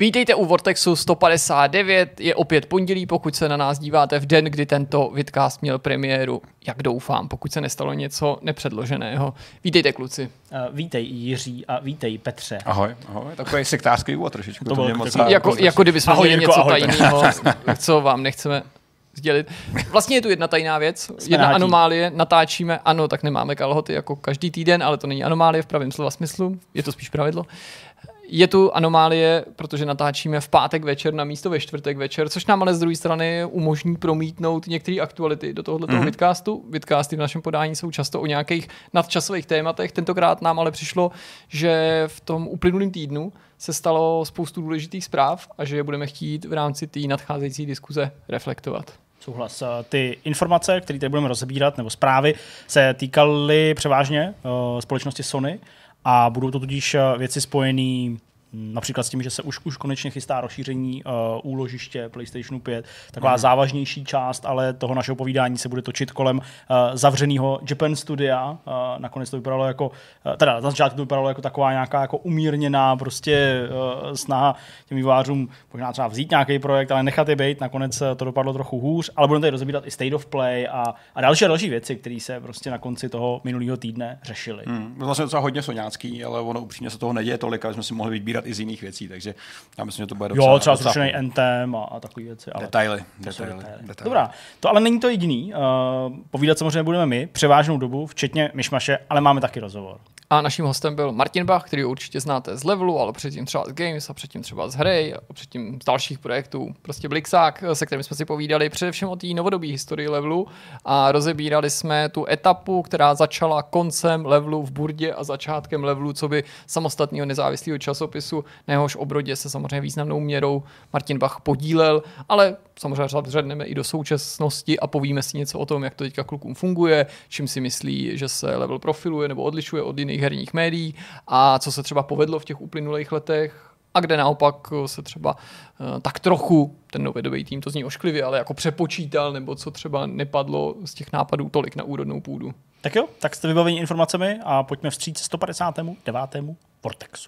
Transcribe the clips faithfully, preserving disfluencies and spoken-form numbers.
Vítejte u Vortexu sto padesát devět, je opět pondělí, pokud se na nás díváte v den, kdy tento vidcast měl premiéru, jak doufám, pokud se nestalo něco nepředloženého. Vítejte, kluci. Uh, vítej Jiří a vítej Petře. Ahoj, ahoj, takový sektářský úvod trošičku. To to bylo moc jako, jako kdyby jsme ahoj, měli Jirko, něco ahoj, tajného, co vám nechceme sdělit. Vlastně je tu jedna tajná věc, Jsme jedna nátí. anomálie, natáčíme, ano, tak nemáme kalhoty jako každý týden, ale to není anomálie v pravém slova smyslu, je to spíš pravidlo. Je tu anomálie, protože natáčíme v pátek večer na místo ve čtvrtek večer, což nám ale z druhé strany umožní promítnout některé aktuality do tohoto mm-hmm. vidcastu. Vidcasty v našem podání jsou často o nějakých nadčasových tématech. Tentokrát nám ale přišlo, že v tom uplynulém týdnu se stalo spoustu důležitých zpráv a že je budeme chtít v rámci té nadcházející diskuze reflektovat. Souhlas. Ty informace, které tady budeme rozebírat, nebo zprávy, se týkaly převážně uh, společnosti Sony a budou to tudíž věci spojené například s tím, že se už, už konečně chystá rozšíření uh, úložiště PlayStationu pět. Taková mm. závažnější část, ale toho našeho povídání se bude točit kolem uh, zavřeného Japan Studia. Uh, nakonec to vypadalo jako, uh, teda na začátku to vypadalo jako taková nějaká jako umírněná prostě uh, snaha těm vývojářům možná třeba vzít nějaký projekt, ale nechat je být. Nakonec to dopadlo trochu hůř, ale budeme tady rozebírat i State of Play a, a další a další věci, které se prostě na konci toho minulého týdne řešily. Hmm, vlastně docela hodně soňácký, ale ono upřímně se toho neděje tolik, aby jsme si mohli vybírat i z jiných věcí, takže já myslím, že to bude docela... Jo, třeba zrušený Anthem a, a takové věci. Ale detaily, detaily, detaily, detaily. Dobrá, to ale není to jediný. Uh, povídat samozřejmě budeme my, převážnou dobu, včetně myšmaše, ale máme taky rozhovor. A naším hostem byl Martin Bach, který určitě znáte z Levelu, ale předtím třeba z Games a předtím třeba z hry a předtím z dalších projektů. Prostě Blixák, se kterým jsme si povídali především o té novodobé historii Levelu a rozebírali jsme tu etapu, která začala koncem Levelu v Burdě a začátkem Levelu, co by samostatného nezávislého časopisu, na jehož obrodě se samozřejmě významnou měrou Martin Bach podílel, ale samozřejmě řadneme i do současnosti a povíme si něco o tom, jak to teďka klukům funguje, čím si myslí, že se Level profiluje nebo odlišuje od jiných herních médií a co se třeba povedlo v těch uplynulých letech a kde naopak se třeba uh, tak trochu ten novodobý tým, to zní ošklivě, ale jako přepočítal, nebo co třeba nepadlo z těch nápadů tolik na úrodnou půdu. Tak jo, tak jste vybaveni informacemi a pojďme vstříc sto padesátému devátému Vortexu.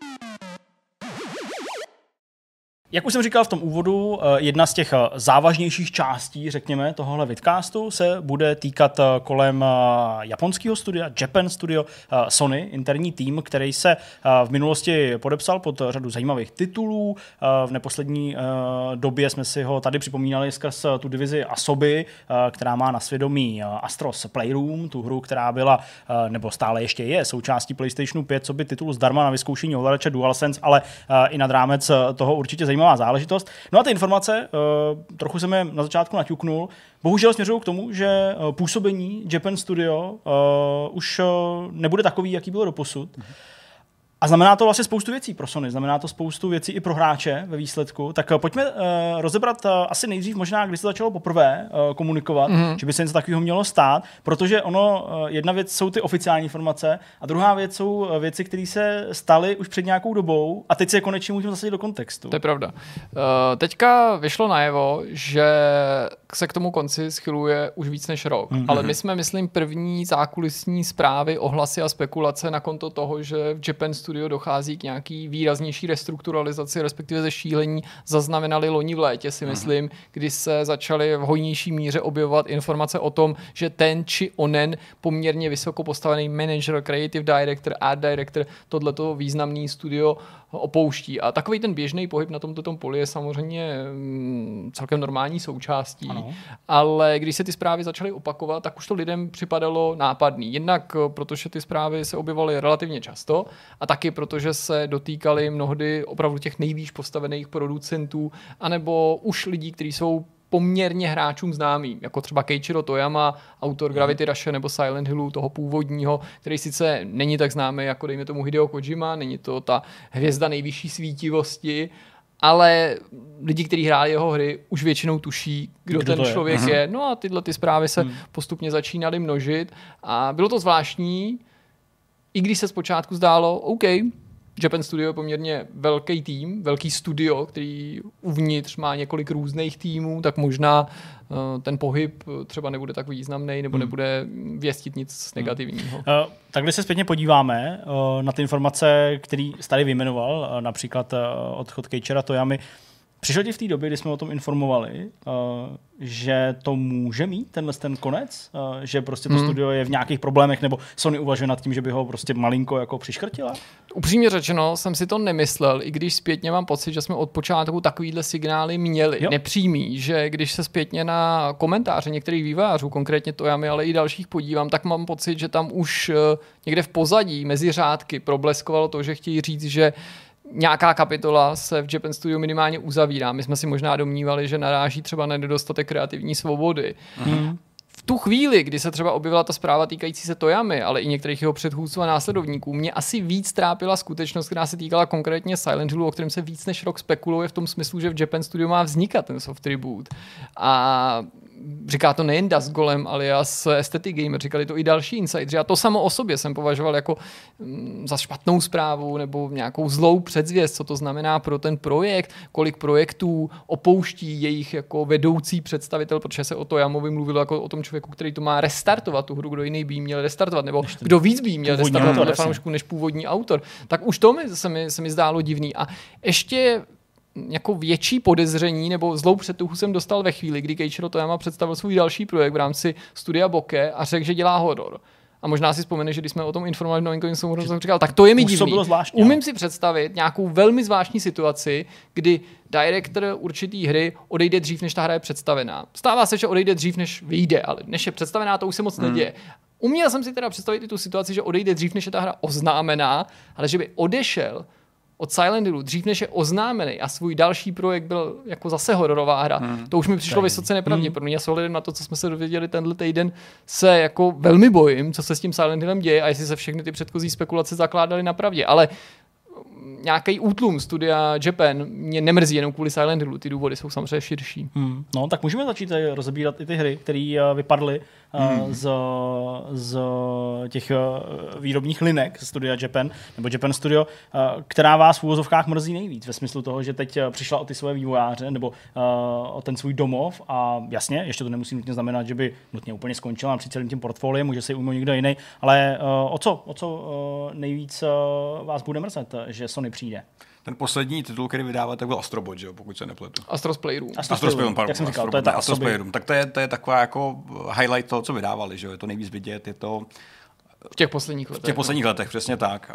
Jak už jsem říkal v tom úvodu, jedna z těch závažnějších částí, řekněme, tohohle vidcastu se bude týkat kolem japonského studia, Japan Studio Sony, interní tým, který se v minulosti podepsal pod řadu zajímavých titulů. V neposlední době jsme si ho tady připomínali skrz tu divizi Asobi, která má na svědomí Astros Playroom, tu hru, která byla, nebo stále ještě je, součástí PlayStationu pět, co by titul zdarma na vyzkoušení ovladače DualSense, ale i nad rámec toho určitě zajímavá záležitost. No a ty informace, uh, trochu jsem je na začátku naťuknul, bohužel směřují k tomu, že uh, působení Japan Studio uh, už uh, nebude takový, jaký bylo doposud. Mm-hmm. A znamená to vlastně spoustu věcí pro Sony, znamená to spoustu věcí i pro hráče ve výsledku. Tak uh, pojďme uh, rozebrat uh, asi nejdřív možná, když se začalo poprvé uh, komunikovat, mm-hmm. že by se něco takového mělo stát, protože ono, uh, jedna věc jsou ty oficiální informace a druhá věc jsou uh, věci, které se staly už před nějakou dobou a teď se konečně můžeme zasadit do kontextu. To je pravda. Uh, teďka vyšlo najevo, že se k tomu konci schyluje už víc než rok, mm-hmm. ale my jsme, myslím, první zákulisní zprávy, ohlasy a spekulace na konto toho, že v Japan Studio dochází k nějaký výraznější restrukturalizaci, respektive zešílení, zaznamenali loni v létě, si myslím, mm. kdy se začaly v hojnější míře objevovat informace o tom, že ten či onen poměrně vysoko postavený manager, creative director, art director, tohleto významný studio opouští. A takový ten běžný pohyb na tomto tom poli je samozřejmě mm, celkem normální součástí, ano. Ale když se ty zprávy začaly opakovat, tak už to lidem připadalo nápadný. Jednak protože ty zprávy se objevovaly relativně často a taky protože se dotýkaly mnohdy opravdu těch nejvýš postavených producentů anebo už lidí, kteří jsou poměrně hráčům známý, jako třeba Keiichiro Toyama, autor Gravity Rushe nebo Silent Hillu, toho původního, který sice není tak známý jako dejme tomu Hideo Kojima, není to ta hvězda nejvyšší svítivosti, ale lidi, kteří hráli jeho hry, už většinou tuší, kdo, kdo ten člověk je. je. No a tyhle ty zprávy se hmm. postupně začínaly množit a bylo to zvláštní, i když se zpočátku zdálo, OK, Japan Studio je poměrně velký tým, velký studio, který uvnitř má několik různých týmů, tak možná uh, ten pohyb třeba nebude tak významný nebo hmm. nebude věstit nic negativního. Hmm. Uh, tak když se zpětně podíváme uh, na ty informace, které jsi tady vyjmenoval, uh, například uh, odchod Keiichira Toyamy, přišlo ti v té době, kdy jsme o tom informovali, uh, že to může mít tenhle ten konec? Uh, že prostě to hmm. studio je v nějakých problémech, nebo Sony uvažuje nad tím, že by ho prostě malinko jako přiškrtila? Upřímně řečeno, jsem si to nemyslel, i když zpětně mám pocit, že jsme od počátku takovýhle signály měli. Jo. Nepřímý, že když se zpětně na komentáře některých vývojářů, konkrétně Toyamy, ale i dalších podívám, tak mám pocit, že tam už někde v pozadí, mezi řádky, probleskovalo to, že chtějí říct, že nějaká kapitola se v Japan Studio minimálně uzavírá. My jsme si možná domnívali, že naráží třeba na nedostatek kreativní svobody. Mm. V tu chvíli, kdy se třeba objevila ta zpráva týkající se Toyamy, ale i některých jeho předchůdců a následovníků, mě asi víc trápila skutečnost, která se týkala konkrétně Silent Hillu, o kterém se víc než rok spekuluje v tom smyslu, že v Japan Studio má vznikat ten soft reboot. A říká to nejen Das Golem, alias Aesthetic Gamer, říkali to i další insideri. A to samo o sobě jsem považoval jako mm, za špatnou zprávu nebo nějakou zlou předzvěst, co to znamená pro ten projekt, kolik projektů opouští jejich jako vedoucí představitel, protože se o Toyamovi mluvilo jako o tom člověku, který to má restartovat tu hru, kdo jiný by jí měl restartovat, nebo kdo víc by jí měl restartovat podle fanoušků než původní autor. Tak už to mi, se, mi, se mi zdálo divný. A ještě jako větší podezření nebo zlou předtuchu jsem dostal ve chvíli, kdy Keiichiro Toyama představil svůj další projekt v rámci studia Bokeh a řekl, že dělá horor. A možná si vzpomeneš, že když jsme o tom informovali v novinkovém souhrnu, jsem říkal, tak to je mi divný. Umím si představit nějakou velmi zvláštní situaci, kdy director určitý hry odejde dřív, než ta hra je představená. Stává se, že odejde dřív, než vyjde, ale než je představená, to už se moc hmm. neděje. Uměl jsem si teda představit i tu situaci, že odejde dřív, než je ta hra oznámená, ale že by odešel od Silent Hillu, dřív než je oznámený a svůj další projekt byl jako zase hororová hra, hmm. to už mi přišlo vysoce nepravděpodobné. Hmm. Já s ohledem na to, co jsme se dověděli tenhle týden, se jako velmi bojím, co se s tím Silent Hillem děje a jestli se všechny ty předchozí spekulace zakládaly na pravdě. Ale nějaký útlum studia Japan mě nemrzí jenom kvůli Silent Hillu, ty důvody jsou samozřejmě širší. Hmm. No, tak můžeme začít rozebírat i ty hry, které vypadly hmm. z, z těch výrobních linek studia Japan, nebo Japan Studio, která vás v úvozovkách mrzí nejvíc, ve smyslu toho, že teď přišla o ty své vývojáře, nebo o ten svůj domov a jasně, ještě to nemusí nutně znamenat, že by nutně úplně skončila při celým tím portfoliem, může se ujmout někdo jiný, ale o co, o co nejvíc vás bude mrzet, že Sony přijde? Ten poslední titul, který vydává, tak byl Astrobot, že jo, pokud se nepletu. Astros Playroom. Astros Playroom, pardon. Jak jsem říkal, to je ta Astros Playroom. Tak to je, to je taková jako highlight toho, co vydávali, že jo, je to nejvíc vidět, je to v těch posledních letech. V těch posledních letech, přesně tak.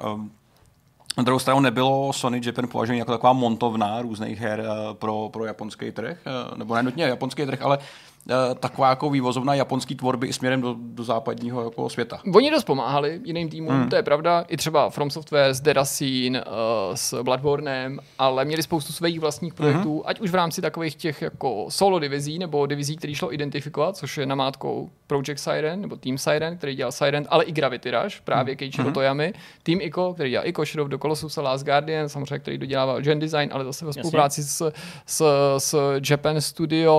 Na druhou stranu nebylo Sony Japan považovaný jako taková montovna různých her pro, pro japonský trh, nebo ne nutně japonský trh, ale taková jako vývozovna japonský tvorby i směrem do, do západního jako světa. Oni dost pomáhali jiným týmům, hmm. to je pravda, i třeba From Software s Deracine, uh, s Bloodbornem, ale měli spoustu svých vlastních projektů, hmm. ať už v rámci takových těch jako solo divizí, nebo divizí, který šlo identifikovat, což je namátkou Project Siren, nebo Team Siren, který dělal Siren, ale i Gravity Rush, právě hmm. Keiichiro hmm. Toyamy, Team Ico, který dělal Ico, Shadow of the Colossus a Last Guardian, samozřejmě, který dodělával Gen Design, ale zase ve spolupráci s, s, s Japan Studio.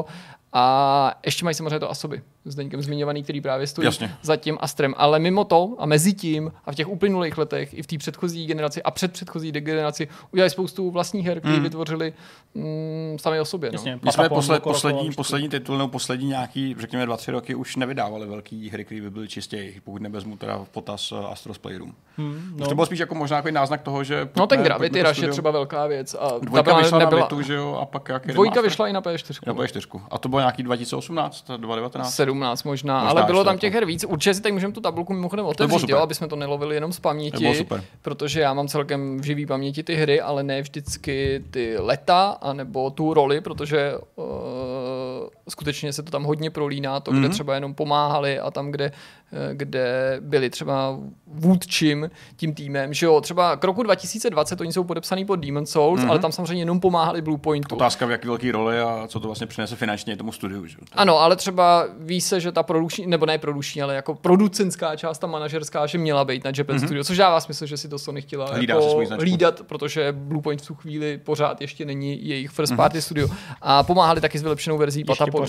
A ještě mají samozřejmě to Asobi s Deňkem zmiňovaný, který právě stojí Jasně. za tím Astrem. Ale mimo to a mezi tím a v těch uplynulých letech i v té předchozí generaci a před předchozí generaci udělali spoustu vlastních her, které hmm. vytvořili mm, sami o sobě. Jasně, no. My jsme posled, poslední, poslední titul nebo poslední nějaký, řekněme dva, tři roky už nevydávali velký hry, které by byly čistě, pokud nevezmu teda v potaz Astros Playroom. Hmm, no. Už to bylo spíš jako možná jako náznak toho, že... No ten Gravity Rush je třeba velká věc. A dvojka vyšla nebyla... na Vitu, že jo, a pak jaký Dvojka vyšla i na P čtyři. Na P čtyři. A to bylo nějaký dva tisíce osmnáct, dva tisíce devatenáct. sedmnáct možná, možná ale bylo tam těch her víc. Určitě si tak můžeme tu tabulku mimochodem otevřít, jo, aby jsme to nelovili jenom z paměti, protože já mám celkem v živý paměti ty hry, ale ne vždycky ty leta, anebo tu roli, protože uh, skutečně se to tam hodně prolíná, to, mm-hmm. kde třeba jenom pomáhali a tam, kde kde byli třeba vůdčím tím týmem, že jo, třeba k roku dva tisíce dvacet oni jsou podepsaný pod Demon's Souls, mm-hmm. ale tam samozřejmě jenom pomáhali Bluepointu. Otázka, v jaký velký roli a co to vlastně přinese finančně tomu studiu, že? Ano, ale třeba ví se, že ta produkční, nebo ne produkční, ale jako producentská část, ta manažerská, že měla být na Japan mm-hmm. Studio, což dává smysl, že si to Sony chtěla jako hlídat, protože Bluepoint v tu chvíli pořád ještě není jejich first party mm-hmm. studio a pomáhali taky s vylepšenou verzí Pataponu.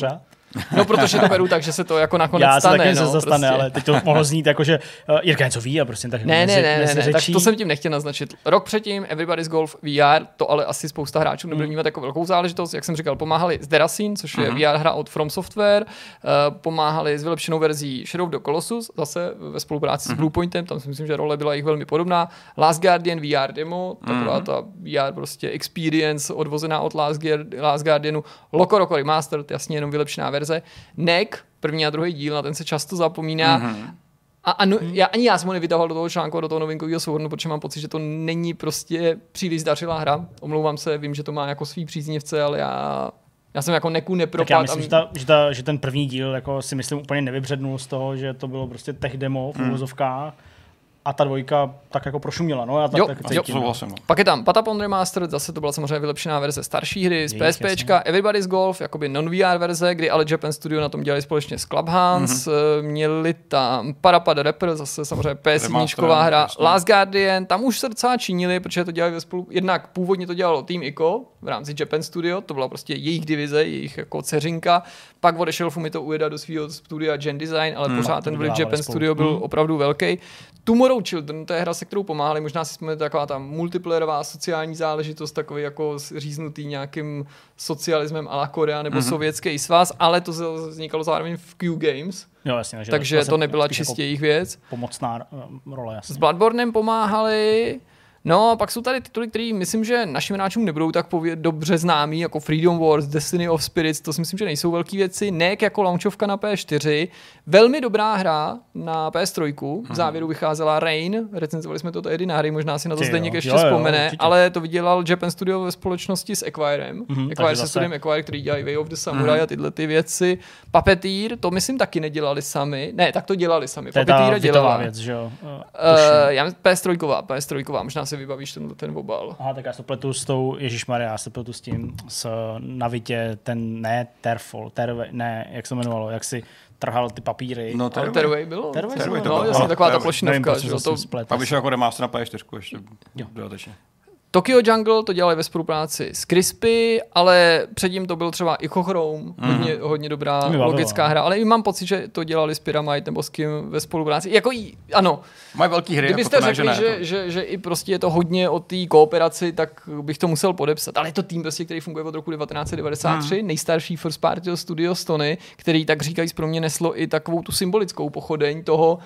No, protože to beru tak, že se to jako nakonec Já stane. Já no, se stane, prostě. Ale teď to mohlo znít jako, že uh, Jirka něco ví a prostě tak ne, mezi, ne, ne, mezi ne, řečí. tak to jsem tím nechtěl naznačit. Rok předtím Everybody's Golf V R, to ale asi spousta hráčů nebude vnímat jako velkou záležitost. Jak jsem říkal, pomáhali s Deracine, což je mm-hmm. V R hra od From Software, uh, pomáhali s vylepšenou verzí Shadow of the Colossus, zase ve spolupráci mm-hmm. s Bluepointem, tam si myslím, že role byla jich velmi podobná. Last Guardian V R demo, taková mm-hmm. ta V R prostě experience odvozená od Last, Guard, Last Guardianu, Loco Roco Remastered, jasně jenom vylepšená verze. N E C, první a druhý díl, na ten se často zapomíná. Mm-hmm. A, a no, já, ani já jsem ho nevytahoval do toho článku, do toho novinkového souhrnu, protože mám pocit, že to není prostě příliš zdařilá hra. Omlouvám se, vím, že to má jako svý příznivce, ale já, já jsem jako neku nepropad. Tak já myslím, a... že, ta, že, ta, že ten první díl jako si myslím úplně nevybřednul z toho, že to bylo prostě tech demo v uvozovkách. Mm. A ta dvojka tak jako prošuměla, no já tak, jo, tak cítím. Jo, no. Pak je tam Patapon Remastered, zase to byla samozřejmě vylepšená verze starší hry z PSPčka, Everybody's Golf, jakoby non-V R verze, kdy ale Japan Studio na tom dělali společně s Clubhouse, mm-hmm. měli tam Parappa Rapper, zase samozřejmě P S jedna hra, jasný. Last Guardian, tam už se docela činili, protože to dělali ve spolu, jednak původně to dělalo Team Ico v rámci Japan Studio, to byla prostě jejich divize, jejich jako dceřinka, pak odešel Fumito Ueda do svého studia Gen Design, ale mm, pořád ten vliv Japan spolu. Studio byl mm. opravdu velký. Tomorrow Children, to je hra, se kterou pomáhali, možná si jsme taková ta multiplayerová sociální záležitost, takový jako říznutý nějakým socialismem a la Korea nebo mm-hmm. sovětský svaz, ale to vznikalo zároveň v Q Games, jo, jasně, takže to, to nebyla čistě jejich věc. Pomocná role, jasně. S Bloodbornem pomáhali. No a pak jsou tady tituly, které myslím, že našim hráčům nebudou tak pověd, dobře známý, jako Freedom Wars, Destiny of Spirits, to si myslím, že nejsou velké věci. N E C jako launchovka na P S čtyři, velmi dobrá hra na P S tři, v závěru vycházela Rain, recenzovali jsme to tady na hry, možná si na to Zdeněk ještě jo, vzpomene, jo, ale to vydělal Japan Studio ve společnosti s Acquirem, mm-hmm, Acquire se studiem Acquire, který dělají Way of the Samurai mm-hmm. a tyhle ty věci. Puppeteer, to myslím taky nedělali sami, ne, tak to dělali sami. To je ta dělala věc, že jo? Uh, já P S tři, P S tři, možná si vybavíš ten, ten obal. Aha, tak já se pletu s tou, ježišmarja, já se pletu s tím, s Navitě, ten, ne, Terfol, Terve, ne, jak se jmenovalo, jak si trhal ty papíry. No, Terway. Terway bylo? Terway, Terway to bylo. No, jasně, taková ta plošinovka. A vyšel jako remaster na P S čtyři ještě dodatečně. Tokyo Jungle to dělali ve spolupráci s Crispy, ale předtím to byl třeba Ichochrome, mm. hodně, hodně dobrá logická hra, ale i mám pocit, že to dělali s Pyramide nebo s kým ve spolupráci. Jako jí, ano. Mají velký hry. Kdybyste jako řekli, ne, že, že, že i prostě je to hodně o té kooperaci, tak bych to musel podepsat. Ale je to tým, prostě, který funguje od roku devatenáct set devadesát tři, mm. nejstarší first party studio Sony, který tak říkají pro mě neslo i takovou tu symbolickou pochodeň toho,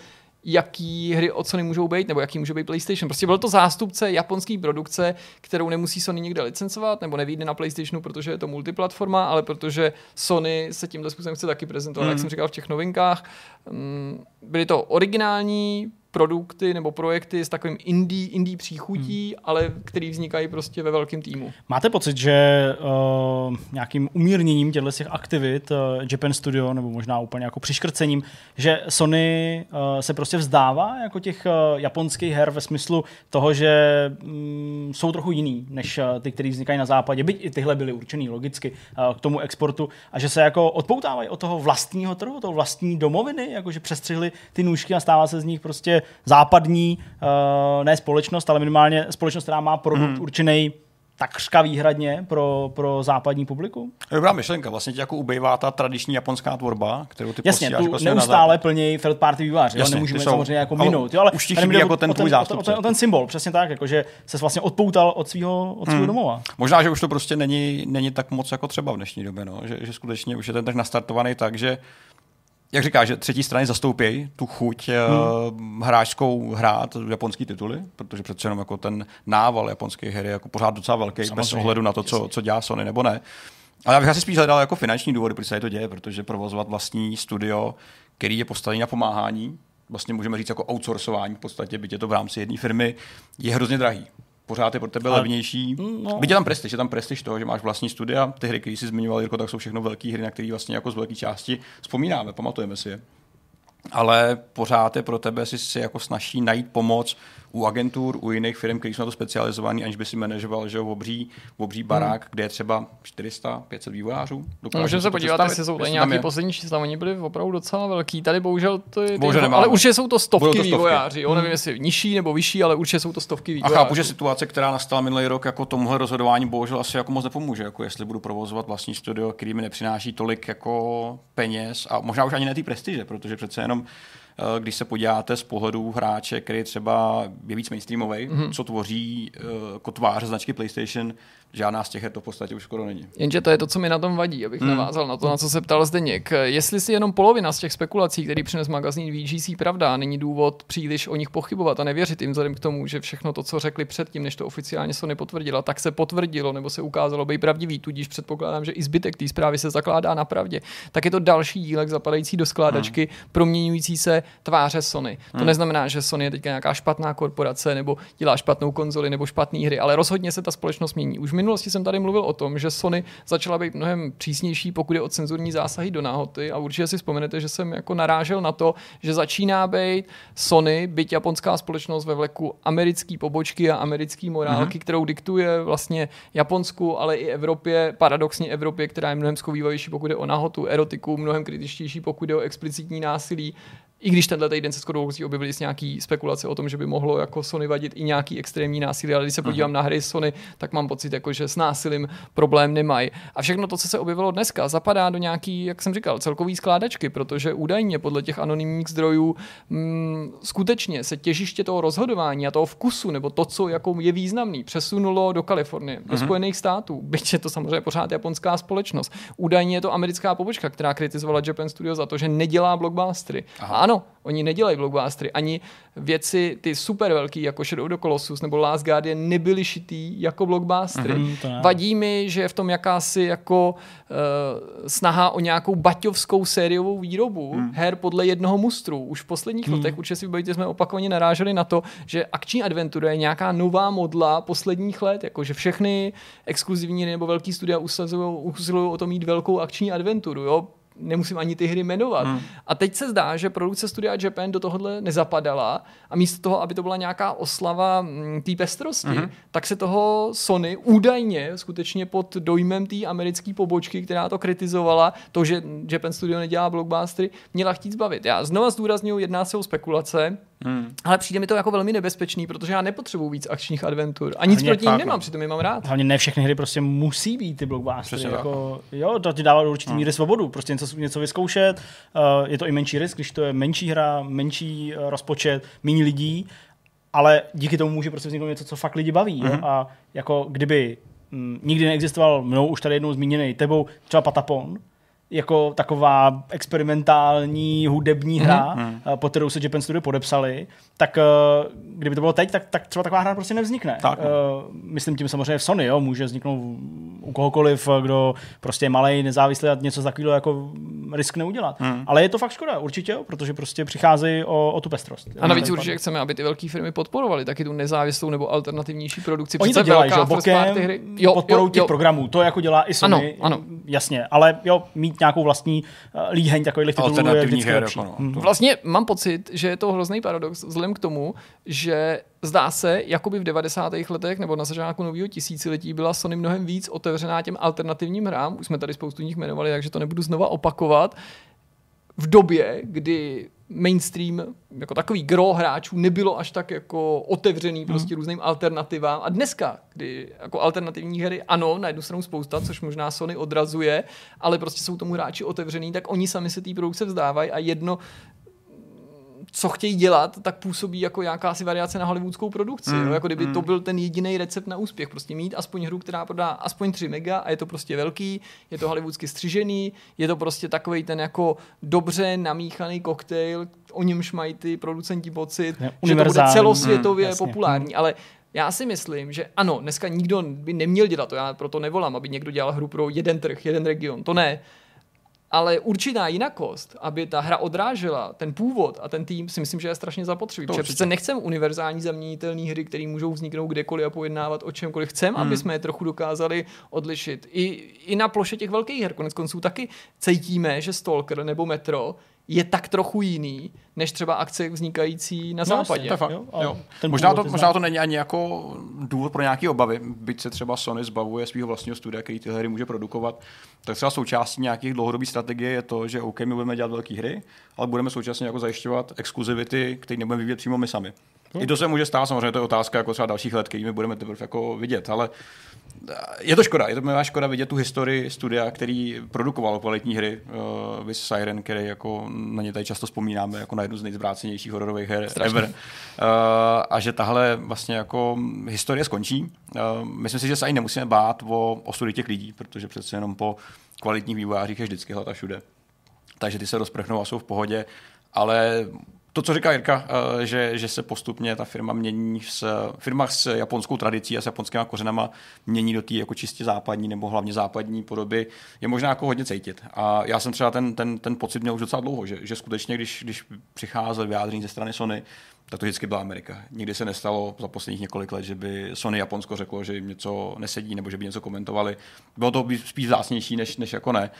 jaký hry od Sony můžou být, nebo jaký může být PlayStation. Prostě byl to zástupce japonské produkce, kterou nemusí Sony nikde licencovat, nebo nevyjde na PlayStationu, protože je to multiplatforma, ale protože Sony se tímto způsobem chce taky prezentovat, mm. jak jsem říkal v těch novinkách. Byly to originální produkty nebo projekty s takovým indie, indie příchutí, hmm. ale který vznikají prostě ve velkém týmu. Máte pocit, že uh, nějakým umírněním těchto těch aktivit uh, Japan Studio, nebo možná úplně jako přiškrcením, že Sony uh, se prostě vzdává jako těch uh, japonských her ve smyslu toho, že um, jsou trochu jiný než uh, ty, které vznikají na západě, byť i tyhle byly určený logicky uh, k tomu exportu, a že se jako odpoutávají od toho vlastního trhu, toho vlastní domoviny, jakože přestřihli ty nůžky a stává se z nich prostě západní, uh, ne společnost, ale minimálně společnost, která má produkt hmm. určený takřka výhradně pro, pro západní publiku? Dobrá myšlenka, vlastně tě jako ubejvá ta tradiční japonská tvorba, kterou ty jasně, posíláš. Jasně, tu neustále plnějí third party vývojáři, nemůžeme jsou, samozřejmě jako minout. Ale už ti chybí jako ten tvůj zástupce. O ten, o ten symbol, přesně tak, jako, že se vlastně odpoutal od svého od hmm. domova. Možná, že už to prostě není, není tak moc jako třeba v dnešní době, no? že, že skutečně už je ten tak nastartovaný tak, že jak říkáš, že třetí strany zastoupí tu chuť hmm. hráčskou hrát japonský tituly, protože přece jenom jako ten nával japonských her je jako pořád docela velký, samozřejmě, bez ohledu na to, co, co dělá Sony nebo ne. Ale já bych asi spíš hledal jako finanční důvody, proč se to děje, protože provozovat vlastní studio, který je postavený na pomáhání, vlastně můžeme říct jako outsourcování v podstatě, byť je to v rámci jedné firmy, je hrozně drahý. Pořád je pro tebe levnější. No. Byť je tam prestiž, je tam prestiž toho, že máš vlastní studia. Ty hry, které jsi zmiňoval, Jirko, tak jsou všechno velké hry, na které vlastně jako z velké části vzpomínáme, pamatujeme si je. Ale pořád je pro tebe si, si jako snaží najít pomoc u agentur, u jiných firm, kteří jsou na to specializovaní, aniž by si manažoval, že obří, obří barák, hmm. kde je třeba čtyři sta pět set vývojářů. Můžeme se podívat, jestli jsou tady nějaké poslední čísla, oni byli opravdu docela velký. Tady bohužel to je, bohužel ale určitě jsou to stovky, to stovky. vývojáři. Jo, hmm. nevím, jestli nižší nebo vyšší, ale určitě jsou to stovky vývojářů. A chápu, že situace, která nastala minulý rok, jako tomuhle rozhodování bohužel asi jako moc nepomůže, jako jestli budu provozovat vlastní studio, který mi nepřináší tolik jako peněz a možná už ani ne té prestiže, protože přece jenom když se podíváte z pohledu hráče, který třeba je víc mainstreamový, mm-hmm. co tvoří jako tvář značky PlayStation, žádná z těch her to v podstatě už skoro není. Jenže to je to, co mi na tom vadí, abych mm. navázal na to, na co se ptal Zdeněk. Jestli si jenom polovina z těch spekulací, který přines magazín V G C pravda, není důvod příliš o nich pochybovat a nevěřit jim vzhledem k tomu, že všechno to, co řekli předtím, než to oficiálně Sony potvrdila, tak se potvrdilo nebo se ukázalo být pravdivý, tudíž předpokládám, že i zbytek té zprávy se zakládá na pravdě. Tak je to další dílek zapadající do skládačky, mm. proměňující se tváře Sony. To mm. neznamená, že Sony je teď nějaká špatná korporace nebo dělá špatnou konzoli nebo špatné hry, ale rozhodně se ta společnost mění. Už v minulosti jsem tady mluvil o tom, že Sony začala být mnohem přísnější, pokud je o cenzurní zásahy do náhoty, a určitě si vzpomenete, že jsem jako narážel na to, že začíná být Sony, byť japonská společnost, ve vleku americký pobočky a americký morálky, mm-hmm. kterou diktuje vlastně Japonsku, ale i Evropě, paradoxně Evropě, která je mnohem schovývavější, pokud je o nahotu, erotiku, mnohem kritičtější, pokud je o explicitní násilí. I když tenhle týden se shodou objevily nějaký spekulace o tom, že by mohlo jako Sony vadit i nějaký extrémní násilí, ale když se podívám uh-huh. na hry Sony, tak mám pocit, jako, že s násilím problém nemají. A všechno to, co se objevilo dneska, zapadá do nějaký, jak jsem říkal, celkový skládačky, protože údajně podle těch anonymních zdrojů mm, skutečně se těžiště toho rozhodování a toho vkusu, nebo to, co jako je významný, přesunulo do Kalifornie, uh-huh. do Spojených států. Byť je to samozřejmě pořád japonská společnost. Údajně je to americká pobočka, která kritizovala Japan Studio za to, že nedělá blockbustery. Aha. Ano, oni nedělají blockbustery, ani věci ty super velký, jako Shadow of the Colossus nebo Last Guardian, nebyly šitý jako blockbustery. Mm-hmm, Vadí mi, že je v tom jakási jako uh, snaha o nějakou baťovskou sériovou výrobu mm. her podle jednoho mustru. Už v posledních mm. letech, určitě si vybavíte, jsme opakovaně naráželi na to, že akční adventura je nějaká nová modla posledních let, jako že všechny exkluzivní nebo velký studia usilují o to mít velkou akční adventuru, jo? Nemusím ani ty hry jmenovat. Hmm. A teď se zdá, že produkce Studia Japan do tohohle nezapadala a místo toho, aby to byla nějaká oslava té pestrosti, hmm. tak se toho Sony údajně skutečně pod dojmem té americké pobočky, která to kritizovala, to, že Japan Studio nedělá blockbustery, měla chtít zbavit. Já znova zdůrazňuji, jedná se o spekulace, Hmm. ale přijde mi to jako velmi nebezpečný, protože já nepotřebuji víc akčních adventur. A nic hlavně proti ním nemám, přitom je mám rád. Hlavně ne všechny hry prostě musí být ty blockbustery. Jako, jo, to ti dává do určitý hmm. míry svobodu, prostě něco, něco vyzkoušet. Uh, je to i menší risk, když to je menší hra, menší uh, rozpočet, méně lidí, ale díky tomu může prostě vzniknout něco, co fakt lidi baví. Hmm. Jo? A jako kdyby m, nikdy neexistoval mnou už tady jednou zmíněný tebou třeba Patapon, jako taková experimentální hudební hra, mm-hmm. po kterou se Japan Studio podepsali, tak kdyby to bylo teď, tak, tak třeba taková hra prostě nevznikne. Tak, no. Myslím tím samozřejmě v Sony, jo, může vzniknout u kohokoliv, kdo prostě je malej, nezávislý a něco takového jako risk neudělat. Mm. Ale je to fakt škoda, určitě, jo, protože prostě přicházejí o, o tu pestrost. A navíc určitě chceme, aby ty velké firmy podporovaly taky tu nezávislou nebo alternativnější produkci. Oni to dělají, že bokem podporou těch programů, to jako dělá i Sony, ano, ano. Jasně, ale jo, mít nějakou vlastní uh, líheň takových titulů je vždycky her, lepší. Jako no. hmm. Vlastně mám pocit, že je to hrozný paradox vzhledem k tomu, že zdá se, jakoby v devadesátých letech nebo na začátku nového tisíciletí byla Sony mnohem víc otevřená těm alternativním hrám. Už jsme tady spoustu nich jmenovali, takže to nebudu znova opakovat. V době, kdy mainstream, jako takový gro hráčů nebylo až tak jako otevřený prostě hmm. různým alternativám. A dneska, kdy jako alternativní hry, ano, na jednu stranu spousta, což možná Sony odrazuje, ale prostě jsou tomu hráči otevřený, tak oni sami se té produkce vzdávají a jedno, co chtějí dělat, tak působí jako jakási variace na hollywoodskou produkci. Mm, jo? Jako kdyby mm. to byl ten jediný recept na úspěch. Prostě mít aspoň hru, která prodá aspoň tři mega a je to prostě velký, je to hollywoodsky střižený, je to prostě takovej ten jako dobře namíchaný koktejl, o němž mají ty producenti pocit, ne, že to bude celosvětově mm, populární. Mm. Ale já si myslím, že ano, dneska nikdo by neměl dělat to, já proto nevolám, aby někdo dělal hru pro jeden trh, jeden region, to ne. Ale určitá jinakost, aby ta hra odrážela ten původ a ten tým, si myslím, že je strašně zapotřebí. Protože přece nechcem univerzální zaměnitelné hry, které můžou vzniknout kdekoliv a pojednávat o čemkoliv. Chcem, hmm. aby jsme je trochu dokázali odlišit. I, I na ploše těch velkých her. Konec konců taky cítíme, že Stalker nebo Metro je tak trochu jiný, než třeba akce vznikající na no, západě. To je fakt. Jo, jo. Možná, to, možná to není ani jako důvod pro nějaké obavy, byť se třeba Sony zbavuje svého vlastního studia, který ty hry může produkovat, tak třeba součástí nějakých dlouhodobých strategie je to, že OK, my budeme dělat velké hry, ale budeme současně jako zajišťovat exkluzivity, které nebudeme vyvíjet přímo my sami. Hmm. I to se může stát, samozřejmě to je otázka jako třeba dalších let, kterými budeme teprve jako vidět, ale je to škoda, je to mě škoda vidět tu historii studia, který produkoval kvalitní hry, uh, Vis Siren, který jako na ně tady často vzpomínáme jako na jednu z nejzvrácenějších hororových her Strašný. ever. Uh, a že tahle vlastně jako historie skončí. Uh, myslím si, že se ani nemusíme bát o osudy těch lidí, protože přece jenom po kvalitních vývojářích je vždycky hlad a všude. Takže ty se rozprchnou a jsou v pohodě, ale to, co říká Jirka, že, že se postupně ta firma mění, s, firma s japonskou tradicí a s japonskými kořenama mění do té jako čistě západní nebo hlavně západní podoby, je možná jako hodně cítit. A já jsem třeba ten, ten, ten pocit měl už docela dlouho, že, že skutečně, když, když přicházel vyjádření ze strany Sony, tak to vždycky byla Amerika. Nikdy se nestalo za posledních několik let, že by Sony Japonsko řeklo, že jim něco nesedí nebo že by něco komentovali. Bylo to spíš vzácnější, než, než jako ne.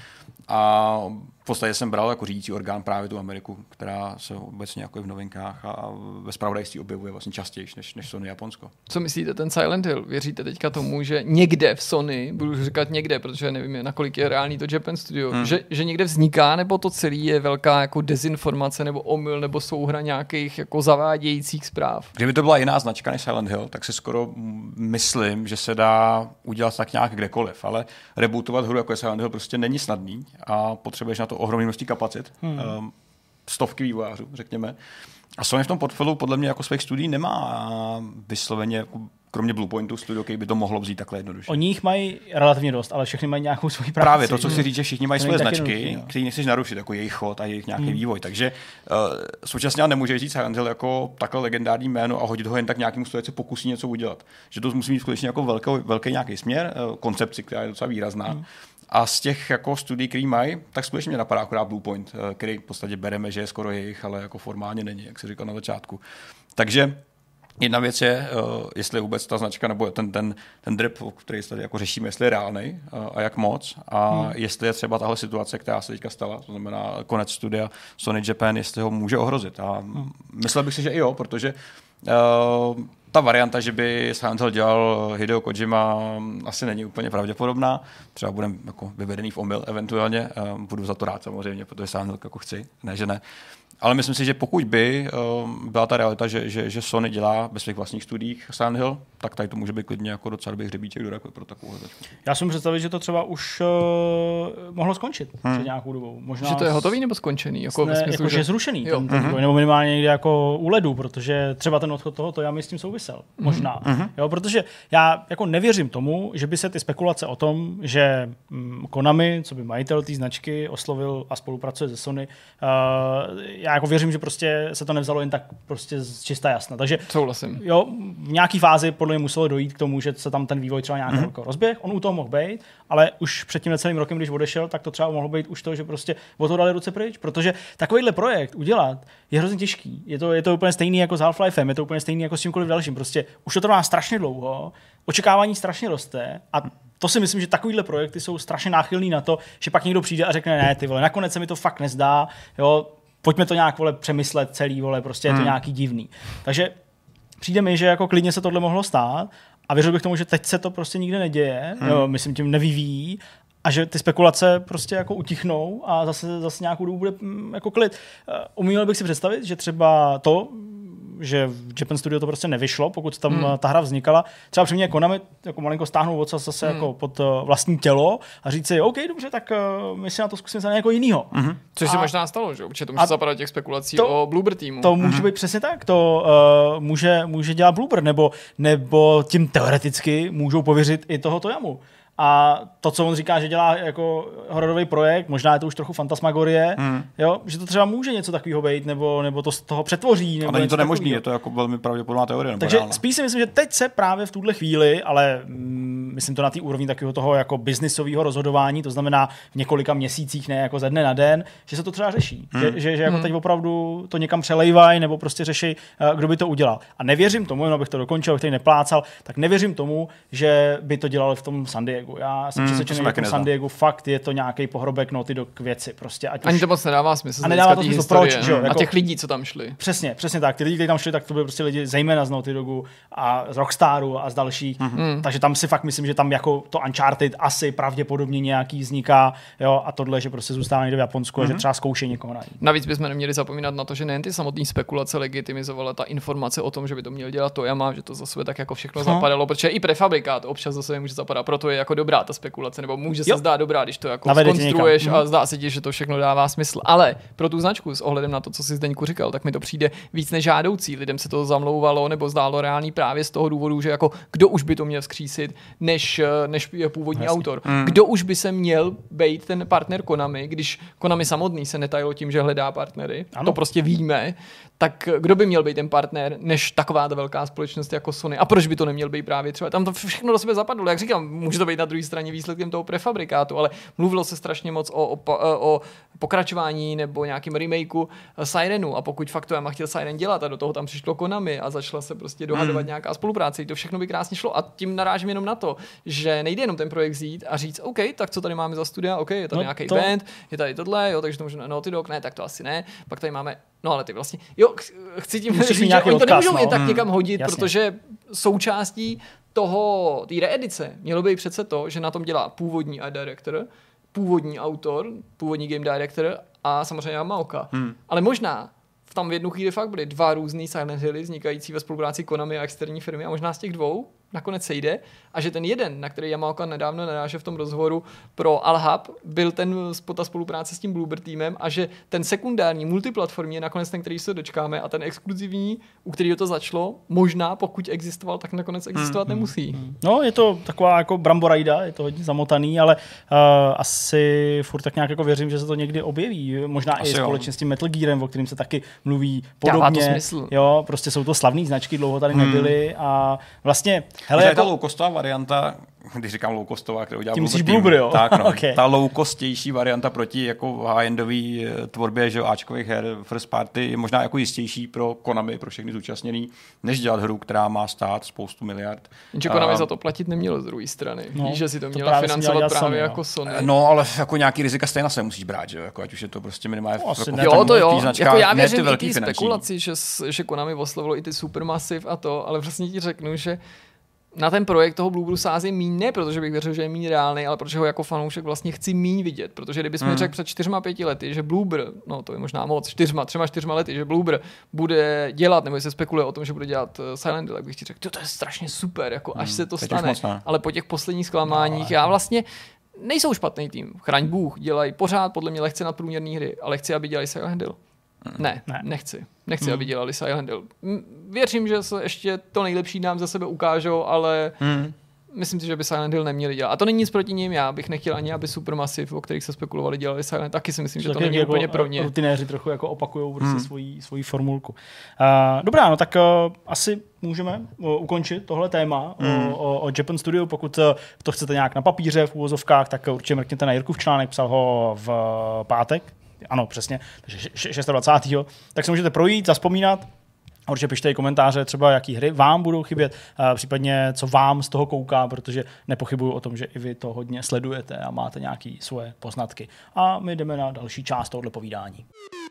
A v podstatě jsem bral jako řídící orgán právě tu Ameriku, která se obecně jako v novinkách a ve zpravodajství objevuje vlastně častěji než, než Sony Japonsko. Co myslíte ten Silent Hill? Věříte teďka tomu, že někde v Sony, budu říkat někde, protože nevím, nakolik je reálný to Japan Studio, hmm. že, že někde vzniká, nebo to celý je velká jako dezinformace nebo omyl nebo souhra nějakých jako zavádějících zpráv? Kdyby to byla jiná značka než Silent Hill, tak si skoro myslím, že se dá udělat tak nějak kdekoliv, ale rebootovat hru jako je Silent Hill prostě není snadný a potřebuješ na to ohromné množství kapacit. Hmm. Um, stovky vývojářů, řekněme. A Sony v tom portfoliu podle mě jako svých studií nemá vysloveně jako kromě Bluepointu studio, který by to mohlo vzít takhle jednoduše. Oni jich mají relativně dost, ale všechny mají nějakou svoji práci. Právě to, co si říct, že všichni mají svoje značky, no. Které nechceš narušit, jako jejich chod a jejich nějaký hmm. vývoj. Takže uh, současně nemůže říct Silent Hill jako takhle legendární jméno a hodit ho jen tak nějakým studiu, se pokusí něco udělat. Že to musí mít skutečně jako velký, velký nějaký směr, uh, koncepci, která je docela výrazná. Hmm. A z těch jako studií, který mají, tak skutečně mě napadá akorát Bluepoint, který v podstatě bereme, že je skoro jejich, ale jako formálně není, jak se říkal na začátku. Takže jedna věc je, uh, jestli vůbec ta značka nebo ten, ten, ten drip, který tady jako řešíme, jestli je reálný uh, a jak moc. A hmm. jestli je třeba tahle situace, která se teďka stala, to znamená konec studia Sony Japan, jestli ho může ohrozit. A hmm. myslel bych si, že i jo, protože uh, ta varianta, že by Silent Hill dělal Hideo Kojima, asi není úplně pravděpodobná. Třeba budeme jako vyvedený v omyl eventuálně. Uh, budu za to rád samozřejmě, protože Silent Hill jako chci, ne že ne. Ale myslím si, že pokud by uh, byla ta realita, že, že, že Sony dělá ve svých vlastních studiích Silent Hill, tak tady to může být klidně jako docela dobrý hřebíček do rakve pro takovou hledačku. Já jsem představil, že to třeba už uh, mohlo skončit hmm. před nějakou dobou. Možná že to je hotový nebo skončený? Jako, ne, smyslu, jako že je zrušený, ten, ten mm-hmm. nebo minimálně někde jako u ledu, protože třeba ten odchod tohoto já mi s tím souvisel. Možná. Mm-hmm. Jo, protože já jako nevěřím tomu, že by se ty spekulace o tom, že mm, Konami, co by majitel té značky, oslovil a spolupracuje se Sony, uh, já jako věřím, že prostě se to nevzalo jen tak prostě z čista jasna. Takže souhlasím. Jo, v nějaký fázi podle mě muselo dojít k tomu, že se tam ten vývoj třeba nějak mm-hmm. rozběh. On u toho mohl být, ale už před tím celým rokem, když odešel, tak to třeba mohlo být už to, že prostě od toho dali ruce pryč, protože takovýhle projekt udělat je hrozně těžký. Je to, je to úplně stejný jako s Half-Lifem, je to úplně stejný jako s čímkoliv dalším. Prostě už to trvá strašně dlouho, očekávání strašně roste a to si myslím, že takovýhle projekty jsou strašně náchylný na to, že pak někdo přijde a řekne, ne, ty vole, nakonec se mi to fakt nezdá, jo, pojďme to nějak, vole, přemyslet celý, vole, prostě je to hmm. nějaký divný. Takže přijde mi, že jako klidně se tohle mohlo stát a věřil bych tomu, že teď se to prostě nikde neděje, hmm. jo, myslím tím nevyvíjí a že ty spekulace prostě jako utichnou a zase, zase nějakou dobu bude mm, jako klid. Uměl bych si představit, že třeba to, že v Japan Studio to prostě nevyšlo, pokud tam hmm. ta hra vznikala. Třeba při mě Konami jako malinko stáhnou ocas zase hmm. jako pod vlastní tělo a říct si, OK, dobře, tak uh, my si na to zkusíme za nějakého jiného. Hmm. Což a, se možná stalo, že? Určitě to může zapadat těch spekulací to, o Bloober týmu. To může hmm. být přesně tak. To uh, může, může dělat Bloober, nebo, nebo tím teoreticky můžou pověřit i toho Toyamu. A to, co on říká, že dělá jako hororový projekt, možná je to už trochu fantasmagorie, hmm. jo, že to třeba může něco takového být, nebo, nebo to z toho přetvoří. Nebo a není to nemožný, je to jako velmi pravděpodobná teorie. Takže reálna. Spíš si myslím, že teď se právě v tuhle chvíli, ale mm, myslím to na té úrovni takového toho jako biznisového rozhodování, to znamená v několika měsících, ne jako ze dne na den, že se to třeba řeší. Hmm. Že, že, že jako hmm. teď opravdu to někam přelejvají nebo prostě řeší, kdo by to udělal. A nevěřím tomu, jenom abych to dokončil, abych tady neplácal, tak nevěřím tomu, že by to dělali v tom San Diegu. Já jsem hmm, přesvědčený, že v San Diegu fakt je to nějaký pohrobek Naughty Dog věci. Prostě, ať Ani už... to moc nedává smysl. A nedává to smysl, proč? Že? A jako... těch lidí, co tam šli. Přesně, přesně tak. Ty lidi, kteří tam šli, tak to byly prostě lidi zejména z Naughty Dogu a z Rockstaru a z dalších. Hmm. Takže tam si fakt myslím, že tam jako to Uncharted asi pravděpodobně nějaký vzniká, jo, a tohle, že prostě zůstává někde v Japonsku mm-hmm. a že třeba zkouší někoho najít. Navíc bychom neměli zapomínat na to, že nejen ty samotné spekulace legitimizovala ta informace o tom, že by to měl dělat Toyama, že to za sebe tak jako všechno no. zapadalo, protože i prefabrikát občas za sebe může zapadat, proto je jako dobrá ta spekulace, nebo může se jo. zdát dobrá, když to jako zkonstruuješ a zdá se ti, že to všechno dává smysl. Ale pro tu značku s ohledem na to, co si Zdeňku říkal, tak mi to přijde víc nežádoucí. Lidem se to zamlouvalo nebo zdálo reálný právě z toho důvodu, že jako kdo už by to měl vzkřísit, než, než je původní Jasně. autor. Mm. Kdo už by se měl být ten partner Konami, když Konami samotný se netajilo tím, že hledá partnery, ano. to prostě víme, tak kdo by měl být ten partner, než taková ta velká společnost jako Sony. A proč by to neměl být právě třeba? Tam to všechno do sebe zapadlo. Jak říkám, může to být na druhé straně výsledkem toho prefabrikátu, ale mluvilo se strašně moc o, o, o pokračování nebo nějakým remakeu Sirenu. A pokud fakt Toyama chtěl Siren dělat a do toho tam přišlo Konami a začala se prostě dohadovat hmm. nějaká spolupráce, to všechno by krásně šlo. A tím narážím jenom na to, že nejde jenom ten projekt vzít a říct, OK, tak co tady máme za studia, OK, je tady no nějaký to... band, je tady tohle, jo, takže to možná Naughty Dog, ne, tak to asi ne. Pak tady máme, no ale ty vlastně, jo, chci tím říct, že oni to nemůžou jen no. tak někam hodit, hmm, protože součástí toho, té reedice mělo být přece to, že na tom dělá původní art director, původní autor, původní game director a samozřejmě Yamaoka. Hmm. Ale možná tam v jednu chvíli fakt byly dva různý Silent Hilly vznikající ve spolupráci Konami a externí firmy a možná z těch dvou nakonec sejde a že ten jeden, na který Yamaoka nedávno narážel v tom rozhovoru pro Alhab, byl ten ta spolupráce s tím Bloober týmem a že ten sekundární multiplatformní je nakonec ten, který se dočkáme a ten exkluzivní, u kterého to začalo, možná pokud existoval, tak nakonec existovat hmm, nemusí. Hmm. No, je to taková jako bramborajda, je to hodně zamotaný, ale uh, asi furt tak nějak jako věřím, že se to někdy objeví. Možná asi i společně s tím Metal Gearem, o kterým se taky mluví podobně. Dává to smysl. Jo, prostě jsou to slavné značky, dlouho tady hmm. nebyly a vlastně hele, jako... ta low-costová varianta, když říkám low-costová, kterou dělá tím myslíš Bloober, jo? Tak no, okay. Ta low-costější varianta proti jako high-endový tvorbě, že áčkových her first party je možná jako jistější pro Konami, pro všechny zúčastněný, než dělat hru, která má stát spoustu miliard. Jenže Konami a... za to platit nemělo z druhé strany. No, víš, že si to, to měla financovat právě Sony, jako no. Sony. No, ale jako nějaký rizika stejně se musíš brát, že jo? Jako, ať už je to prostě minimálně no, jako ne, jo, to jo. Značka, jako já věřím i té spekulaci, že, že Konami oslovilo i ty Supermassive a to, ale vlastně ti řeknu, že na ten projekt toho Blooberu sázím míň ne, protože bych věřil, že je míň reálný, ale protože ho jako fanoušek vlastně chci míň vidět, protože kdybys mi mm. řekl před čtyřma, pěti lety, že Bloober, no to je možná moc, čtyřma, třema, čtyřma lety, že Bloober bude dělat, nebo se spekuluje o tom, že bude dělat Silent Hill, tak bych ti řekl, to je strašně super, jako až mm. se to Teď stane, ale po těch posledních zklamáních, no, já vlastně nejsou špatný tým, chraň Bůh, dělají pořád podle mě lehce nadprůměrný hry, ale chci, aby dělali Silent Hill. Ne, ne, nechci. Nechci, hmm. aby dělali Silent Hill. Věřím, že se ještě to nejlepší nám za sebe ukážou, ale hmm. myslím si, že by Silent Hill neměli dělat. A to není nic proti ním, já bych nechtěl ani, aby Supermassive, o kterých se spekulovali, dělali Silent. Taky si myslím, že to není jako úplně pro ně. Rutinéři trochu jako opakujou prostě hmm. svoji, svoji formulku. Uh, dobrá, no tak uh, asi můžeme uh, ukončit tohle téma hmm. o, o, o Japan Studio. Pokud uh, to chcete nějak na papíře v úvozovkách, tak určitě mrkněte na Jirkův článek, psal ho v uh, pátek. Ano, přesně, takže dvacátého šestého Tak se můžete projít, zazpomínat. Určitě pište i komentáře, třeba jaký hry vám budou chybět, případně co vám z toho kouká, protože nepochybuju o tom, že i vy to hodně sledujete a máte nějaké svoje poznatky. A my jdeme na další část tohoto povídání.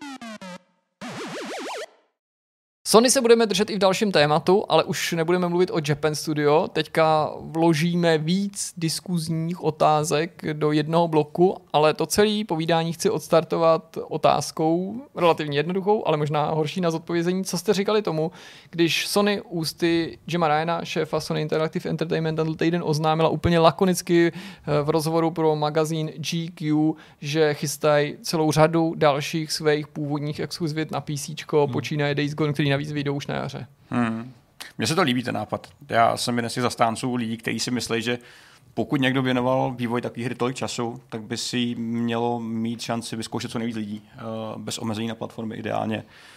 Sony se budeme držet i v dalším tématu, ale už nebudeme mluvit o Japan Studio. Teďka vložíme víc diskuzních otázek do jednoho bloku, ale to celé povídání chci odstartovat otázkou, relativně jednoduchou, ale možná horší na zodpovězení. Co jste říkali tomu, když Sony ústy Jima Ryana, šéfa Sony Interactive Entertainment, tento týden oznámila úplně lakonicky v rozhovoru pro magazín G Q, že chystají celou řadu dalších svých původních exkluzivit na PCčko, hmm. počínaje Days Gone, který navíc vyjdou už na jaře. Hmm. Mně se to líbí, ten nápad. Já jsem jeden z těch zastánců lidí, kteří si myslí, že pokud někdo věnoval vývoj takové hry tolik času, tak by si mělo mít šanci vyzkoušet co nejvíc lidí, bez omezení na platformy ideálně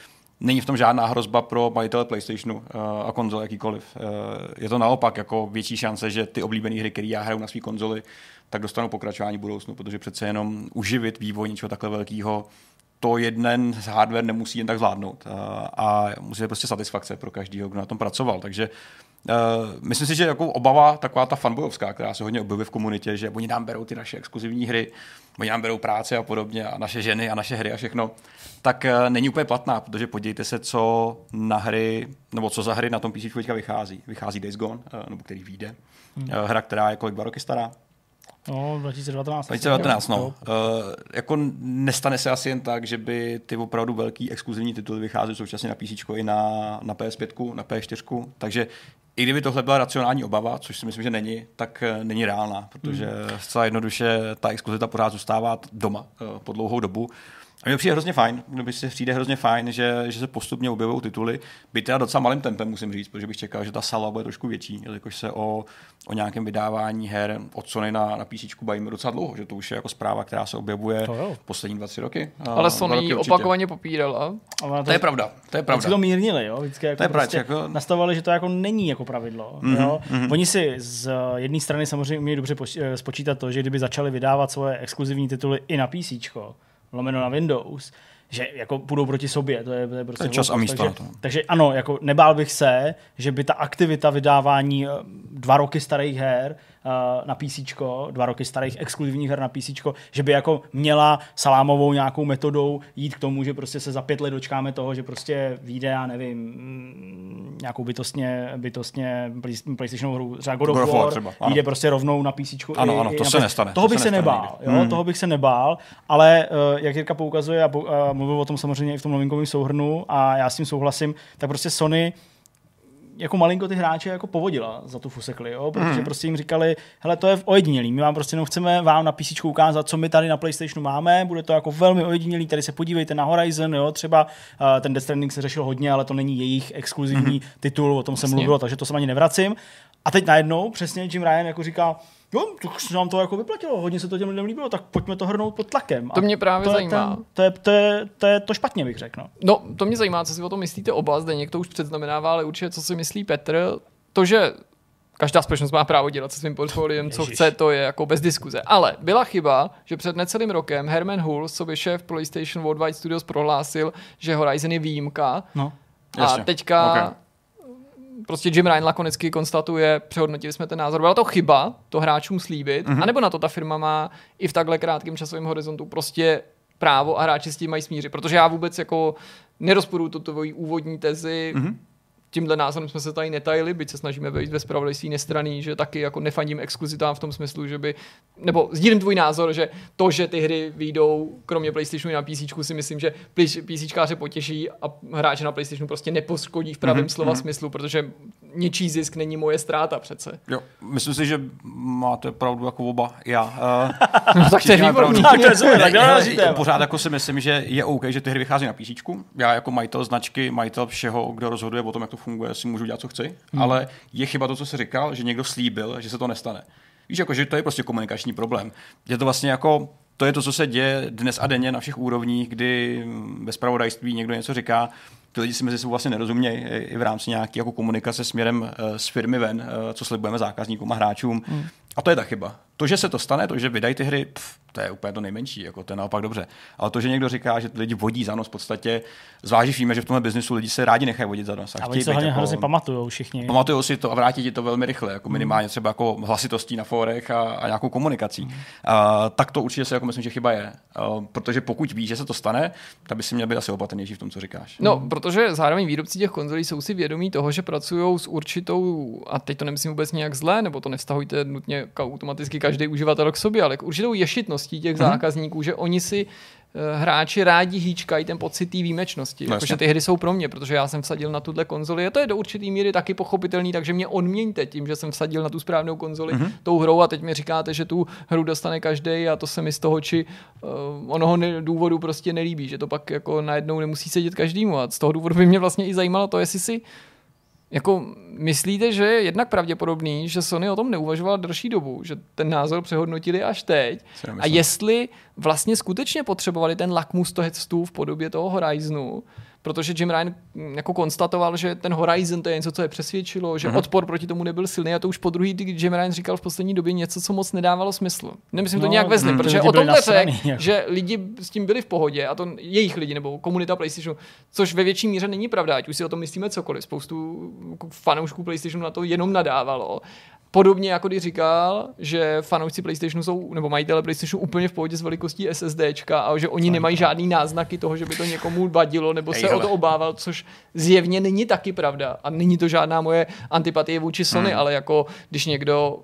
není v tom žádná hrozba pro majitele PlayStationu uh, a konzole jakýkoliv. Uh, je to naopak jako větší šance, že ty oblíbené hry, které já hraju na své konzoli, tak dostanou pokračování budoucnu, protože přece jenom uživit vývoj něčeho takhle velkého, to jeden hardware nemusí jen tak zvládnout. Uh, a musí být prostě satisfakce pro každého, kdo na tom pracoval. Takže Uh, myslím si, že jako obava taková ta fanboyovská, která se hodně objevuje v komunitě, že oni nám berou ty naše exkluzivní hry, oni nám berou práce a podobně a naše ženy a naše hry a všechno, tak uh, není úplně platná, protože podívejte se, co na hry, nebo co za hry na tom P C teďka vychází. Vychází Days Gone, uh, nebo který vyjde. Hmm. Uh, hra, která je kolik dva roky stará. No, dva tisíce dvanáct. dva tisíce dvanáct, no. Uh, jako nestane se asi jen tak, že by ty opravdu velký exkluzivní tituly vycházely současně na P C i na, na P S pět, na P S čtyři, takže i kdyby tohle byla racionální obava, což si myslím, že není, tak není reálná, protože hmm. zcela jednoduše ta exkluzivita pořád zůstává doma uh, po dlouhou dobu. A mně přijde hrozně fajn, kdyby si přijde hrozně fajn, že, že se postupně objevují tituly, byť teda docela malým tempem, musím říct, protože bych čekal, že ta salva bude trošku větší, jelikož se o, o nějakém vydávání her od Sony na, na P C bavíme docela dlouho, že to už je jako zpráva, která se objevuje poslední dva, tři roky. Ale Sony roky opakovaně popírala. To, to je pravda, to je pravda. Vždycky to mírnili, jo? Vždycky jako to je prostě jako... nastavovali, že to jako není jako pravidlo. Mm-hmm, jo? Mm-hmm. Oni si z jedné strany samozřejmě umějí dobře spočítat to, že kdyby začali vydávat svoje exkluzivní tituly i na PCčko, lomeno na Windows, že jako půjdou proti sobě, to je, to je prostě to je čas a místo. Takže, takže ano, jako nebál bych se, že by ta aktivita vydávání dva roky starých her uh, na PCčko, dva roky starých exkluzivních her na PCčko, že by jako měla salámovou nějakou metodou jít k tomu, že prostě se za pět let dočkáme toho, že prostě vyjde, já nevím, nějakou bytostně, bytostně PlayStationovou hru, třeba God of War, vyjde prostě rovnou na PCčku. Ano, ano, to se nestane. Toho bych se nebál, jo, hmm. toho bych se nebál, ale uh, jak Jirka poukazuje a uh, mluvil o tom samozřejmě i v tom novinkovém souhrnu a já s tím souhlasím, tak prostě Sony jako malinko ty hráče jako povodila za tu fusekli, jo? Protože mm. prostě jim říkali, hele, to je ojedinělý, my vám prostě jenom chceme vám na PCčku ukázat, co my tady na PlayStationu máme, bude to jako velmi ojedinělý, tady se podívejte na Horizon, jo? Třeba uh, ten Death Stranding se řešil hodně, ale to není jejich exkluzivní mm. titul, o tom se mluvilo, takže to se ani nevracím. A teď najednou přesně Jim Ryan jako říká, jo, tak se nám to jako vyplatilo, hodně se to těm lidem líbilo, tak pojďme to hrnout pod tlakem. To mě právě to zajímá. Ten, to, je, to, je, to je to špatně, bych řekl. No. no, to mě zajímá, co si o tom myslíte oba, Zdeněk to už předznamenává, ale určitě, co si myslí Petr. To, že každá společnost má právo dělat se svým portfoliem, co chce, to je jako bez diskuze. Ale byla chyba, že před necelým rokem Herman Hulse, co by šéf PlayStation Worldwide Studios, prohlásil, že Horizon je výjimka. No. A Jasně. teďka... Okay. Prostě Jim Ryan lakonicky konstatuje, přehodnotili jsme ten názor. Byla to chyba, to hráčům slíbit, mm-hmm. anebo na to ta firma má i v takhle krátkém časovém horizontu prostě právo a hráči s tím mají smířit. Protože já vůbec jako nerozporuju tu tvoji úvodní tezi, mm-hmm. tímhle názorem jsme se tady netajili, byť se snažíme být ve zpravodajství nestranný, že taky jako nefandím exkluzitám v tom smyslu, že by, nebo sdílím tvůj názor, že to, že ty hry vyjdou kromě PlayStationu na PCčku, si myslím, že PCčkáře potěší a hráče na PlayStationu prostě nepoškodí v pravém mm-hmm. slova smyslu, protože něčí zisk není moje ztráta přece. Jo, myslím si, že máte pravdu jako oba. Já. Uh, no, tak to je výborný. Pořád jako si myslím, že je OK, že ty hry vychází na PCčku. Já jako majitel značky, majitel všeho, kdo rozhoduje o tom, jak to funguje, si můžu dělat, co chci, hmm. ale je chyba to, co jsi říkal, že někdo slíbil, že se to nestane. Víš, jako, že to je prostě komunikační problém. Je to vlastně jako, to je to, co se děje dnes a denně na všech úrovních, kdy ve zpravodajství někdo něco říká, ty lidi si mezi sebou vlastně nerozumějí i v rámci nějaké jako komunikace směrem uh, z firmy ven, uh, co slibujeme zákazníkům a hráčům. Hmm. A to je ta chyba. To, že se to stane, to, že vydají ty hry, pff, to je úplně to nejmenší, jako to je naopak dobře. Ale to, že někdo říká, že lidi vodí za nos v podstatě, zvlášť víme, že v tomhle biznesu lidi se rádi nechají vodit za nos. A, a oni se hodně jako, hrozně pamatujou všichni. Pamatujou si to a vrátí ti to velmi rychle, jako minimálně třeba jako hlasitostí na fórech a, a nějakou komunikací. Hmm. Uh, tak to určitě se jako myslím, že chyba je. Uh, protože pokud víš, že se to stane, tak by si měl být asi opatrnější v tom, co říkáš. No, hmm. protože zároveň výrobci těch konzolí jsou si vědomí toho, že pracují s určitou, a teď to nemyslím vůbec nějak zlé, nebo to nevztahujte nutně automaticky každý uživatel k sobě, ale k určitou ješitností těch mm-hmm. zákazníků, že oni si uh, hráči rádi hýčkají ten pocit té výjimečnosti. No, jakože ty hry jsou pro mě, protože já jsem vsadil na tuhle konzoli a to je do určitý míry taky pochopitelný, takže mě odměňte tím, že jsem vsadil na tu správnou konzoli mm-hmm. tou hrou a teď mi říkáte, že tu hru dostane každý a to se mi z toho či uh, onoho ne- důvodu prostě nelíbí, že to pak jako najednou nemusí sedět každému a z toho důvodu by mě vlastně i zajímalo to, jestli si jako myslíte, že je jednak pravděpodobný, že Sony o tom neuvažovala delší dobu, že ten názor přehodnotili až teď a jestli vlastně skutečně potřebovali ten lakmus testů v podobě toho Horizonu, protože Jim Ryan jako konstatoval, že ten Horizon to je něco, co je přesvědčilo, že mm-hmm. odpor proti tomu nebyl silný a to už po druhý, kdy Jim Ryan říkal v poslední době něco, co moc nedávalo smysl. Nemyslím no, to nějak ve zlým, mm, protože o tomhle řek, že lidi s tím byli v pohodě a to jejich lidi nebo komunita PlayStationu, což ve větší míře není pravda, ať už si o tom myslíme cokoliv. Spoustu fanoušků PlayStationu na to jenom nadávalo. Podobně jako když říkal, že fanoušci PlayStationu jsou, nebo majitele PlayStationu úplně v pohodě s velikostí SSDčka a že oni nemají žádný náznaky toho, že by to někomu vadilo nebo se Ej, o to obával, což zjevně není taky pravda. A není to žádná moje antipatie vůči Sony, hmm. ale jako když někdo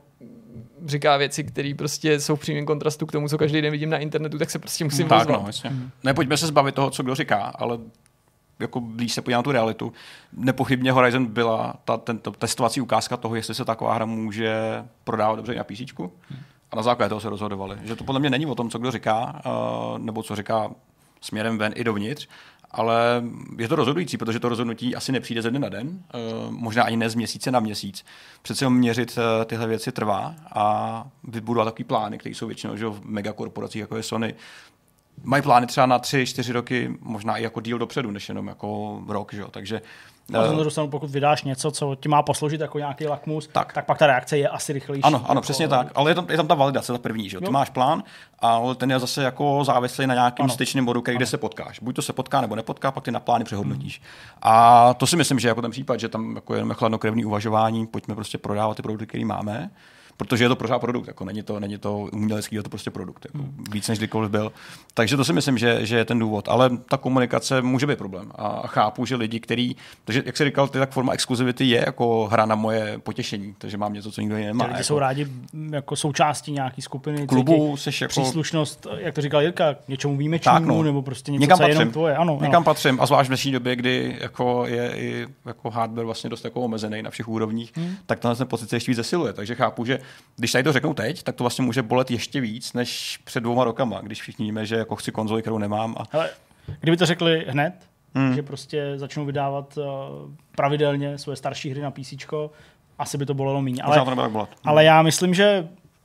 říká věci, které prostě jsou v přímém kontrastu k tomu, co každý den vidím na internetu, tak se prostě musím tak, ozvat. No, jasně. Hmm. Nepojďme se zbavit toho, co kdo říká, ale jako blíž se podívám na tu realitu. Nepochybně Horizon byla ta tento testovací ukázka toho, jestli se taková hra může prodávat dobře i na PCčku. Hmm. A na základě toho se rozhodovali. Že to podle mě není o tom, co kdo říká, uh, nebo co říká směrem ven i dovnitř, ale je to rozhodující, protože to rozhodnutí asi nepřijde ze dne na den, uh, možná ani ne z měsíce na měsíc. Přece měřit uh, tyhle věci trvá a vybudovat takový plány, které jsou většinou že v megakorporacích, jako je Sony, mají plány třeba na tři, čtyři roky, možná i jako díl dopředu, než jenom jako rok, že jo, takže... A uh, dostanu, pokud vydáš něco, co ti má posloužit jako nějaký lakmus, tak, tak pak ta reakce je asi rychlejší. Ano, ano, jako... přesně tak, ale je tam, je tam ta validace, ta první, že jo, ty máš plán, ale ten je zase jako závislý na nějakém styčném bodu, kde se potkáš. Buď to se potká, nebo nepotká, pak ty na plány přehodnotíš. Hmm. A to si myslím, že jako ten případ, že tam jako jenom chladnokrevný uvažování, pojďme prostě prodávat ty produkty, které máme, protože je to pořád produkt, jako není to, není to umělecký, je to prostě produkt, jako víc než kdykoliv byl. Takže to si myslím, že, že je ten důvod, ale ta komunikace může být problém a chápu, že lidi, který, takže jak jsi říkal, ty, tak forma exkluzivity je jako hra na moje potěšení, takže mám něco, co nikdo jiný nemá. Ty lidi jako... jsou rádi jako součástí nějaký skupiny, klubu, seš jako... příslušnost, jak to říkal Jirka, něčemu výjimečnému, no. nebo prostě něco, někam co je jenom tvoje. Ano, někam ano. patřím a zvlášť v dnešní době, kdy jako je i jako hardware vlastně dost jako omezený na všech úrovních, hmm. tak tenhle ten pocit se ještě víc zesiluje, takže chápu, že když tady to řeknou teď, tak to vlastně může bolet ještě víc než před dvouma rokama, když všichni víme, že jako chci konzoli, kterou nemám. A... Hele, kdyby to řekli hned, hmm. že prostě začnou vydávat uh, pravidelně svoje starší hry na PCčko, asi by to bolelo míň. Ale, to ale já myslím, že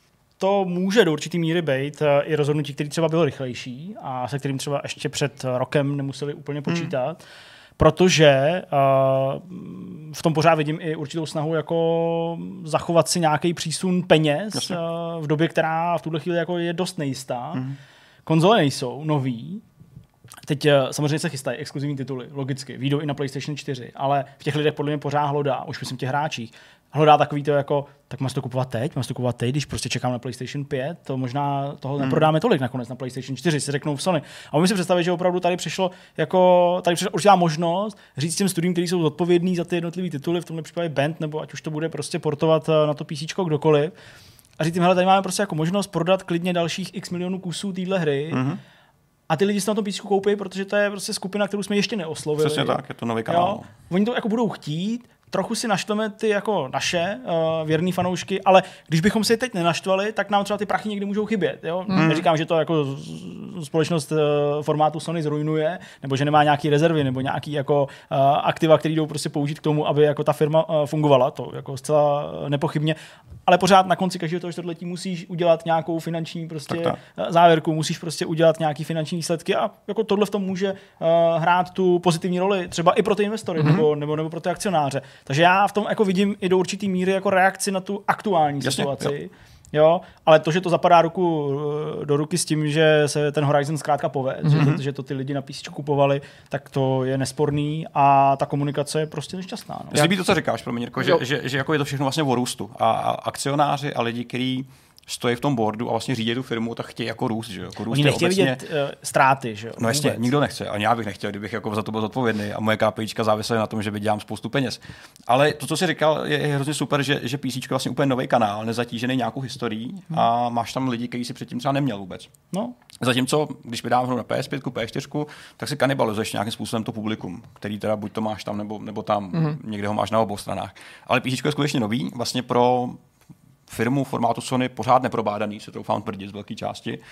to může do určitý míry být uh, i rozhodnutí, který třeba bylo rychlejší a se kterým třeba ještě před rokem nemuseli úplně počítat. Hmm. Protože uh, v tom pořád vidím i určitou snahu jako zachovat si nějaký přísun peněz uh, v době, která v tuhle chvíli jako je dost nejistá. Mm. Konzole nejsou nový. Teď uh, samozřejmě se chystají exkluzivní tituly, logicky. Vyjdou i na PlayStation čtyři, ale v těch lidech podle mě pořád hlodá, už myslím těch hráčích, hlodá takový to jako, tak mám si to kupovat teď, mám si to kupovat teď, když prostě čekám na PlayStation pět, to možná toho hmm. neprodáme tolik nakonec na PlayStation čtyři, si řeknou v Sony. A můžu si představit, že opravdu tady přišlo jako, tady přišla určitá možnost říct těm studiím, kteří jsou zodpovědní za ty jednotlivé tituly, v tomhle případě Band, nebo ať už to bude prostě portovat na to PCčko kdokoliv. A říct jim, hele, tady máme prostě jako možnost prodat klidně dalších x milionů kusů téhle hry. Hmm. A ty lidi si na tom písku koupí, protože to je prostě skupina, kterou jsme ještě neoslovili. Přesně tak, je to nový kanál. Jo? Oni to jako budou chtít, trochu si naštveme ty jako naše uh, věrný fanoušky, ale když bychom si je teď nenaštvali, tak nám třeba ty prachy někdy můžou chybět. Jo? Mm. Neříkám, že to jako společnost uh, formátu Sony zrujnuje, nebo že nemá nějaký rezervy, nebo nějaký jako uh, aktiva, které jdou prostě použít k tomu, aby jako ta firma uh, fungovala. To jako zcela nepochybně. Ale pořád na konci každého toho čtvrtletí musíš udělat nějakou finanční prostě tak tak. závěrku, musíš prostě udělat nějaký finanční výsledky a jako tohle v tom může uh, hrát tu pozitivní roli, třeba i pro ty investory mm-hmm. nebo, nebo, nebo pro ty akcionáře. Takže já v tom jako vidím i do určitý míry jako reakci na tu aktuální Jasně, situaci. Jo. Jo, ale to, že to zapadá ruku do ruky s tím, že se ten Horizon zkrátka povede, mm-hmm. že, to, že to ty lidi na písečku kupovali, tak to je nesporný a ta komunikace je prostě nešťastná. No. Já líbí to, co říkáš, pro mě, Jirko, že, že, že jako je to všechno vlastně o růstu a, a akcionáři a lidi, kteří stojí v tom boardu a vlastně řídí tu firmu, tak chtějí jako růst, že jo. Jako růst Oni nechtějí obecně... vidět uh, ztráty, že jo. No jasně, nikdo nechce, ani já bych nechtěl, kdybych jako za to byl zodpovědný a moje KPIčka závisely na tom, že vydělám spoustu peněz. Ale to, co jsi říkal, je, je hrozně super, že, že PCčko je vlastně úplně nový kanál, nezatížený nějakou historií hmm. a máš tam lidi, kteří si předtím třeba neměl vůbec. No. Zatímco, když vydám hru na P S pět, P S čtyři, tak si kanibalizuješ nějakým způsobem to publikum, který teda buď to máš tam, nebo, nebo tam, hmm. někde ho máš na obou stranách. Ale PCčko je skutečně nový, vlastně pro firmu formátu Sony pořád neprobádaný, se troufám tvrdit z velké části.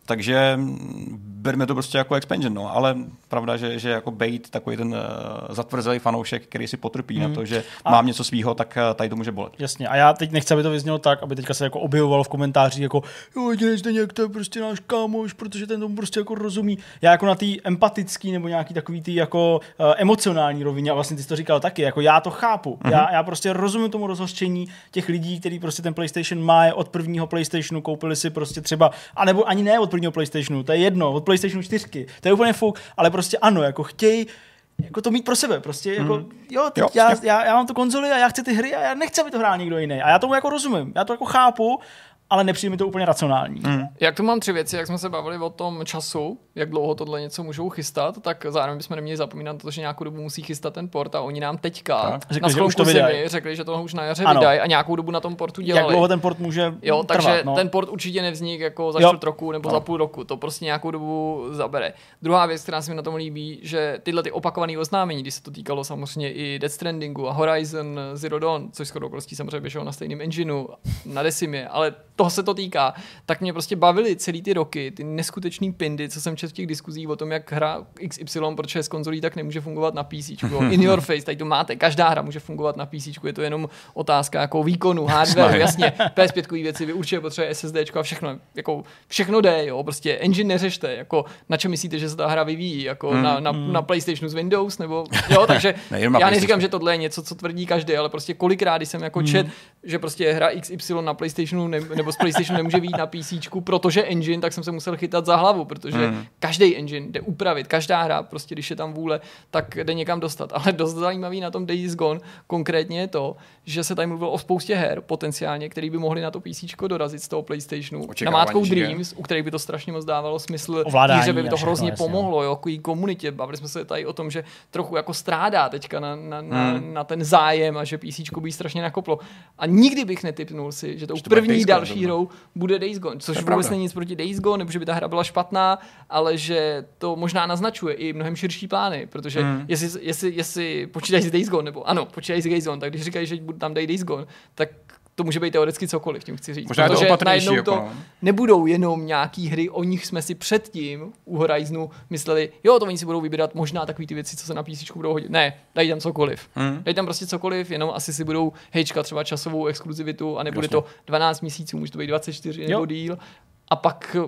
Takže berme to prostě jako expansion, no, ale pravda, že, že jako bejt takový ten uh, zatvrzelý fanoušek, který si potrpí hmm. na to, že a mám něco svýho, tak uh, tady to může bolet. Jasně, a já teď nechci, aby to vyznělo tak, aby teďka se jako objevovalo v komentářích jako jo, jediný Zdeněk, to je prostě náš kámoš, protože ten tomu prostě jako rozumí. Já jako na té empatický nebo nějaký takový tý jako uh, emocionální rovině, a vlastně ty jsi to říkal taky, jako já to chápu. Mm-hmm. Já, já prostě rozumím tomu rozhořčení těch lidí, kteří prostě ten PlayStation má od prvního PlayStationu, koupili si prostě třeba, anebo ani ne od prvního PlayStationu, to je jedno, od PlayStationu čtyři, to je úplně fuk, ale prostě ano, jako chtějí jako to mít pro sebe, prostě jako, hmm. jo, teď jo, já, já, já mám tu konzoli a já chci ty hry a já nechci, aby to hrál někdo jiný. A já tomu jako rozumím, já to jako chápu, ale nepřijde mi to úplně racionální. Hmm. Jak tu mám tři věci, jak jsme se bavili o tom času, jak dlouho tohle něco můžou chystat, tak zároveň bychom neměli zapomínat to, že nějakou dobu musí chystat ten port a oni nám teďka řekli, na sklonku zimy řekli, že to už na jaře vydají a nějakou dobu na tom portu dělali. Jak dlouho ten port může Jo, trvat, takže no. ten port určitě nevznik jako za čtvrt roku nebo no. za půl roku, to prostě nějakou dobu zabere. Druhá věc, která se mi na tom líbí, že tyhle ty opakované oznámení, když se to týkalo samozřejmě i Death Strandingu a Horizon Zero Dawn, což shodou okolností samozřejmě běželo na stejném engineu, na Decimě, ale toho se to týká, tak mě prostě bavily celý ty roky, ty neskutečný pindy, co jsem četl v těch diskuzích o tom, jak hra X Y, protože z konzolí tak nemůže fungovat na PCčku. In your face, tady to máte, každá hra může fungovat na PCčku, je to jenom otázka jako výkonu, hardware, jasně, P S pět věci, vy určitě potřebuje SSDčko a všechno, jako všechno jde, jo, prostě engine neřešte, jako na čem myslíte, že se ta hra vyvíjí, jako mm, na, na, mm. na PlayStationu z Windows, nebo jo, takže ne, já neříkám, že tohle je něco, co tvrdí každý, ale prostě kolikrát jsem jako mm. čet, že prostě hra X Y na PlayStationu ne, nebo z PlayStationu nemůže vyjít na PCčku, protože engine, tak jsem se musel chytat za hlavu, protože mm. každý engine jde upravit, každá hra, prostě když je tam vůle, tak jde někam dostat. Ale dost zajímavý na tom Days Gone konkrétně je to, že se tady mluvilo o spoustě her potenciálně, který by mohli na to PCčko dorazit z toho PlayStationu. Namátkou Dreams, u kterých by to strašně moc dávalo smysl, že by to hrozně všechno, pomohlo, jo, jako komunitě. Bavili jsme se tady o tom, že trochu jako strádá teďka na, na, mm. na, na ten zájem a že PCčko by strašně nakoplo. A nikdy bych netipnul si, že tou první další hrou bude Days Gone, což vůbec není nic proti Days Gone, nebo že by ta hra byla špatná, ale že to možná naznačuje i mnohem širší plány, protože mm. jestli, jestli, jestli počítají s Days Gone, nebo ano, počítají s Days Gone, tak když říkají, že tam dají Days Gone, tak to může být teoreticky cokoliv, tím chci říct. Možná protože to najednou jako to no. nebudou jenom nějaký hry, o nich jsme si předtím u Horizonu mysleli, jo, to oni si budou vybírat možná takový ty věci, co se na PCčku budou hodit. Ne, dají tam cokoliv. Hmm. Dají tam prostě cokoliv, jenom asi si budou hejčkat třeba časovou exkluzivitu a nebude Jasně. to dvanáct měsíců, může to být dvacet čtyři jo. nebo díl. A pak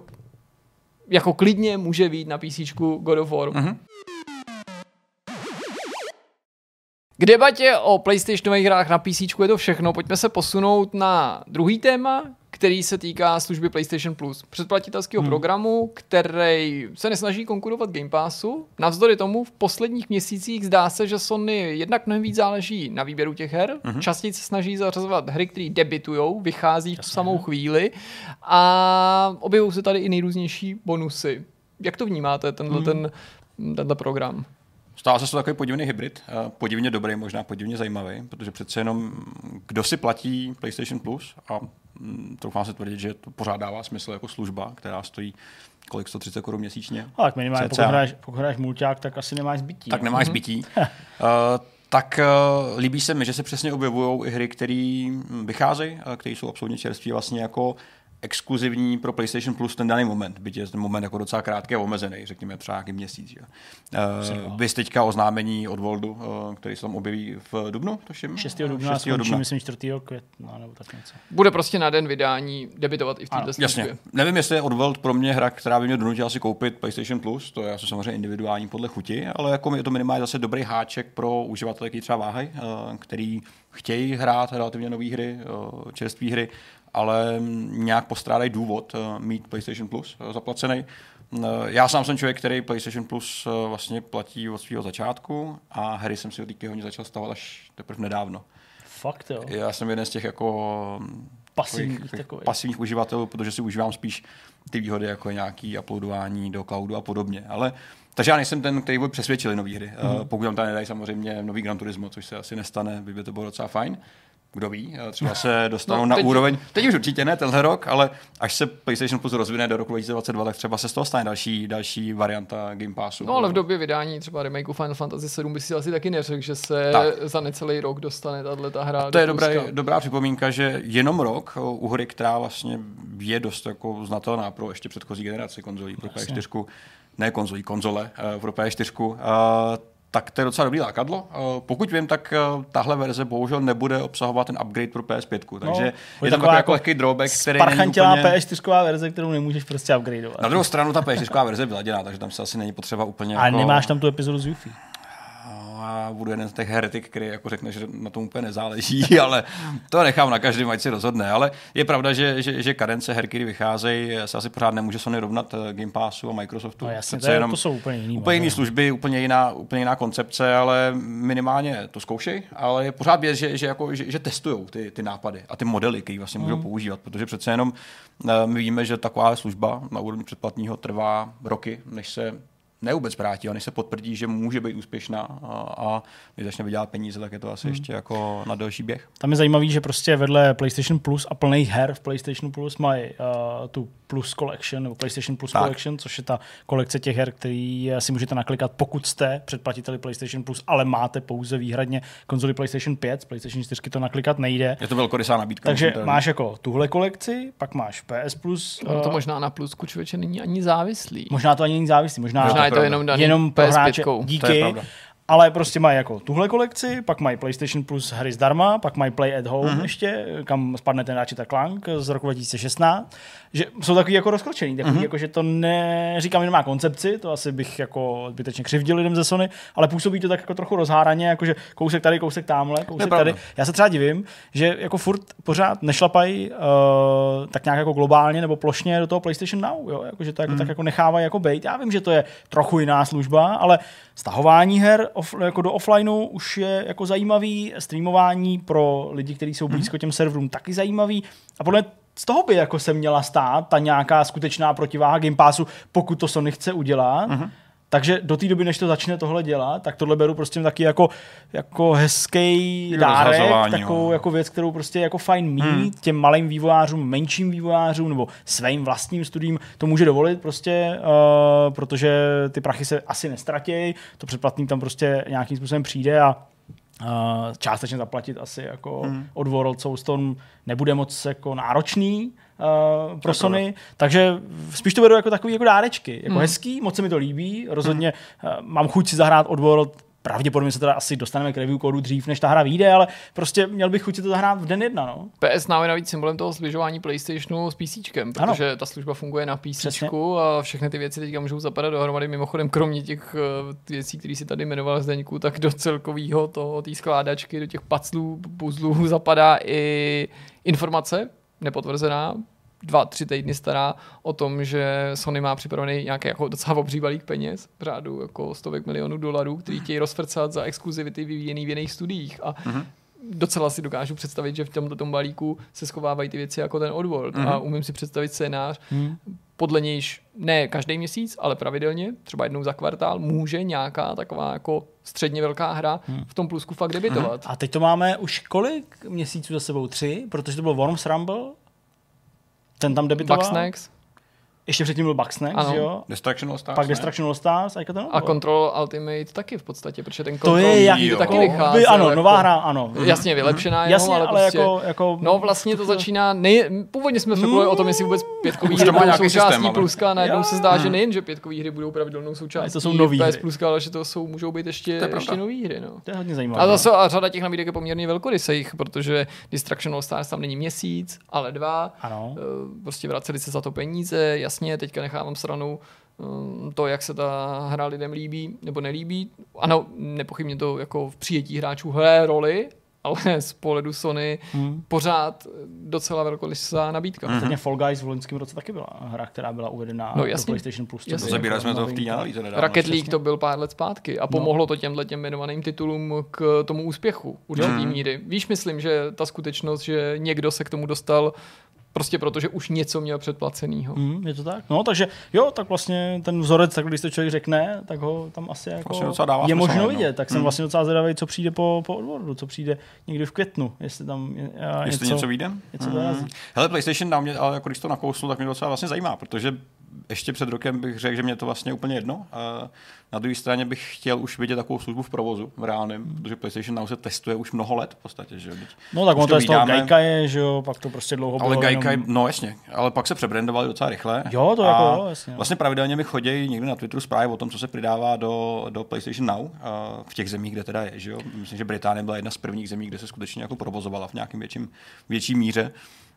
jako klidně může vyjít na PCčku God of War. Hmm. K debatě o PlayStationových hrách na PCčku je to všechno. Pojďme se posunout na druhý téma, který se týká služby PlayStation Plus. Předplatitelského hmm. programu, který se nesnaží konkurovat Game Passu. Navzdory tomu v posledních měsících zdá se, že Sony jednak mnohem víc záleží na výběru těch her. Hmm. Častěji se snaží zařazovat hry, které debitujou, vychází v tu samou chvíli a objevují se tady i nejrůznější bonusy. Jak to vnímáte, tenhle, hmm. ten, tenhle program? Stává se to takový podivný hybrid, podivně dobrý, možná podivně zajímavý, protože přece jenom kdo si platí PlayStation Plus a troufám se tvrdit, že to pořád dává smysl jako služba, která stojí kolik sto třicet korun měsíčně. No, tak minimálně pokud hraješ, pokud hraješ mulťák, tak asi nemáš zbytí. Tak nemáš zbytí. uh, tak uh, líbí se mi, že se přesně objevují i hry, které vycházejí, uh, které jsou absolutně čerství vlastně jako exkluzivní pro PlayStation Plus ten daný moment, byť je ten moment jako docela krátký a omezený, řekněme třeba nějaký měsíc. Uh, Vy teďka oznámení od Voldu, uh, který se tam objeví v dubnu, tuším? šestého dubna, šestého dubna. Myslím čtvrtého května, nebo tak něco. Bude prostě na den vydání debitovat i v této službě. Jasně. Nevím, jestli je od World pro mě hra, která by mě donutila si koupit PlayStation Plus, to je asi samozřejmě individuální podle chuti, ale jako je to minimálně zase dobrý háček pro uživatele, kteří třeba váhají, uh, který chtějí hrát relativně nové hry, uh, čerstvé hry, ale nějak postrádají důvod uh, mít PlayStation Plus uh, zaplacený. Uh, já sám jsem člověk, který PlayStation Plus uh, vlastně platí od svého začátku a hry jsem si od té hodně začal stavovat až teprve nedávno. Fakt jo? Já jsem jeden z těch jako pasivních, pasivních uživatelů, protože si užívám spíš ty výhody jako nějaký uploadování do cloudu a podobně. Ale takže já nejsem ten, který by přesvědčili nový hry. Mm. Uh, pokud tam tady nedají samozřejmě nový Gran Turismo, což se asi nestane, by to bylo docela fajn. Kdo ví, třeba se dostanou no, na teď, úroveň, teď už určitě ne tenhle rok, ale až se PlayStation Plus rozvine do roku dva tisíce dvacet dva, tak třeba se z toho stane další, další varianta Game Passu. No ale v době vydání třeba remakeu Final Fantasy sedm by si asi taky neřekl, že se tak. za necelý rok dostane tato hra. To je dobrá, dobrá připomínka, že jenom rok u hry, která vlastně je dost jako znatelná pro ještě předchozí generaci konzolí, pro P S čtyři, ne konzolí, konzole, pro P S čtyři, tak to je docela dobrý lákadlo. Pokud vím, tak tahle verze bohužel nebude obsahovat ten upgrade pro P S pět, takže no, je tam takový jako lehký drawback, který není úplně... P S čtyři verze, kterou nemůžeš prostě upgradeovat. Na druhou stranu ta P S čtyři verze byla dělaná, takže tam se asi není potřeba úplně a jako... nemáš tam tu epizodu z Wi-Fi. Já budu jeden z těch heretik, který jako řekne, že na tom úplně nezáleží, ale to nechám na každém, ať si rozhodne. Ale je pravda, že, že, že kadence her, které vycházejí, se asi pořád nemůže Sony rovnat Game Passu a Microsoftu. No jasně, to, je, to jsou úplně jiný. Úplně jiný služby, úplně jiná, úplně jiná koncepce, ale minimálně to zkoušej, ale je pořád věc, že, že, jako, že, že testujou ty, ty nápady a ty modely, které vlastně můžou hmm. používat, protože přece jenom my víme, že taková služba na úrovni předplatného trvá roky, než se ne vůbec vrátí, než se potvrdí, že může být úspěšná a, a když začne vydělat peníze, tak je to asi hmm. ještě jako na delší běh. Tam je zajímavý, že prostě vedle PlayStation Plus a plných her v PlayStation Plus mají uh, tu Plus Collection nebo PlayStation Plus tak. Collection, což je ta kolekce těch her, který si můžete naklikat, pokud jste předplatiteli PlayStation Plus, ale máte pouze výhradně konzoli PlayStation pět, z PlayStation čtyři to naklikat nejde. Je to velkorysá nabídka. Takže máš jako tuhle kolekci, pak máš P S Plus. No, to možná na Plusku člověče není ani závislý. Možná to ani není závislý, možná, možná je to jenom daný jenom P S hráče. pět. Díky. Ale prostě mají jako tuhle kolekci, pak mají PlayStation Plus hry zdarma, pak mají Play at Home mm-hmm. ještě, kam spadne ten Ratchet Clank z roku dva tisíce šestnáct. Že jsou takový jako rozkročený, takový mm-hmm. jako, že to ne, říkám, že nemá koncepci, to asi bych jako zbytečně křivdil lidem ze Sony, ale působí to tak jako trochu rozháraně, jakože kousek tady, kousek tamhle, kousek tady. Já se třeba divím, že jako furt pořád nešlapají uh, tak nějak jako globálně nebo plošně do toho PlayStation Now, jo? Jako, že to jako, mm. tak jako nechávají jako bejt. Já vím, že to je trochu jiná služba, ale stahování her off, jako do offlineu už je jako zajímavý, streamování pro lidi, kteří jsou blízko mm. těm serverům, taky zajímavý. A podle z toho by jako se měla stát ta nějaká skutečná protiváha Game Passu, pokud to Sony chce udělat. Mm-hmm. Takže do té doby, než to začne tohle dělat, tak tohle beru prostě taky jako, jako hezký dárek, takovou jako věc, kterou prostě jako fajn mít hmm. těm malým vývojářům, menším vývojářům nebo svým vlastním studiím to může dovolit prostě, uh, protože ty prachy se asi nestratějí, to předplatný tam prostě nějakým způsobem přijde a Uh, částečně zaplatit asi jako hmm. od World Soulstone nebude moc jako náročný uh, pro Sony, takže spíš to beru jako takový jako dárečky, jako hmm. hezký, moc se mi to líbí, rozhodně uh, mám chuť si zahrát od World, pravděpodobně se teda asi dostaneme k review kódu dřív, než ta hra vyjde, ale prostě měl bych chuť si to zahrát v den jedna, no. P S Now je navíc symbolem toho sbližování PlayStationu s PCčkem, protože ano. ta služba funguje na PCčku a všechny ty věci teďka můžou zapadat dohromady, mimochodem kromě těch uh, věcí, které si tady jmenoval Zdeňku, tak do celkového toho, té skládačky, do těch paclů, puzzlů zapadá i informace, nepotvrzená, dva, tři týdny stará o tom, že Sony má připravený nějaký jako docela obří balík peněz, v řádu jako stovek milionů dolarů, který chtějí rozfrcat za exkluzivity vyvíjený v jiných studiích a mm-hmm. docela si dokážu představit, že v tomto tom balíku se schovávají ty věci jako ten Oddworld mm-hmm. a umím si představit scénář, mm. podle nějž ne každý měsíc, ale pravidelně, třeba jednou za kvartál, může nějaká taková jako středně velká hra mm. v tom Plusku fakt debitovat. Mm. A teď to máme už kolik měsíců za sebou? Tři? Protože to byl Worms Rumble, ten tam debitoval. Bugsnax. Ještě předtím byl Bugsnax, jo? Destruction All Stars. Pak ne? Destruction All Stars. A, to a Control Ultimate taky v podstatě, protože ten Control to je jak, to taky vychází. Ano, jako, nová hra, ano. Jasně, vylepšená mm. Jasně, jenom, ale, ale prostě, jako, jako... No vlastně to začíná, nej, původně jsme spekulovali mm. o tom, jestli vůbec pětkový hry budou součástí systém, Pluska, a najednou se zdá, mm. že nejen, že pětkový hry budou pravidelnou součástí to jsou nový P S Pluska, ale že to jsou, můžou být ještě, ještě nový hry. No. To je hodně zajímavé. A zase a řada těch nabídek je poměrně velkorysejch, protože Destruction All Stars tam není měsíc, ale dva. Ano. Prostě vraceli se za to peníze, jasně, teďka nechávám stranou to, jak se ta hra lidem líbí nebo nelíbí. Ano, nepochybně to jako v přijetí hráčů hraje roli, ale z pohledu Sony hmm. pořád docela velkorysá nabídka. Mm-hmm. Fall Guys v loňském roce taky byla hra, která byla uvedená no, do PlayStation Plus. To zabírali jsme to v té analýze nedávno. Rocket League přesně. To byl pár let zpátky a pomohlo no. to těmhle těm jmenovaným titulům k tomu úspěchu určitý mm. míry. Víš, myslím, že ta skutečnost, že někdo se k tomu dostal Prostě protože už něco měl předplacenýho. Mm, je to tak? No, takže jo, tak vlastně ten vzorec, tak když to člověk řekne, tak ho tam asi jako vlastně je možno smysl, vidět. no. Tak jsem mm. vlastně docela zvědavý, co přijde po, po odvodu, co přijde někdy v květnu, jestli tam je, a, jestli něco, něco vyjde. Něco mm. Hele, PlayStation na mě, ale jako když to nakousnu, tak mě docela vlastně zajímá, protože ještě před rokem bych řekl, že mě to vlastně úplně jedno. A na druhé straně bych chtěl už vidět takovou službu v provozu, v reálném, protože PlayStation Now se testuje už mnoho let v podstatě. Že? No tak on to je z toho Gajka je, že jo, pak to prostě dlouho ale bylo Gajka, jenom... no jasně, ale pak se přebrandovali docela rychle. Jo, to jako jo, jasně. Vlastně pravidelně mi chodí někdy na Twitteru zprávy o tom, co se přidává do, do PlayStation Now v těch zemích, kde teda je. Že jo? Myslím, že Británie byla jedna z prvních zemí, kde se skutečně jako provozovala v nějakém větším, větší míře.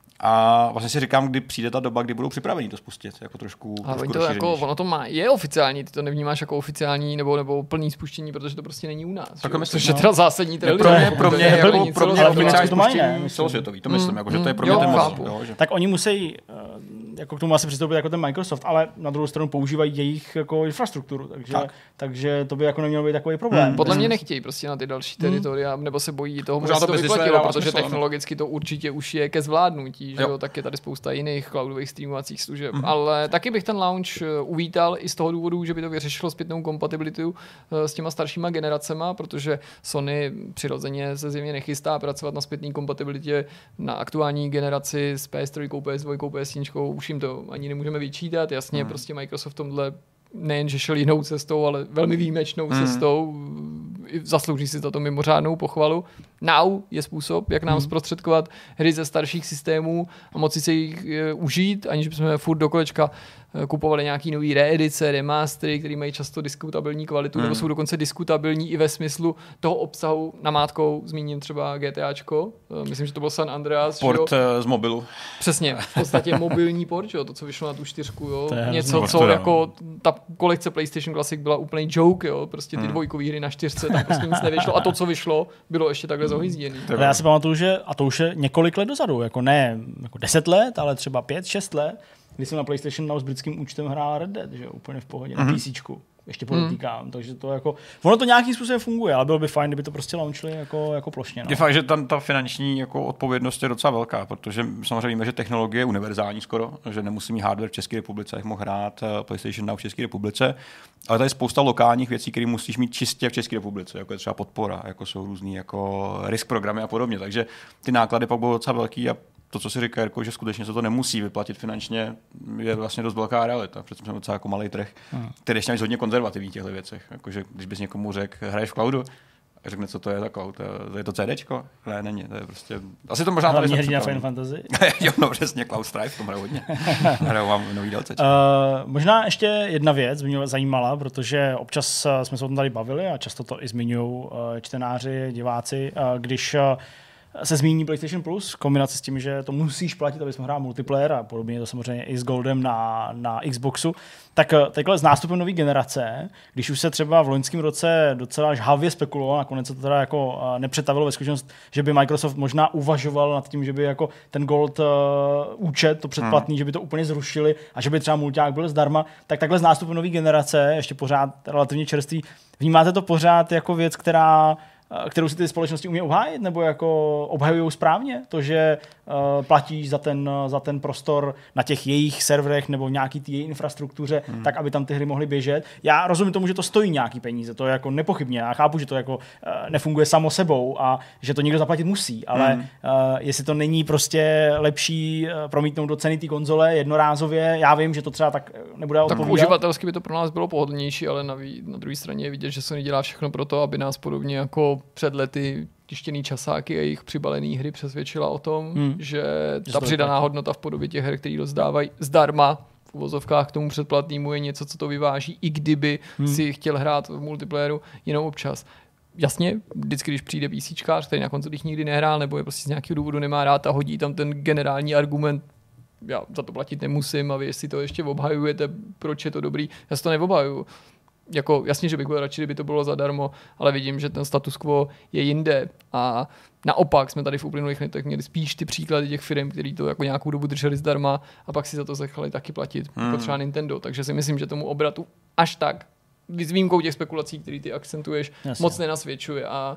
A vlastně si říkám, kdy přijde ta doba, kdy budou připraveni to spustit, jako trošku, a trošku to jako, ono to má, je oficiální, ty to nevnímáš jako oficiální nebo, nebo plný spuštění, protože to prostě není u nás. Tak myslím, což je teda zásadní pro mě, pro mě, jako, pro mě, pro mě oficiální to mají, spuštění celosvětový, to myslím, mm, jako, že to je pro mě jo, ten moc. Tak oni musí jako k tomu asi přistoupit jako ten Microsoft, ale na druhou stranu používají jejich jako infrastrukturu, takže, tak. takže to by jako nemělo být takový problém. Hmm, podle mě nechtějí prostě na ty další teritoria, nebo se bojí toho, že to, to vyplatilo, protože smysl, technologicky to určitě už je ke zvládnutí, že jo, tak je tady spousta jiných cloudových streamovacích služeb, mm-hmm. ale taky bych ten launch uvítal i z toho důvodu, že by to vyřešilo zpětnou kompatibilitu s těma staršíma generacema, protože Sony přirozeně se zjevně nechystá pracovat na zpětné kompatibilitě na aktuální generaci s P S tři, P S dva, P S jedna, už jim to ani nemůžeme vyčítat, jasně, hmm. prostě Microsoft v tomhle nejen, že šel jinou cestou, ale velmi výjimečnou hmm. cestou, zaslouží si za to mimořádnou pochvalu. Now je způsob, jak nám hmm. zprostředkovat hry ze starších systémů a moci si jich uh, užít, aniž bychom furt do kolečka uh, kupovali nějaký nový reedice, remastery, které mají často diskutabilní kvalitu, hmm. nebo jsou dokonce diskutabilní i ve smyslu toho obsahu. Namátkou zmíním třeba GTAčko, uh, myslím, že to byl San Andreas. Port uh, z mobilu. Přesně, v podstatě mobilní port, jo, to, co vyšlo na tu čtyřku, jo. Něco, co jako ta kolekce PlayStation Classic byla úplný joke, jo, prostě ty hmm. dvojkový hry na čtyřce, tam prostě nic nevyšlo a to, co vyšlo, bylo ještě takhle zohyzděný. Ale já si pamatuju, že a to už je několik let dozadu, jako ne jako deset let, ale třeba pět, šest let, kdy jsem na PlayStation Now s britským účtem hrál Red Dead, že úplně v pohodě, mm-hmm. na PCčku. Ještě podotýkám, mm. takže to jako, ono to nějakým způsobem funguje, ale bylo by fajn, kdyby to prostě launchli jako, jako plošně. No. Je fakt, že tam ta finanční jako odpovědnost je docela velká, protože samozřejmě víme, že technologie je univerzální skoro, že nemusí mít hardware v České republice, jak mohl hrát PlayStation Now v České republice, ale tady je spousta lokálních věcí, které musíš mít čistě v České republice, jako je třeba podpora, jako jsou různý jako risk programy a podobně, takže ty náklady pak budou docela velký a to, co si říká Jirko, že skutečně se to nemusí vyplatit finančně, je vlastně dost velká realita. Protože jsme docela jako malý trh, hmm. který ještě hodně konzervativní v těchto věcech. Jakože, když bys někomu řekl, hraješ v cloudu, a řekne, co to je za cloud. To je to CDčko? Ne, není. To je prostě... Asi to možná... Hlavně hrdí na Final Fantasy. Jo, no přesně, Cloud Strife, v tom hraju hodně. Hraju vám nový DLCčko. Uh, možná ještě jedna věc mě zajímala, protože občas jsme se o tom tady bavili a často to i zmiňují uh, čtenáři, diváci, uh, když uh, se zmíní PlayStation Plus v kombinaci s tím, že to musíš platit, abys mohl hrát multiplayer a podobně to samozřejmě i s Goldem na, na Xboxu, tak takhle s nástupem nové generace, když už se třeba v loňském roce docela žhavě spekulovalo, nakonec se to teda jako nepřetavilo ve skutečnost, že by Microsoft možná uvažoval nad tím, že by jako ten Gold uh, účet, to předplatný, hmm. že by to úplně zrušili a že by třeba mulťák byl zdarma, tak takhle s nástupem nové generace, ještě pořád relativně čerstvý, vnímáte to pořád jako věc, která kterou si ty společnosti umí obhájit, nebo jako obhajují správně to, že uh, platíš za ten, za ten prostor na těch jejich serverech nebo nějaký té její infrastruktuře, hmm. tak, aby tam ty hry mohly běžet. Já rozumím tomu, že to stojí nějaký peníze, to je jako nepochybně. Já chápu, že to jako uh, nefunguje samo sebou a že to někdo zaplatit musí, ale hmm. uh, jestli to není prostě lepší uh, promítnout do ceny té konzole jednorázově, já vím, že to třeba tak nebude odpovídat. Tak uživatelsky by to pro nás bylo pohodlnější, ale na, na druhé straně je vidět, že Sony dělá všechno pro to, aby nás podobně jako před lety tištěný časáky a jejich přibalený hry přesvědčila o tom, hmm. že ta přidaná hodnota v podobě těch her, které rozdávají zdarma v uvozovkách k tomu předplatnému, je něco, co to vyváží, i kdyby hmm. si chtěl hrát v multiplayeru jenom občas. Jasně, vždycky, když přijde PCčkář, který na konzolích nikdy nehrál, nebo je prostě z nějakého důvodu nemá rád a hodí tam ten generální argument, já za to platit nemusím a vy jestli to ještě obhajujete, proč je to dobrý, já si to neobhajuju. Jako, jasně, že bych byl radši, kdyby to bylo zadarmo, ale vidím, že ten status quo je jinde a naopak jsme tady v uplynulých letech měli spíš ty příklady těch firm, který to jako nějakou dobu drželi zdarma a pak si za to zechali taky platit, hmm. jako třeba Nintendo, takže si myslím, že tomu obratu až tak, s výjimkou těch spekulací, které ty akcentuješ, jasně. moc nenasvědčuje a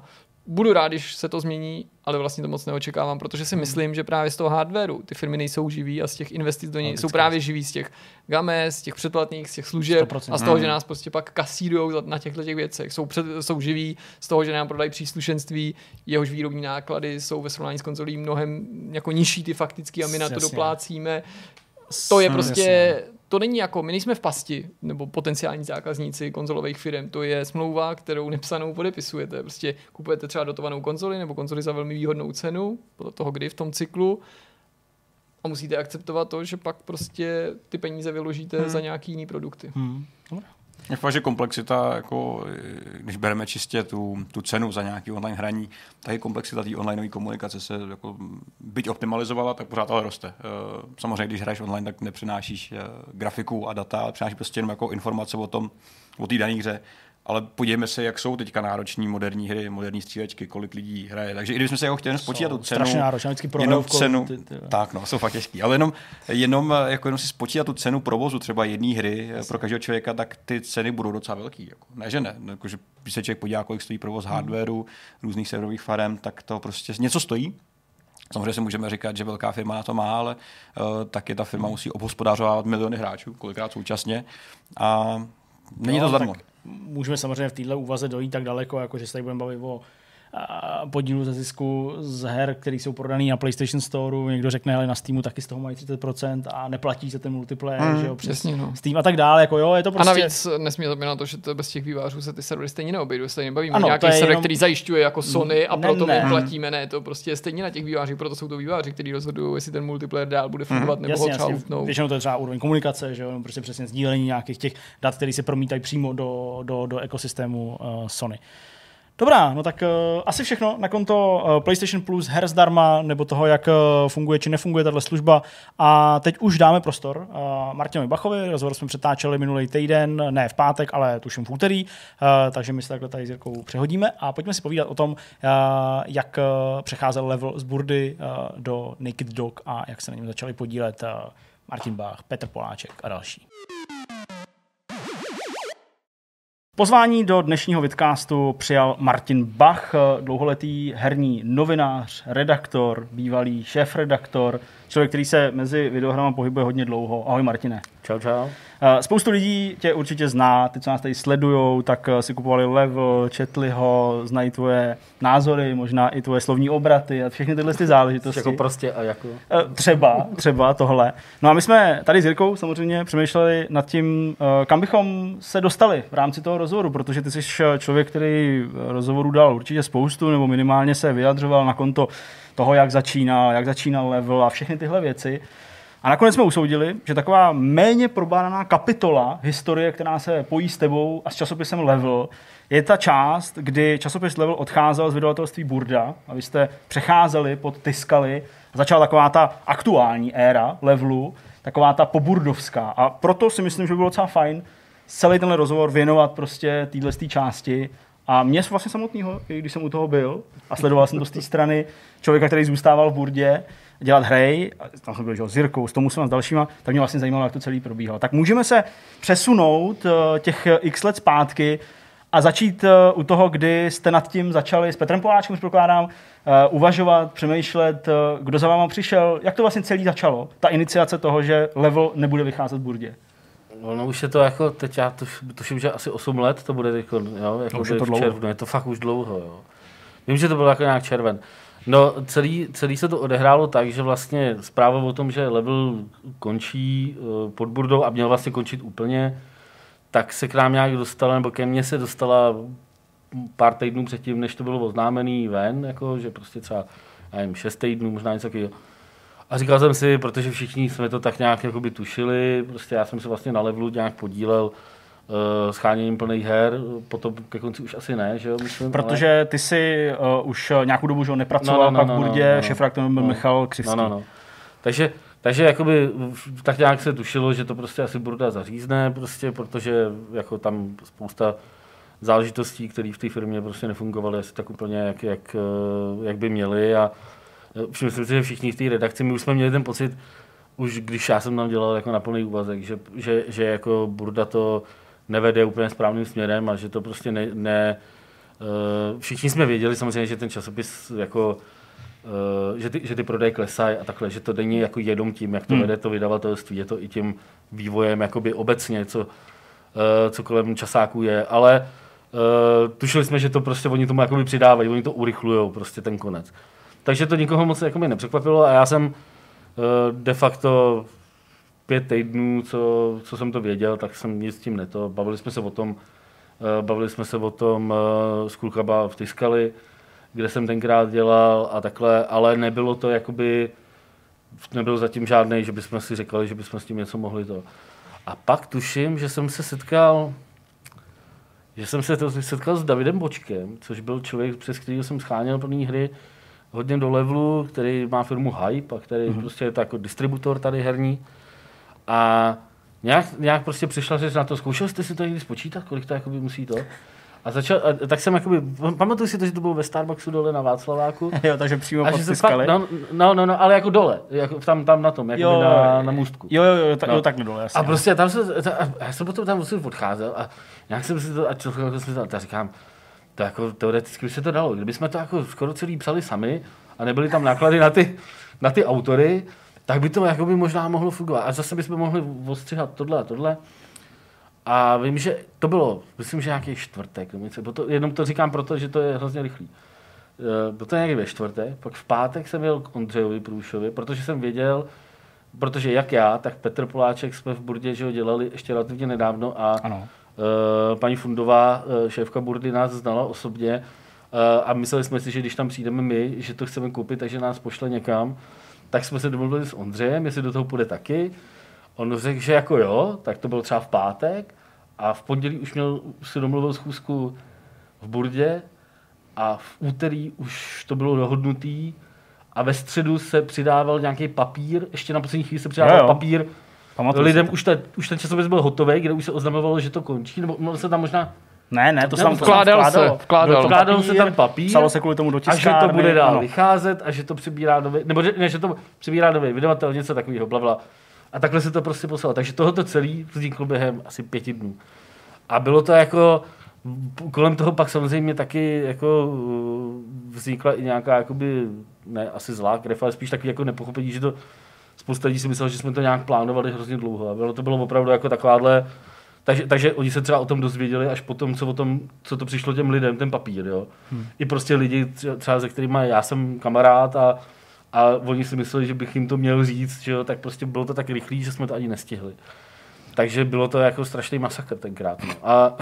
budu rád, když se to změní, ale vlastně to moc neočekávám, protože si myslím, že právě z toho hardwareu ty firmy nejsou živí a z těch investic do něj jsou právě živí z těch game, z těch předplatných, z těch služeb sto procent. A z toho, že nás prostě pak kasírujou na těchto těch věcech. Jsou, před, jsou živí z toho, že nám prodají příslušenství, jehož výrobní náklady jsou ve srovnání s konzolí mnohem jako nižší ty fakticky a my na to doplácíme. To je prostě, to není jako, my nejsme v pasti, nebo potenciální zákazníci konzolových firm, to je smlouva, kterou nepsanou podepisujete. Prostě kupujete třeba dotovanou konzoli nebo konzoli za velmi výhodnou cenu, podle toho kdy v tom cyklu, a musíte akceptovat to, že pak prostě ty peníze vyložíte hmm. za nějaký jiný produkty. Hmm. Je fakt, že komplexita, jako, když bereme čistě tu, tu cenu za nějaký online hraní, tak je komplexita té onlineové komunikace se jako, byť optimalizovala, tak pořád ale roste. Samozřejmě, když hraješ online, tak nepřinášíš grafiku a data, ale přinášíš prostě jenom jako informace o tom, o té dané hře. Ale podívejme se, jak jsou teďka nároční moderní hry, moderní střílečky, kolik lidí hraje. Takže i kdybychom se jako chtěli spočítat tu cenu, jenom cenu, ty, ty, tak no, jsou fakt těžký, ale jenom, jenom, jako jenom si spočítat tu cenu provozu třeba jedné hry Jasně. pro každého člověka, tak ty ceny budou docela velký. Jako. Ne, že ne. Jako, že když se člověk podívá, kolik stojí provoz hmm. hardwareu, různých serverových farem, tak to prostě něco stojí. Samozřejmě si můžeme říkat, že velká firma na to má, ale uh, taky ta firma musí obhospodářovat miliony hráčů, kolikrát současně. A není no, to zdarma. Můžeme samozřejmě v této úvaze dojít tak daleko, jako že se tady budeme bavit o podílu ze zisku z her, které jsou prodaný na PlayStation Storeu. Někdo řekne, ale na Steamu taky z toho mají třicet procent a neplatí se ten multiplayer, mm, že jo, přes jasně, no. Steam a tak dále. Jako jo, je to prostě... A navíc nesmí zapomínat to, že to bez těch vývářů se ty servery stejně neobejdou. Se nebavíme ano, nějaký server, jenom... který zajišťuje jako Sony a proto ne, ne. my platíme. Ne, to prostě je stejně na těch vývářích, proto jsou to výváři, kteří rozhodují, jestli ten multiplayer dál bude fungovat mm, nebo jasně, ho třeba utnou. Většinou to je třeba úroveň komunikace, že jo, prostě přesně sdílení nějakých těch dat, které se promítají přímo do, do, do ekosystému uh, Sony. Dobrá, no tak uh, asi všechno na konto uh, PlayStation Plus, her zdarma, nebo toho, jak uh, funguje či nefunguje tato služba. A teď už dáme prostor uh, Martinovi Bachovi, rozhovor jsme přetáčeli minulý týden, ne v pátek, ale tuším v úterý, uh, takže my se takhle tady s Jirkou přehodíme a pojďme si povídat o tom, uh, jak uh, přecházel level z Burdy uh, do Naked Dog a jak se na něm začali podílet uh, Martin Bach, Petr Poláček a další. Pozvání do dnešního vidcastu přijal Martin Bach, dlouholetý herní novinář, redaktor, bývalý šéfredaktor, člověk, který se mezi videohrama pohybuje hodně dlouho. Ahoj Martine. Čau, čau. Spoustu lidí tě určitě zná, ty, co nás tady sledujou, tak si kupovali level, četli ho, znají tvoje názory, možná i tvoje slovní obraty a všechny tyhle ty záležitosti. Jako prostě a jako? Třeba, třeba tohle. No a my jsme tady s Jirkou samozřejmě přemýšleli nad tím, kam bychom se dostali v rámci toho rozhovoru, protože ty jsi člověk, který rozhovorů dal určitě spoustu, nebo minimálně se vyjadřoval na konto toho, jak začínal, jak začínal level a všechny tyhle věci. A nakonec jsme usoudili, že taková méně probádaná kapitola historie, která se pojí s tebou a s časopisem Level, je ta část, kdy časopis Level odcházel z vydavatelství Burda a vy jste přecházeli pod Tiskali. Začala taková ta aktuální éra Levelu, taková ta poburdovská. A proto si myslím, že by bylo docela fajn celý tenhle rozhovor věnovat prostě této části. A mě vlastně samotného, když jsem u toho byl a sledoval jsem to z té strany člověka, který zůstával v Burdě, dělat hry, tam jsem byl že, s Jirkou, s Tomusem a s dalšíma, tak mě vlastně zajímalo, jak to celý probíhalo. Tak můžeme se přesunout těch x let zpátky a začít u toho, kdy jste nad tím začali s Petrem Poláčkem, už prokládám, uvažovat, přemýšlet, kdo za váma přišel, jak to vlastně celý začalo, ta iniciace toho, že Level nebude vycházet v Burdě. No už je to jako, teď já tuším, že asi osm let to bude, jako, jo, jako už je to v dlouho. červnu, je to fakt už dlouho, jo. Vím, že to bylo jako nějak červen. No, celý, celý se to odehrálo tak, že vlastně zpráva o tom, že Level končí uh, pod Burdou a měl vlastně končit úplně, tak se k nám nějak dostala, nebo ke mně se dostala pár týdnů předtím, než to bylo oznámený ven, jako, že prostě třeba, já nevím, šest týdnů, možná něco takového. A říkal jsem si, protože všichni jsme to tak nějak jakoby tušili, prostě já jsem se vlastně na Levelu nějak podílel uh, scháněním plných her, potom ke konci už asi ne, že jo, myslím. Protože ale... ty jsi uh, už nějakou dobu, že ho nepracoval, no, no, no, pak v Burdě, no, no, šéfredaktorem byl no, Michal Křivský. No, no, no. Takže, takže jakoby tak nějak se tušilo, že to prostě asi Burda zařízne, prostě, protože jako tam spousta záležitostí, které v té firmě prostě nefungovaly asi tak úplně, jak, jak, jak by měly. A myslím si, že všichni v té redakci, my už jsme měli ten pocit, už když já jsem tam dělal jako na plný úvazek, že, že, že jako Burda to nevede úplně správným směrem a že to prostě ne, ne, všichni jsme věděli samozřejmě, že ten časopis jako Uh, že, ty, že ty prodeje klesají a takhle, že to není jako jenom tím, jak to hmm. vede to vydavatelství, je to i tím vývojem jakoby obecně, co, uh, co kolem časáků je, ale uh, tušili jsme, že to prostě oni tomu jakoby přidávají, oni to urychlujou prostě ten konec. Takže to nikoho moc jakoby nepřekvapilo a já jsem uh, de facto pět týdnů, co, co jsem to věděl, tak jsem nic s tím neto. Bavili jsme se o tom, uh, bavili jsme se o tom uh, s klukama v Tiskali, kde jsem tenkrát dělal a takhle, ale nebylo to jakoby, nebyl zatím žádnej, že bychom si řekli, že bychom s tím něco mohli to. A pak tuším, že jsem se setkal, že jsem se to setkal s Davidem Bočkem, což byl člověk, přes kterého jsem scháněl plný hry hodně do levelu, který má firmu Hype a který mm-hmm. prostě je to jako distributor tady herní. A nějak, nějak prostě přišla řeč na to, zkoušel jste si to někdy spočítat, kolik to jakoby musí to? A, začal, a tak jsem jakoby, pamatuju si to, že to bylo ve Starbucksu dole na Václaváku. Jo, takže přímo pod Tiskali. No, no, no, no, ale jako dole, jako tam, tam na tom, jako na, na můstku. Jo, jo, jo, tak, no. jo, tak dole, jasně. A prostě tam jsem, ta, já jsem potom tam odcházel a nějak jsem si to, a člověk jsem si to, říkám, to jako teoreticky by se to dalo, kdybychom to jako skoro celý psali sami a nebyly tam náklady na ty, na ty autory, tak by to jakoby možná mohlo fungovat. A zase bychom mohli ostřihat tohle a tohle. A vím, že to bylo, myslím, že nějaký čtvrtek. To, jenom to říkám proto, že to je hrozně rychlý. Bylo to někdy ve čtvrtek, pak v pátek jsem jel k Ondřejovi Průšovi, protože jsem věděl, protože jak já, tak Petr Poláček jsme v Burdě, že ho dělali ještě relativně nedávno a uh, paní Fundová, uh, šéfka Burdy, nás znala osobně uh, a mysleli jsme si, že když tam přijdeme my, že to chceme koupit, takže nás pošle někam, tak jsme se domluvili s Ondřejem, jestli do toho půjde taky. On řekl, že jako jo, tak to bylo třeba v pátek a v pondělí už měl, si domluvil schůzku v Burdě a v úterý už to bylo dohodnutý a ve středu se přidával nějaký papír, ještě na poslední chvíli se přidával jo, jo. papír. Pamatuju lidem, už, ta, už ten časopis byl hotový, kde už se oznamovalo, že to končí, nebo se tam možná... Ne, ne, to se tam vkládal se, vkládal. Vkládal se tam papír, psalo se kvůli tomu do tiskárny, a že to bude dál ano. vycházet a že to přibírá nový, nebo ne, že to přibírá nový vydavatel, něco takového, blabla. A takhle se to prostě poslalo. Takže tohoto celý vzniklo během asi pěti dnů. A bylo to jako, kolem toho pak samozřejmě taky jako vznikla i nějaká jakoby, ne asi zlá krev, ale spíš taky jako nepochopení, že to spousta lidí si myslelo, že jsme to nějak plánovali hrozně dlouho. A bylo to bylo opravdu jako takováhle, takže, takže oni se třeba o tom dozvěděli až potom, co o tom, co to přišlo těm lidem, ten papír, jo. Hmm. I prostě lidi třeba, se kterými já jsem kamarád a A oni si mysleli, že bych jim to měl říct, že jo, tak prostě bylo to tak rychlý, že jsme to ani nestihli. Takže bylo to jako strašný masakr tenkrát. No. A,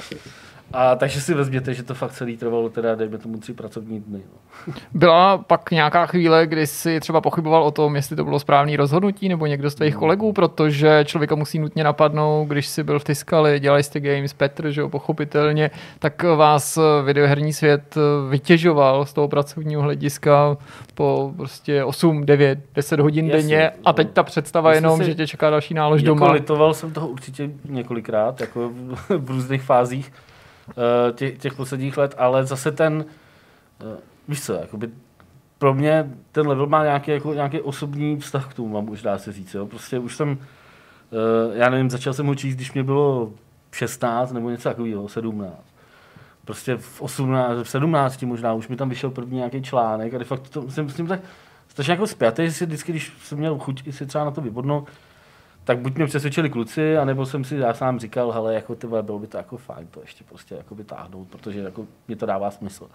a takže si vezměte, že to fakt celý trvalo teda, dejme tomu tři pracovní dny. No. Byla pak nějaká chvíle, kdy jsi třeba pochyboval o tom, jestli to bylo správné rozhodnutí, nebo někdo z tvých kolegů, protože člověka musí nutně napadnout, když jsi byl v Tiskali, dělali jste Games, Petr, že jo, pochopitelně, tak vás videoherní svět vytěžoval z toho pracovního hlediska po prostě osm, devět, deset hodin Jasně, denně a teď ta představa Myslím jenom, si, že tě čeká další nálož jako doma. Litoval jsem toho určitě několikrát, jako v různých fázích těch, těch posledních let, ale zase ten, víš co, jakoby pro mě ten level má nějaký, jako, nějaký osobní vztah k tomu, mám už dá se říct, jo. Prostě už jsem, já nevím, začal jsem ho číst, když mě bylo šestnáct nebo něco takového, sedmnáct. Prostě v osmnácti, v sedmnácti možná, už mi tam vyšel první nějaký článek a de facto to, jsem s tím tak strašně jako zpětý, že si vždycky, když jsem měl chuť si třeba na to vybodnout, tak buď mě přesvědčili kluci, anebo jsem si já sám říkal, hele, jako ty vole, bylo by to jako fajn to ještě prostě jako vytáhnout, protože jako mě to dává smysl.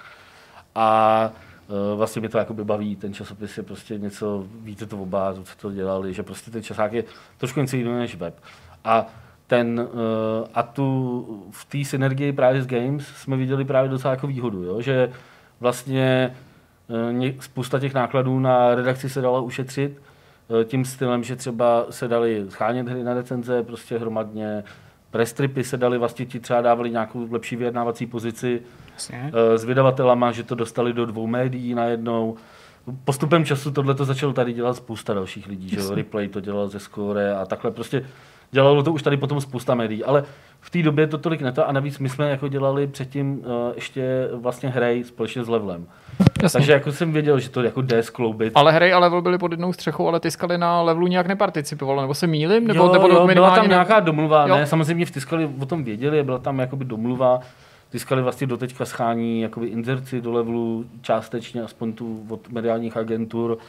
A uh, vlastně mě to jako baví, ten časopis je prostě něco, víte to o bázu, co to dělali, že prostě ten časák je trošku něco jiného než web. A ten, uh, a tu v té synergii právě s Games jsme viděli právě docela jako výhodu, jo? Že vlastně uh, spousta těch nákladů na redakci se dala ušetřit, tím stylem, že třeba se dali schánět hry na recenze prostě hromadně, prestripy se dali, vlastně ti třeba dávali nějakou lepší vyjednávací pozici Jasně. s vydavatelama, že to dostali do dvou médií najednou. Postupem času tohle to začalo tady dělat spousta dalších lidí, že Replay to dělal ze Score a takhle prostě dělalo to už tady potom spousta médií, ale v té době to tolik neto a navíc my jsme jako dělali předtím uh, ještě vlastně hry společně s Levelem. Jasně. Takže jako jsem věděl, že to jako jde skloubit. Ale hry a Level byly pod jednou střechou, ale Tiskali na Levelu nějak neparticipovalo, nebo se mýlim? Nebo, jo, nebo jo, byla tam nějaká domluva, jo. ne, samozřejmě v Tiskali o tom věděli, byla tam jakoby domluva, Tiskali vlastně doteďka schání jakoby inzerci do levelu, částečně aspoň tu od mediálních agentur.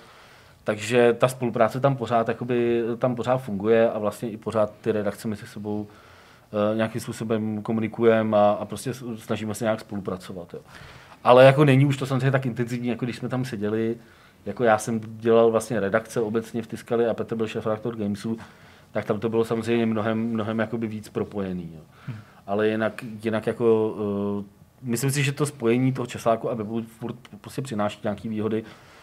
Takže ta spolupráce tam pořád, jakoby, tam pořád funguje a vlastně i pořád ty redakce mezi sebou uh, nějakým způsobem komunikujeme a, a prostě snažíme se nějak spolupracovat. Jo. Ale jako není už to samozřejmě tak intenzivní, jako když jsme tam seděli. Jako já jsem dělal vlastně redakce obecně v Tiskali a Petr byl šéfredaktor Gamesu, tak tam to bylo samozřejmě mnohem, mnohem jakoby víc propojený. Jo. Hmm. Ale jinak, jinak jako, uh, myslím si, že to spojení toho časáku a webu furt prostě přináší nějaké výhody.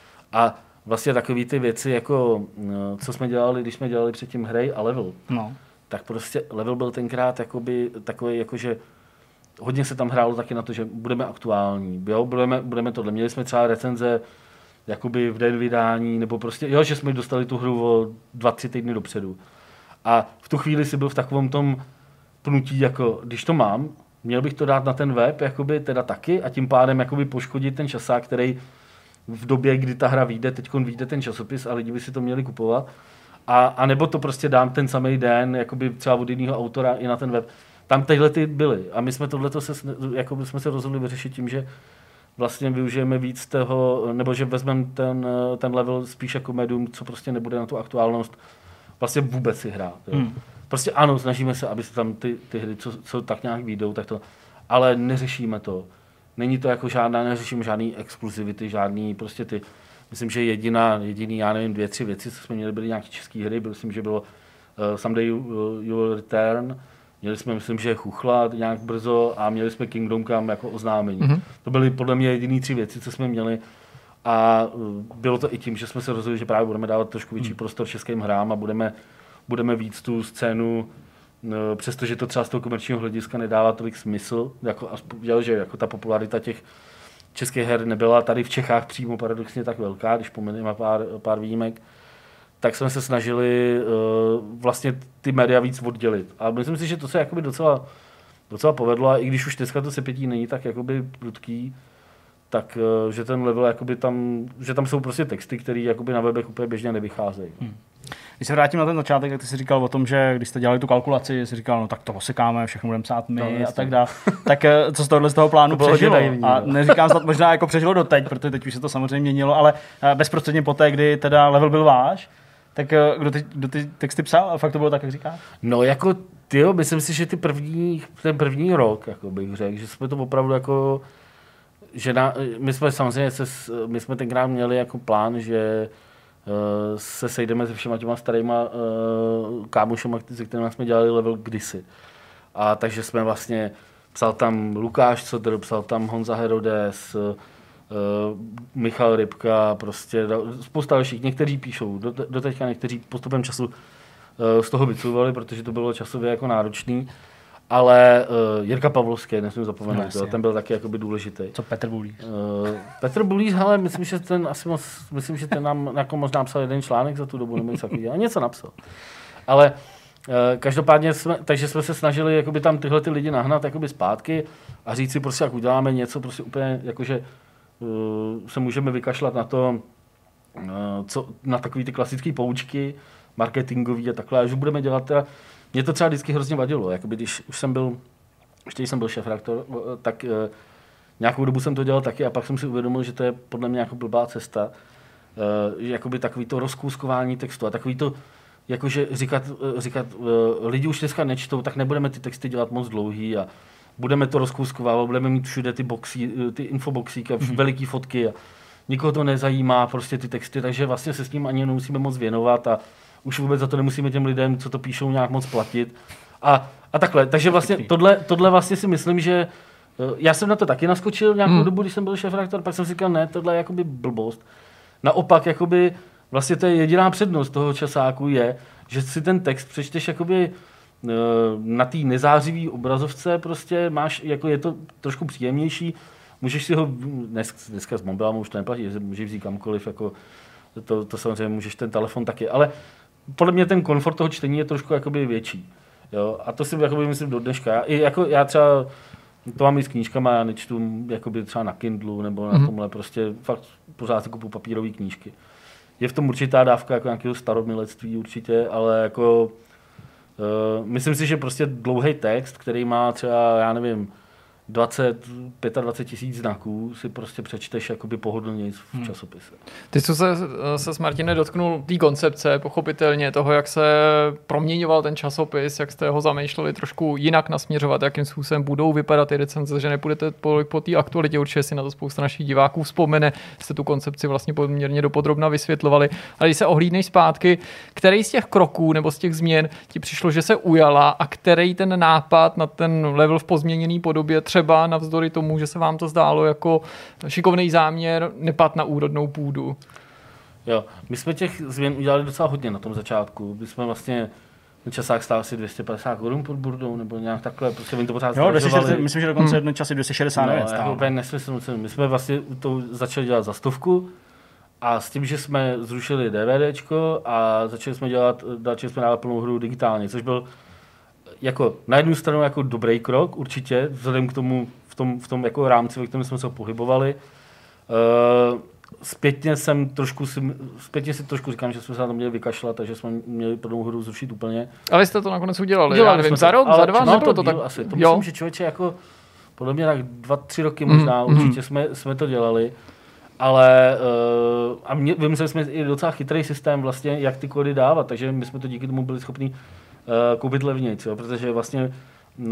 A vlastně takové ty věci, jako co jsme dělali, když jsme dělali předtím hry a level, no. tak prostě level byl tenkrát jakoby takový, jakože hodně se tam hrálo taky na to, že budeme aktuální, jo, budeme, budeme tohle. Měli jsme třeba recenze jakoby v den vydání, nebo prostě, jo, že jsme dostali tu hru o dva, tři týdny dopředu. A v tu chvíli si byl v takovém tom pnutí, jako když to mám, měl bych to dát na ten web, jakoby teda taky a tím pádem jakoby poškodit ten časák, který v době, kdy ta hra vyjde, teď vyjde ten časopis a lidi by si to měli kupovat. A, a nebo to prostě dám ten samý den, jakoby třeba od jiného autora i na ten web. Tam tyhle ty byly. A my jsme tohleto se, jako jsme se rozhodli vyřešit tím, že vlastně využijeme víc toho, nebo že vezmeme ten, ten level spíš jako médium, co prostě nebude na tu aktuálnost vlastně vůbec si hrát. Hmm. Prostě ano, snažíme se, aby se tam ty, ty hry, co, co tak nějak vyjdou, tak to, ale neřešíme to. Není to jako žádná, neřeším žádný exkluzivity, žádný prostě ty, myslím, že jediná, jediný, já nevím, dvě, tři věci, co jsme měli, byly nějaké české hry, myslím, že bylo uh, Someday You, uh, you Will Return, měli jsme, myslím, že Chuchla nějak brzo a měli jsme Kingdom Come jako oznámení. Mm-hmm. To byly podle mě jediný tři věci, co jsme měli a uh, bylo to i tím, že jsme se rozhodli, že právě budeme dávat trošku větší mm. prostor českým hrám a budeme, budeme víc tu scénu, přestože to třeba z toho komerčního hlediska nedává tolik smysl, jako, že jako ta popularita těch českých her nebyla tady v Čechách přímo paradoxně tak velká, když pomenujeme pár, pár výjimek, tak jsme se snažili uh, vlastně ty média víc oddělit. A myslím si, že to se jakoby docela, docela povedlo, a i když už dneska to sepětí není tak jakoby prudký, tak uh, že ten level, jakoby tam, že tam jsou prostě texty, které jakoby na webech úplně běžně nevycházejí. Hmm. Když se vrátím na ten začátek, tak ty jsi říkal o tom, že když jste dělali tu kalkulaci, jsi říkal, no tak to osekáme, všechno budeme psát my no, a tak dále. Tak co z tohohle z toho plánu to přežilo? Divní, a neříkám snad možná jako přežilo doteď, protože teď už se to samozřejmě měnilo, ale bezprostředně poté, kdy teda level byl váš, tak kdo ty, kdo ty texty psal a fakt to bylo tak, jak říkáš? No jako tyjo, myslím si, že ty první, ten první rok, jako bych řekl, že jsme to opravdu jako, že na, my jsme samozřejmě, se, my jsme tenkrát měli jako plán, že se sejdeme se všema těma starýma uh, kámošema, se kterými jsme dělali level kdysi. A takže jsme vlastně, psal tam Lukáš Codr, psal tam Honza Herodes, uh, Michal Rybka, prostě spousta dalších. Někteří píšou, do, do teďka někteří postupem času uh, z toho vycouvali, protože to bylo časově jako náročný. Ale uh, Jirka Pavlovský, nesmím zapomenout, no, ten byl taky jakoby důležitý. Co Petr Bulíř? Uh, Petr Bulíř, ale myslím, že ten asi moc, myslím, že ten nám jako možná napsal jeden článek za tu dobu, nebo něco takového, a něco napsal. Ale uh, každopádně jsme, takže jsme se snažili jakoby tam tyhle ty lidi nahnat jakoby zpátky a říct si prostě, jak uděláme něco prostě úplně, jakože uh, se můžeme vykašlat na to, uh, co, na takový ty klasické poučky marketingový a takhle, že budeme dělat teda. Mě to třeba vždycky hrozně vadilo, jakoby když už jsem byl, ještě když jsem byl šéfredaktor, tak e, nějakou dobu jsem to dělal taky a pak jsem si uvědomil, že to je podle mě jako blbá cesta, e, že jakoby takový to rozkůzkování textu a takový to, jakože říkat, říkat e, lidi už dneska nečtou, tak nebudeme ty texty dělat moc dlouhý a budeme to rozkouskovávat, budeme mít všude ty boxy, ty infoboxíky a mm-hmm. veliký fotky a nikoho to nezajímá, prostě ty texty, takže vlastně se s tím ani nemusíme moc věnovat a už vůbec za to nemusíme těm lidem, co to píšou, nějak moc platit. A, a takhle. Takže vlastně tohle, tohle vlastně si myslím, že já jsem na to taky naskočil nějakou hmm. dobu, když jsem byl šéfredaktor, pak jsem si říkal, ne, tohle je jakoby blbost. Naopak, jakoby, vlastně to je jediná přednost toho časáku je, že si ten text přečteš jakoby na té nezářivý obrazovce, prostě máš, jako je to trošku příjemnější, můžeš si ho, dnes, dneska s mobilem už to neplatí, můžeš vzít kamkoliv, jako to, to samozřejmě můžeš ten telefon taky, ale podle mě ten komfort toho čtení je trošku jakoby větší. Jo? A to si jakoby myslím do dneška. Já, i jako, já třeba to mám i s knížkama, já nečtu jakoby třeba na Kindlu nebo na mm-hmm. tomhle, prostě fakt pořád si kupuju papírové knížky. Je v tom určitá dávka jako nějakého staromilectví určitě, ale jako uh, myslím si, že prostě dlouhý text, který má třeba, já nevím, dvacet, dvacet pět tisíc znaků si prostě přečteš jakoby pohodlněji v hmm. časopise. Ty jsi se, se s Martine dotknul té koncepce, pochopitelně toho, jak se proměňoval ten časopis, jak jste ho zamýšleli trošku jinak nasměřovat, jakým způsobem budou vypadat ty recenze, že nepůjdete po, po té aktualitě, určitě si na to spousta našich diváků vzpomene, jste tu koncepci vlastně poměrně dopodrobna vysvětlovali, ale když se ohlídneš zpátky, který z těch kroků nebo z těch změn ti přišlo, že se ujala a který ten nápad na ten level v pozměněné podobě třeba navzdory tomu, že se vám to zdálo jako šikovný záměr, nepad na úrodnou půdu. Jo, my jsme těch změn udělali docela hodně na tom začátku. My jsme vlastně, ten časák stál asi dvě stě padesát korun pod burdou, nebo nějak takhle, prostě oni to pořád zdražovali. Myslím, že dokonce jedno časy dvě stě šedesát devět no, stál. Jako nesmysl, my jsme vlastně to začali dělat za stovku a s tím, že jsme zrušili DVDčko a začali jsme dělat, začali jsme dávat plnou hru digitálně, což byl jako na jednu stranu jako dobrý krok, určitě, vzhledem k tomu v tom, v tom jako rámci, ve kterém jsme se pohybovali. Uh, zpětně jsem trošku si, zpětně si trošku říkám, že jsme se na to měli vykašlat, takže jsme měli plnou hru zrušit úplně. Ale jste to nakonec udělali, udělali já nevím, za rok, za dva, no, to, to tak... asi. To myslím, že člověče jako, podle mě tak dva, tři roky možná, mm, určitě mm. jsme, jsme to dělali. Ale uh, a mě, vymysleli jsme i docela chytrý systém vlastně, jak ty kódy dávat, takže my jsme to díky tomu byli schopni uh, koupit levnějc, jo, protože vlastně uh,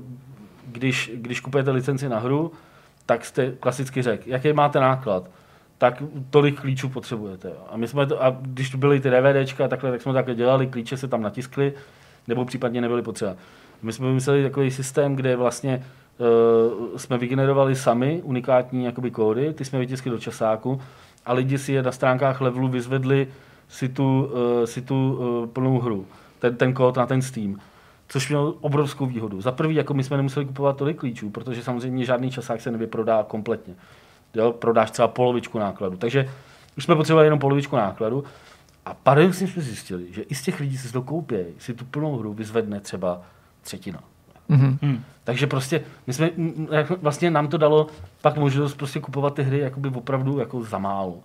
když, když kupujete licenci na hru, tak jste klasicky řekl, jaký máte náklad, tak tolik klíčů potřebujete. Jo. A my jsme to, a když tu byly ty DVDčka, takhle, tak jsme takhle dělali, klíče se tam natiskly, nebo případně nebyly potřeba. My jsme vymysleli takový systém, kde vlastně Uh, jsme vygenerovali sami unikátní jakoby kódy, ty jsme vytiskli do časáku a lidi si je na stránkách levelu vyzvedli si tu, uh, si tu uh, plnou hru, ten, ten kód na ten Steam, což měl obrovskou výhodu. Za prvý, jako my jsme nemuseli kupovat tolik klíčů, protože samozřejmě žádný časák se nevyprodá kompletně. Jo, prodáš třeba polovičku nákladu, takže už jsme potřebovali jenom polovičku nákladu a paradoxně jsme zjistili, že i z těch lidí, co si to koupí, si tu plnou hru vyzvedne třeba třetina. Mm-hmm. Hmm. Takže prostě my jsme, vlastně nám to dalo pak možnost prostě kupovat ty hry jakoby opravdu jako za málo.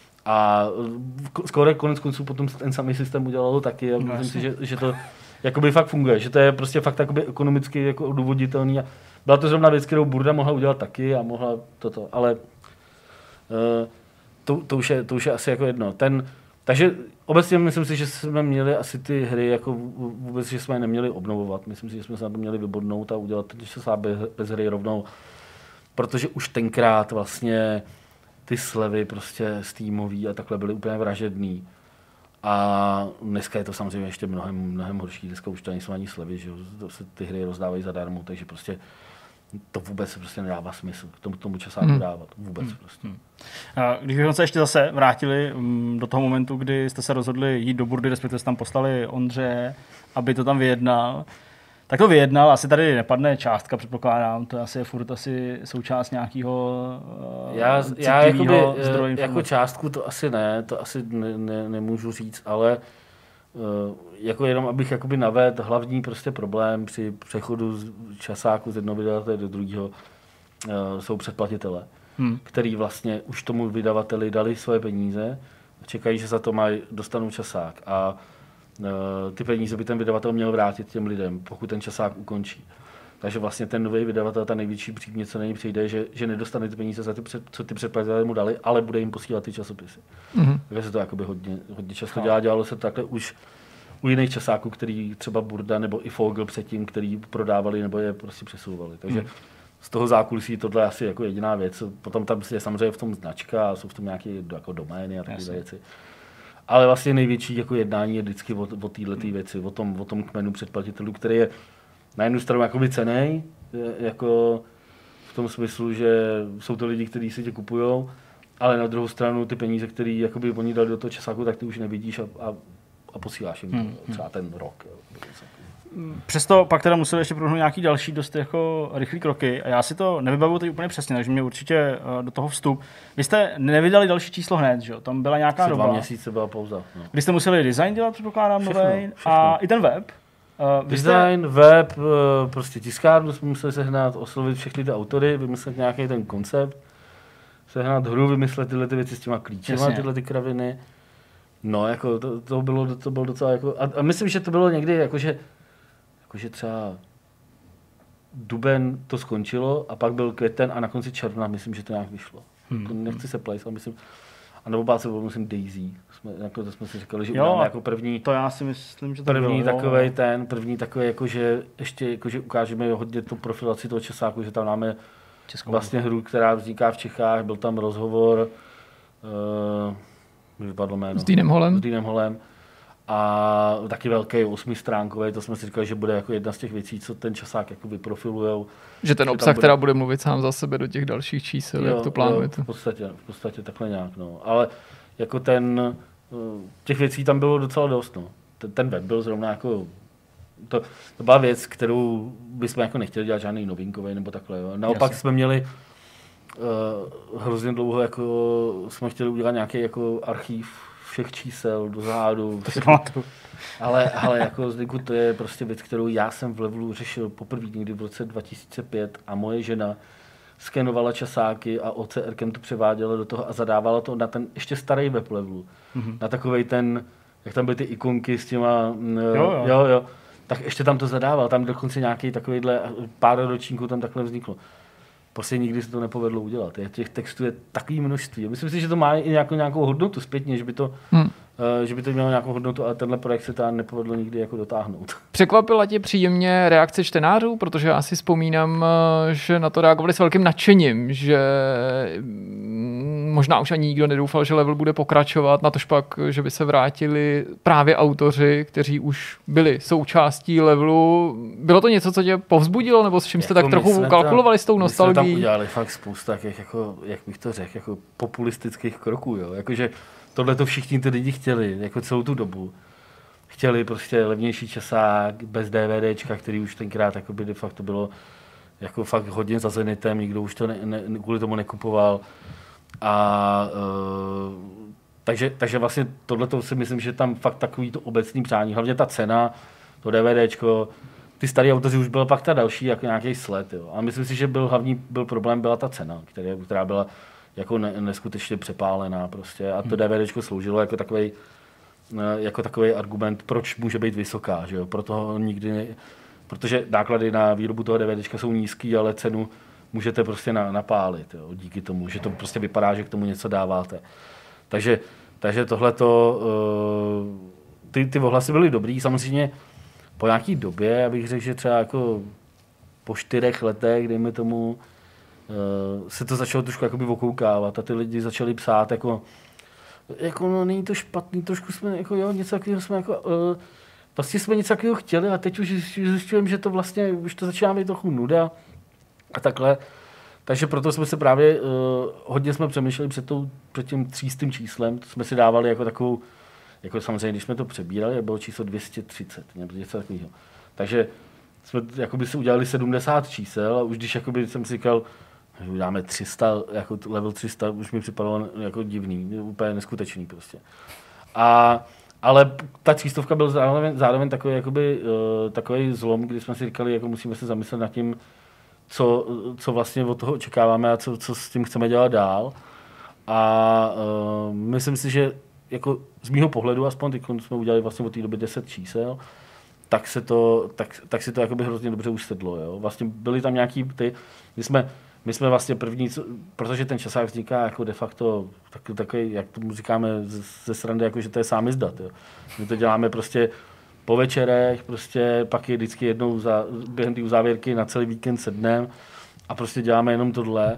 A skoro konec konců potom ten samý systém udělalo taky a no, myslím si, že, že to jakoby fakt funguje, že to je prostě fakt jakoby ekonomicky jako odůvodnitelný a byla to zrovna věc, kterou Burda mohla udělat taky a mohla toto, ale uh, to, to, už je, to už je asi jako jedno. Ten, takže obecně myslím si, že jsme měli asi ty hry, jako vůbec, že jsme je neměli obnovovat. Myslím si, že jsme se na to měli vybodnout a udělat ten časák bez, bez hry rovnou. Protože už tenkrát vlastně ty slevy prostě Steamový a takhle byly úplně vražedný. A dneska je to samozřejmě ještě mnohem, mnohem horší. Dneska už to nejsou ani slevy, že se ty hry rozdávají zadarmo, takže prostě to vůbec prostě nedává smysl k tomu, tomu časáku hmm. dávat. Vůbec hmm. prostě. Hmm. Když bychom se ještě zase vrátili do toho momentu, kdy jste se rozhodli jít do Burdy, respektive jste tam poslali Ondřeje, aby to tam vyjednal, tak to vyjednal, asi tady nepadne částka, předpokládám, to asi je furt asi součást nějakého uh, já, já jakoby, jako částku to asi ne, to asi ne, ne, nemůžu říct, ale uh, jako jenom abych jakoby navedl hlavní prostě problém při přechodu z časáku z jednoho vydavatele do druhého uh, jsou předplatitele, hmm. který vlastně už tomu vydavateli dali svoje peníze a čekají, že za to mají, dostanou časák a uh, ty peníze by ten vydavatel měl vrátit těm lidem, pokud ten časák ukončí. Takže vlastně ten nový vydavatel, ta největší přímě, co nej přijde, že, že nedostane ty peníze, za ty před, co ty předplatitelé mu dali, ale bude jim posílat ty časopisy. Mm-hmm. Takže se to jakoby hodně, hodně často dělá. Dělalo se to takhle už u jiných časáků, který třeba Burda nebo i Fogel předtím, který prodávali nebo je prostě přesouvali. Takže mm. z toho zákulisí tohle je asi jako jediná věc. Potom tam je samozřejmě v tom značka a jsou v tom nějaké jako domény a takové věci. Ale vlastně největší jako jednání je vždycky o, o této věci, o tom, o tom kmenu předplatitelů, který je na jednu stranu jakoby cenej, jako v tom smyslu, že jsou to lidi, kteří si tě kupujou, ale na druhou stranu ty peníze, které jakoby oni dali do toho časáku, tak ty už nevidíš a, a, a posíláš jim hmm. třeba ten rok. Jo. Přesto pak teda museli ještě proběhnout nějaký další dost jako rychlý kroky a já si to nevybavuju teď úplně přesně, takže mě určitě do toho vstup. Vy jste nevydali další číslo hned, že jo? Tam byla nějaká doba. Dva měsíce byla pauza. No. Kdy jste museli design dělat, předpokládám, nový a i ten web. Uh, Design, jste... web, uh, prostě tiskárnu jsme museli sehnat, oslovit všechny ty autory, vymyslet nějaký ten koncept, sehnat hru, vymyslet tyhle ty věci s těma klíčema, tyhle ty kraviny. No, jako to, to, bylo, to bylo docela jako, a, a myslím, že to bylo někdy jakože, jakože třeba duben to skončilo a pak byl květen a na konci června, myslím, že to nějak vyšlo. Hmm. Nechci se plejt, ale myslím, a nebo bál se bylo, myslím, Daisy. Jsme, jako to jsme si říkali, že uděláme jako první. To já si myslím, že to první bylo, takovej jo. ten, první takový, jakože ještě jakože ukážeme hodně tu profilaci toho Česáku, že tam máme Českou vlastně hru, která vzniká v Čechách, byl tam rozhovor uh, vypadlo jméno. S Deanem Hallem. S Deanem Hallem. A taky velký osmistránkový, to jsme si říkali, že bude jako jedna z těch věcí, co ten Časák jako vyprofilujou. Že ten že obsah bude... teda bude mluvit sám za sebe do těch dalších čísel, jo, jak to plánujete. Jo, v podstatě, v podstatě takhle nějak, no. Ale jako ten, těch věcí tam bylo docela dost, no. Ten, ten web byl zrovna jako, to, to byla věc, kterou bychom jako nechtěli dělat žádný novinkový nebo takhle, jo. Naopak Jasně. jsme měli uh, hrozně dlouho, jako jsme chtěli udělat nějaký jako archív všech čísel do zádu. ale, ale jako zdyku to je prostě věc, kterou já jsem v Levelu řešil poprvé někdy v roce dva tisíce pět a moje žena skenovala časáky a O C R kem to převáděla do toho a zadávala to na ten ještě starý web Levelu. Mm-hmm. Na takovej ten, jak tam byly ty ikonky s těma, jo, jo. jo, jo, tak ještě tam to zadával. Tam dokonce nějaký takovýhle pár ročníků tam takhle vzniklo. Prostě nikdy se to nepovedlo udělat. Těch textů je takový množství. Myslím si, že to má i nějakou, nějakou hodnotu zpětně, že by, to, hmm. uh, že by to mělo nějakou hodnotu, ale tenhle projekt se tam nepovedlo nikdy jako dotáhnout. Překvapila tě příjemně reakce čtenářů? Protože já si vzpomínám, že na to reagovali s velkým nadšením, že možná už ani nikdo nedoufal, že Level bude pokračovat, natož pak, že by se vrátili právě autoři, kteří už byli součástí Levelu. Bylo to něco, co tě povzbudilo, nebo s čím jste jako tak trochu kalkulovali s tou nostalgií? My jsme tam udělali fakt spousta těch, jako, jak bych to řekl, jako populistických kroků. Jo? Jakože tohle to všichni ty lidi chtěli, jako celou tu dobu. Chtěli prostě levnější časák, bez DVDčka, který už tenkrát by de facto bylo jako fakt hodně za Zenitem, nikdo už to ne, ne, kvůli tomu nekupoval. A uh, takže, takže vlastně tohleto si myslím, že tam fakt takový to obecný přání, hlavně ta cena, to DVDčko, ty starý autoři už byla pak ta další jako nějaký sled, jo. A myslím si, že byl hlavní byl problém byla ta cena, která, která byla jako ne, neskutečně přepálená prostě a to hmm. DVDčko sloužilo jako takový jako takový argument, proč může být vysoká, že jo. Proto nikdy ne, protože náklady na výrobu toho DVDčka jsou nízký, ale cenu můžete prostě na, napálit, jo, díky tomu, že to prostě vypadá, že k tomu něco dáváte. Takže, takže tohleto, uh, ty, ty ohlasy byly dobrý, samozřejmě po nějaký době, já bych řekl, že třeba jako po čtyřech letech, dejme tomu, uh, se to začalo trošku jakoby okoukávat a ty lidi začali psát jako, jako no není to špatný, trošku jsme jako jo, něco takového jsme jako, uh, vlastně jsme něco takového chtěli a teď už zjišťujeme, že to vlastně, už to začíná být trochu nuda a takhle. Takže proto jsme se právě, uh, hodně jsme přemýšleli před, tou, před tím třístým číslem, to jsme si dávali jako takovou, jako samozřejmě, když jsme to přebírali, bylo číslo dvě stě třicet, nebo něco takového. Takže jsme jakoby si udělali sedmdesát čísel a už když jakoby jsem si říkal, že uděláme tři sta, jako level tři sta, už mi připadalo jako divný, úplně neskutečný prostě. A, ale ta třístovka byl zároveň, zároveň takový, jakoby, uh, takový zlom, kdy jsme si říkali, jako musíme se zamyslet nad tím, co, co vlastně od toho očekáváme a co, co s tím chceme dělat dál. A uh, myslím si, že jako z mýho pohledu, aspoň teď jsme udělali vlastně od té doby deset čísel, tak, se to, tak, tak si to jakoby hrozně dobře už sedlo. Jo? Vlastně byly tam nějaký ty, my jsme, my jsme vlastně první, protože ten časák vzniká jako de facto tak, takový, jak tomu říkáme ze srandy, jako že to je sámizdat. Jo? My to děláme prostě po večerech, prostě pak je vždycky jednou za, během té uzávěrky na celý víkend sednem a prostě děláme jenom tohle.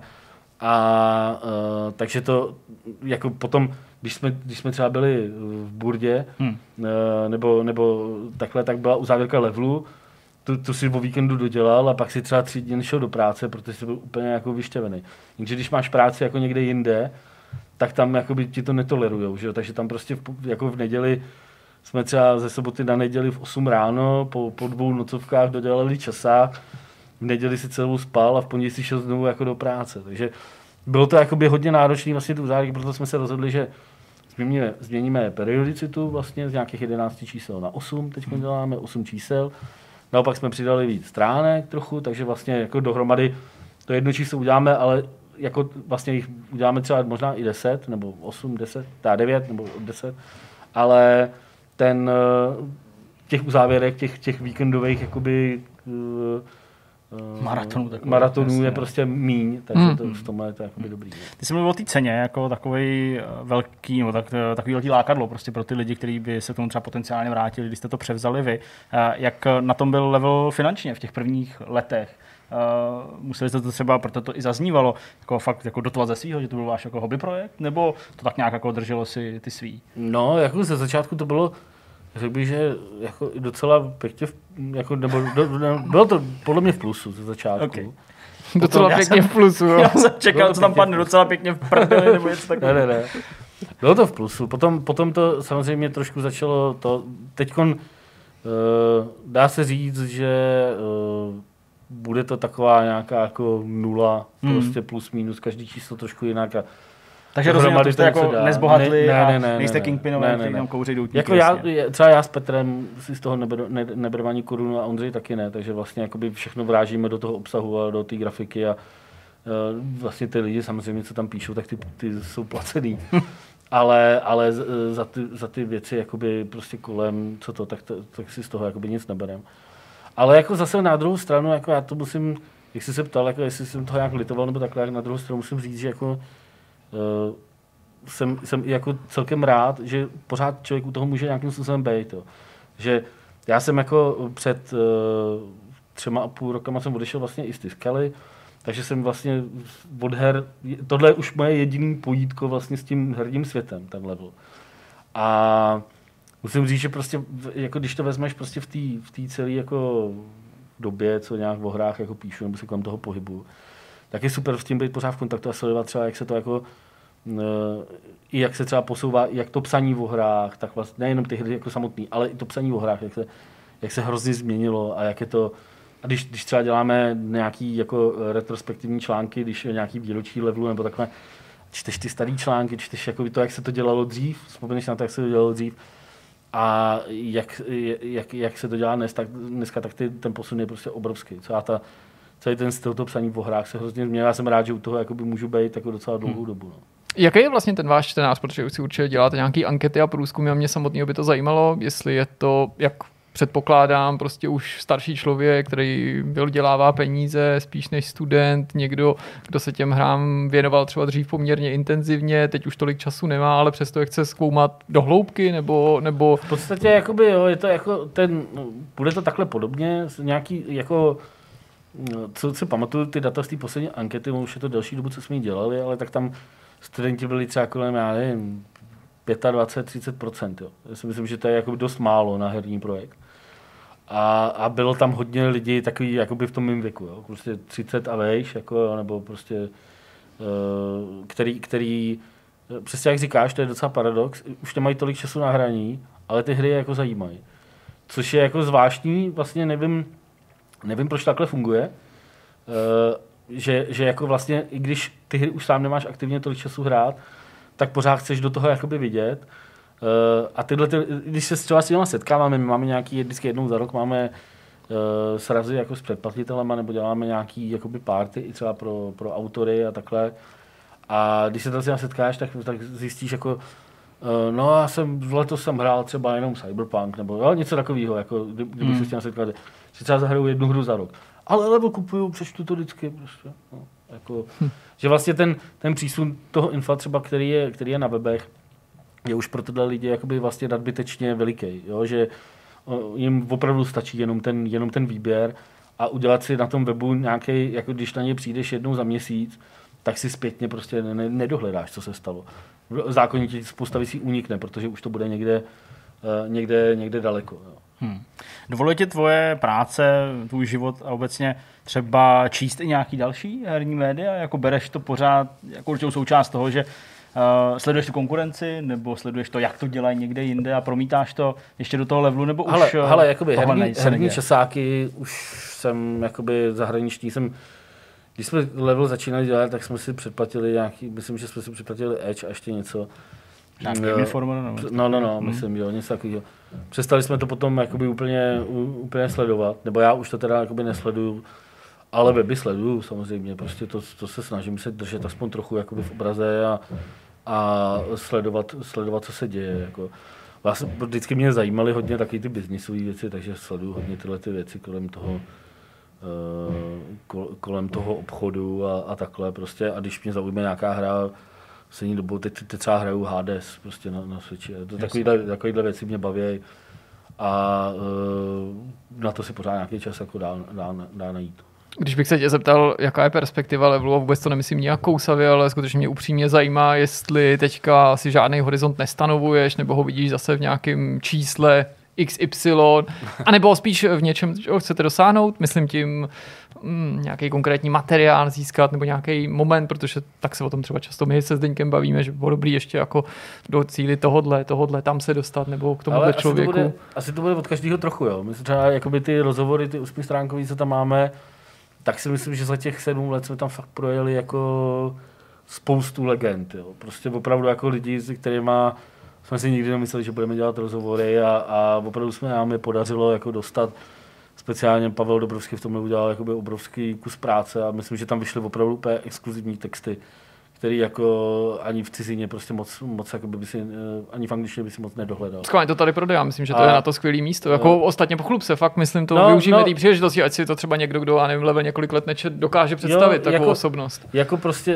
A uh, takže to jako potom, když jsme, když jsme třeba byli v Burdě, hmm. uh, nebo, nebo takhle, tak byla uzávěrka Levelu, tu, tu si o víkendu dodělal a pak si třeba tři dny šel do práce, protože jsi byl úplně jako vyštěvený. Jenže když máš práci jako někde jinde, tak tam jakoby ti to netolerujou, že jo? Takže tam prostě v, jako v neděli jsme třeba ze soboty na neděli v osm ráno po, po dvou nocovkách dodělali časák, v neděli si celou spal a v pondělí si šel znovu jako do práce. Takže bylo to jakoby hodně náročný vlastně tu závěrky, proto jsme se rozhodli, že změníme, změníme periodicitu vlastně z nějakých jedenácti čísel na osm, teď děláme osm čísel. Naopak jsme přidali víc stránek trochu, takže vlastně jako dohromady to jedno číslo uděláme, ale jako vlastně jich uděláme třeba možná i deset, nebo osm, deset, teda devět nebo deset, ale ten těch uzávěrek, těch, těch víkendových jakoby Maratonu, maratonů je prostě míň, takže hmm. to, v tomhle je to jakoby dobrý. Ne? Ty jsi mluvil o té ceně jako takový velký, nebo tak, takový velký lákadlo prostě pro ty lidi, kteří by se k tomu třeba potenciálně vrátili, když jste to převzali vy. Jak na tom byl level finančně v těch prvních letech? Uh, museli jste to třeba, proto to i zaznívalo, jako fakt jako dotovat ze svýho, že to byl váš jako hobby projekt, nebo to tak nějak jako drželo si ty svý? No, jako ze začátku to bylo, řekl bych, že jako docela pěkně, v, jako, nebo do, do, bylo to podle mě v plusu ze začátku. Okay. Docela Potom, pěkně jsem, v plusu, jo. Já jsem čekal, co tam padne, docela pěkně v prdeli, nebo něco takového. Ne, ne, ne. Bylo to v plusu. Potom, potom to samozřejmě trošku začalo to, teďkon uh, dá se říct, že uh, bude to taková nějaká jako nula, hmm. prostě plus minus, každý číslo trošku jinak. A takže rozumím, to jste jako nezbohatli ne, ne, ne, a nejste ne, kingpinové, ne, ne, kteří ne. tam kouří doutníky. Jako já, třeba já s Petrem si z toho neberu, ne, nebereme ani korunu a Ondřej taky ne, takže vlastně jakoby všechno vrážíme do toho obsahu a do té grafiky a uh, vlastně ty lidi samozřejmě, co tam píšou, tak ty, ty jsou placený. ale ale za, ty, za ty věci jakoby prostě kolem, co to, tak, to, tak si z toho jakoby nic neberem. Ale jako zase na druhou stranu, jako já to musím, jak jsi se ptal, jako jestli jsem toho nějak litoval nebo takhle, na druhou stranu musím říct, že jako Uh, jsem, jsem jako celkem rád, že pořád člověk u toho může nějakým způsobem být. Jo. Že já jsem jako před uh, třema a půl rokama jsem odešel vlastně i z Tiscaly, takže jsem vlastně od her, tohle je už moje jediný pojítko vlastně s tím herním světem, ten level. A musím říct, že prostě, jako když to vezmeš prostě v té v té celé jako době, co nějak o hrách jako píšu, nebo se kolem toho pohybu, tak je super s tím být pořád v kontaktu a sledovat třeba, jak se to jako, i jak se třeba posouvá, jak to psaní o hrách, tak vlastně nejenom ty hry jako samotný, ale i to psaní o hrách, jak se, jak se hrozně změnilo a jak je to, a když, když třeba děláme nějaký jako retrospektivní články, když je nějaký výročí levelu nebo takhle, čteš ty starý články, čteš jako to, jak se to dělalo dřív, vzpomeneš na to, jak se to dělalo dřív a jak, jak, jak se to dělá dnes, tak, dneska, tak ty, ten posun je prostě obrovský. Celá ta celý ten styl toho psaní o hrách se hrozně změnil. Já jsem rád, že u toho jakoby můžu být jako docela dlouhou hmm. dobu. No. Jaký je vlastně ten váš čtenář, protože už si určitě děláte nějaký ankety a průzkumy a mě samotného by to zajímalo, jestli je to, jak předpokládám, prostě už starší člověk, který vydělává peníze spíš než student, někdo, kdo se těm hrám věnoval třeba dřív poměrně intenzivně, teď už tolik času nemá, ale přesto je chce zkoumat do hloubky, nebo... nebo... V podstatě jakoby, jo, je to jako ten, bude to takhle podobně, nějaký jako... Co si pamatuju, ty data z té poslední ankety, už je to delší dobu, co jsme ji dělali, ale tak tam studenti byli třeba kolem, já nevím, dvacet pět až třicet procent. Jo. Já si myslím, že to je jako dost málo na herní projekt. A, a bylo tam hodně lidí takový jakoby v tom mým věku, jo. Prostě třicet a vejš, jako, nebo prostě, uh, který, který, přesně jak říkáš, to je docela paradox, už nemají tolik času na hraní, ale ty hry je jako zajímají. Což je jako zvláštní, vlastně nevím, Nevím, proč takhle funguje, uh, že, že jako vlastně, i když ty hry už sám nemáš aktivně tolik času hrát, tak pořád chceš do toho jakoby vidět. Uh, a tyhle, ty, když se třeba s těma setkáváme, my máme nějaký, vždycky jednou za rok máme uh, srazy jako s předplatitelema, nebo děláme nějaký jakoby party i třeba pro, pro autory a takhle. A když se tam s těma setkáš, tak, tak zjistíš jako, uh, no já jsem, letos jsem hrál třeba jenom Cyberpunk, nebo jo, něco takového, jako, kdy, kdyby hmm. se s těma setkal, že třeba zahraju jednu hru za rok. Ale level kupuju, přečtu to vždycky. Prostě, no, jako, hm. Že vlastně ten, ten přísun toho infa třeba, který je, který je na webech, je už pro tyhle lidi jakoby vlastně nadbytečně veliký. Jo? Že o, jim opravdu stačí jenom ten, jenom ten výběr a udělat si na tom webu nějaký, jako když na ně přijdeš jednou za měsíc, tak si zpětně prostě ne, nedohledáš, co se stalo. Zákonně ti spousta věcí unikne, protože už to bude někde, uh, někde, někde daleko. Jo. Hmm. Dovoluje ti tvoje práce, tvůj život a obecně třeba číst i nějaký další herní média? Jako bereš to pořád jako určitou součást toho, že uh, sleduješ tu konkurenci, nebo sleduješ to, jak to dělají někde jinde a promítáš to ještě do toho levelu, nebo hele, už hele, jakoby herní, herní časáky, už jsem jakoby zahraniční, jsem, když jsme level začínali dělat, tak jsme si předplatili nějaký, myslím, že jsme si předplatili Edge a ještě něco. Informer, no, no, no, no, hmm. myslím, jo, něco takového. Přestali jsme to potom jakoby úplně, úplně sledovat, nebo já už to teda jakoby nesleduju, ale weby sleduju samozřejmě, prostě to, to se snažím se držet aspoň trochu jakoby v obraze a, a sledovat, sledovat, co se děje. Jako. Vlastně vždycky mě zajímaly hodně taky ty biznisové věci, takže sleduju hodně tyhle ty věci kolem toho, kolem toho obchodu a, a takhle prostě. A když mě zaujme nějaká hra, poslední dobou, teď, teď třeba hraju Hades prostě na, na Switchi. To takovýhle, takovýhle věci mě baví a na to si pořád nějaký čas jako dá, dá, dá najít. Když bych se tě zeptal, jaká je perspektiva levelu, a vůbec to nemyslím nějak kousavě, ale skutečně mě upřímně zajímá, jestli teďka si žádný horizont nestanovuješ, nebo ho vidíš zase v nějakém čísle iks ypsilon, anebo spíš v něčem, čeho chcete dosáhnout, myslím tím mm, nějaký konkrétní materiál získat, nebo nějaký moment, protože tak se o tom třeba často my se Zdeňkem bavíme, že bylo dobrý ještě jako docílit tohodle, tohodle, tam se dostat, nebo k tomuhle člověku. Asi to, bude, asi to bude od každého trochu, jo. My třeba jakoby ty rozhovory, ty osmistránkový, co tam máme, tak si myslím, že za těch sedm let jsme tam fakt projeli jako spoustu legend, jo. Prostě opravdu jako lidi, s kterými jsme si nikdy nemysleli, že budeme dělat rozhovory a, a opravdu jsme nám je podařilo jako dostat. Speciálně Pavel Dobrovský v tomhle udělal jakoby obrovský kus práce a myslím, že tam vyšly opravdu úplně exkluzivní texty, který jako ani v cizině prostě moc, moc jakoby by si, ani v angličtině by si moc nedohledal. Skvěle to tady prodejám, myslím, že to a, je na to skvělý místo. Jako no, ostatně pochlup se, fakt myslím to, no, využijeme no, té příležitosti, ať si to třeba někdo, kdo, a nevím, level několik let nečet, dokáže představit jo, takovou jako, osobnost. Jako prostě,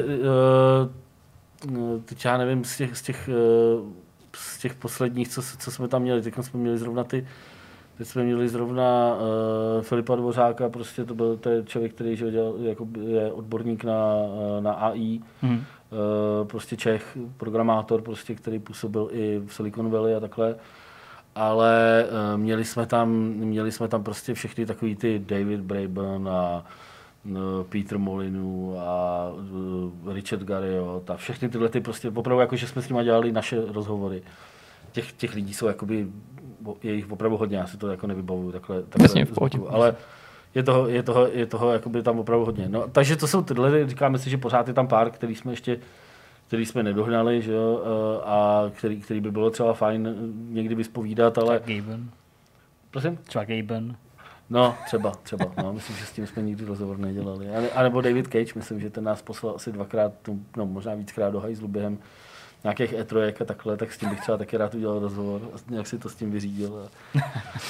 uh, teď já nevím, z těch, z těch, uh, z těch posledních, co, co jsme tam měli, teď jsme měli zrovna ty, teď jsme měli zrovna uh, Filipa Dvořáka, prostě to byl to je člověk, který že dělal, jako je odborník na, na á í, hmm. Uh, prostě Čech, programátor, prostě, který působil i v Silicon Valley a takhle. Ale uh, měli jsme tam, měli jsme tam prostě všechny takový ty David Braben a uh, Peter Molyneux a uh, Richard Garriott a všechny tyhle ty prostě opravdu jako, že jsme s nimi dělali naše rozhovory. Těch, těch lidí jsou jakoby, je jich opravdu hodně, já si to jako nevybavuju takhle. takhle Jasně, v pohodě. Ale je toho, je toho, je toho jakoby tam opravdu hodně. No, takže to jsou tyhle, říkáme si, že pořád je tam pár, který jsme ještě který jsme nedohnali, že jo, a který, který by bylo třeba fajn někdy vyspovídat, ale... Třeba Gaben. Prosím? Třeba Gaben. No, třeba, třeba. No, myslím, že s tím jsme nikdy rozhovor nedělali. A nebo David Cage, myslím, že ten nás poslal asi dvakrát, no možná víckrát do hajzlu během nějakých E tři a takhle, tak s tím bych třeba taky rád udělal rozhovor. Nějak si to s tím vyřídil. uh,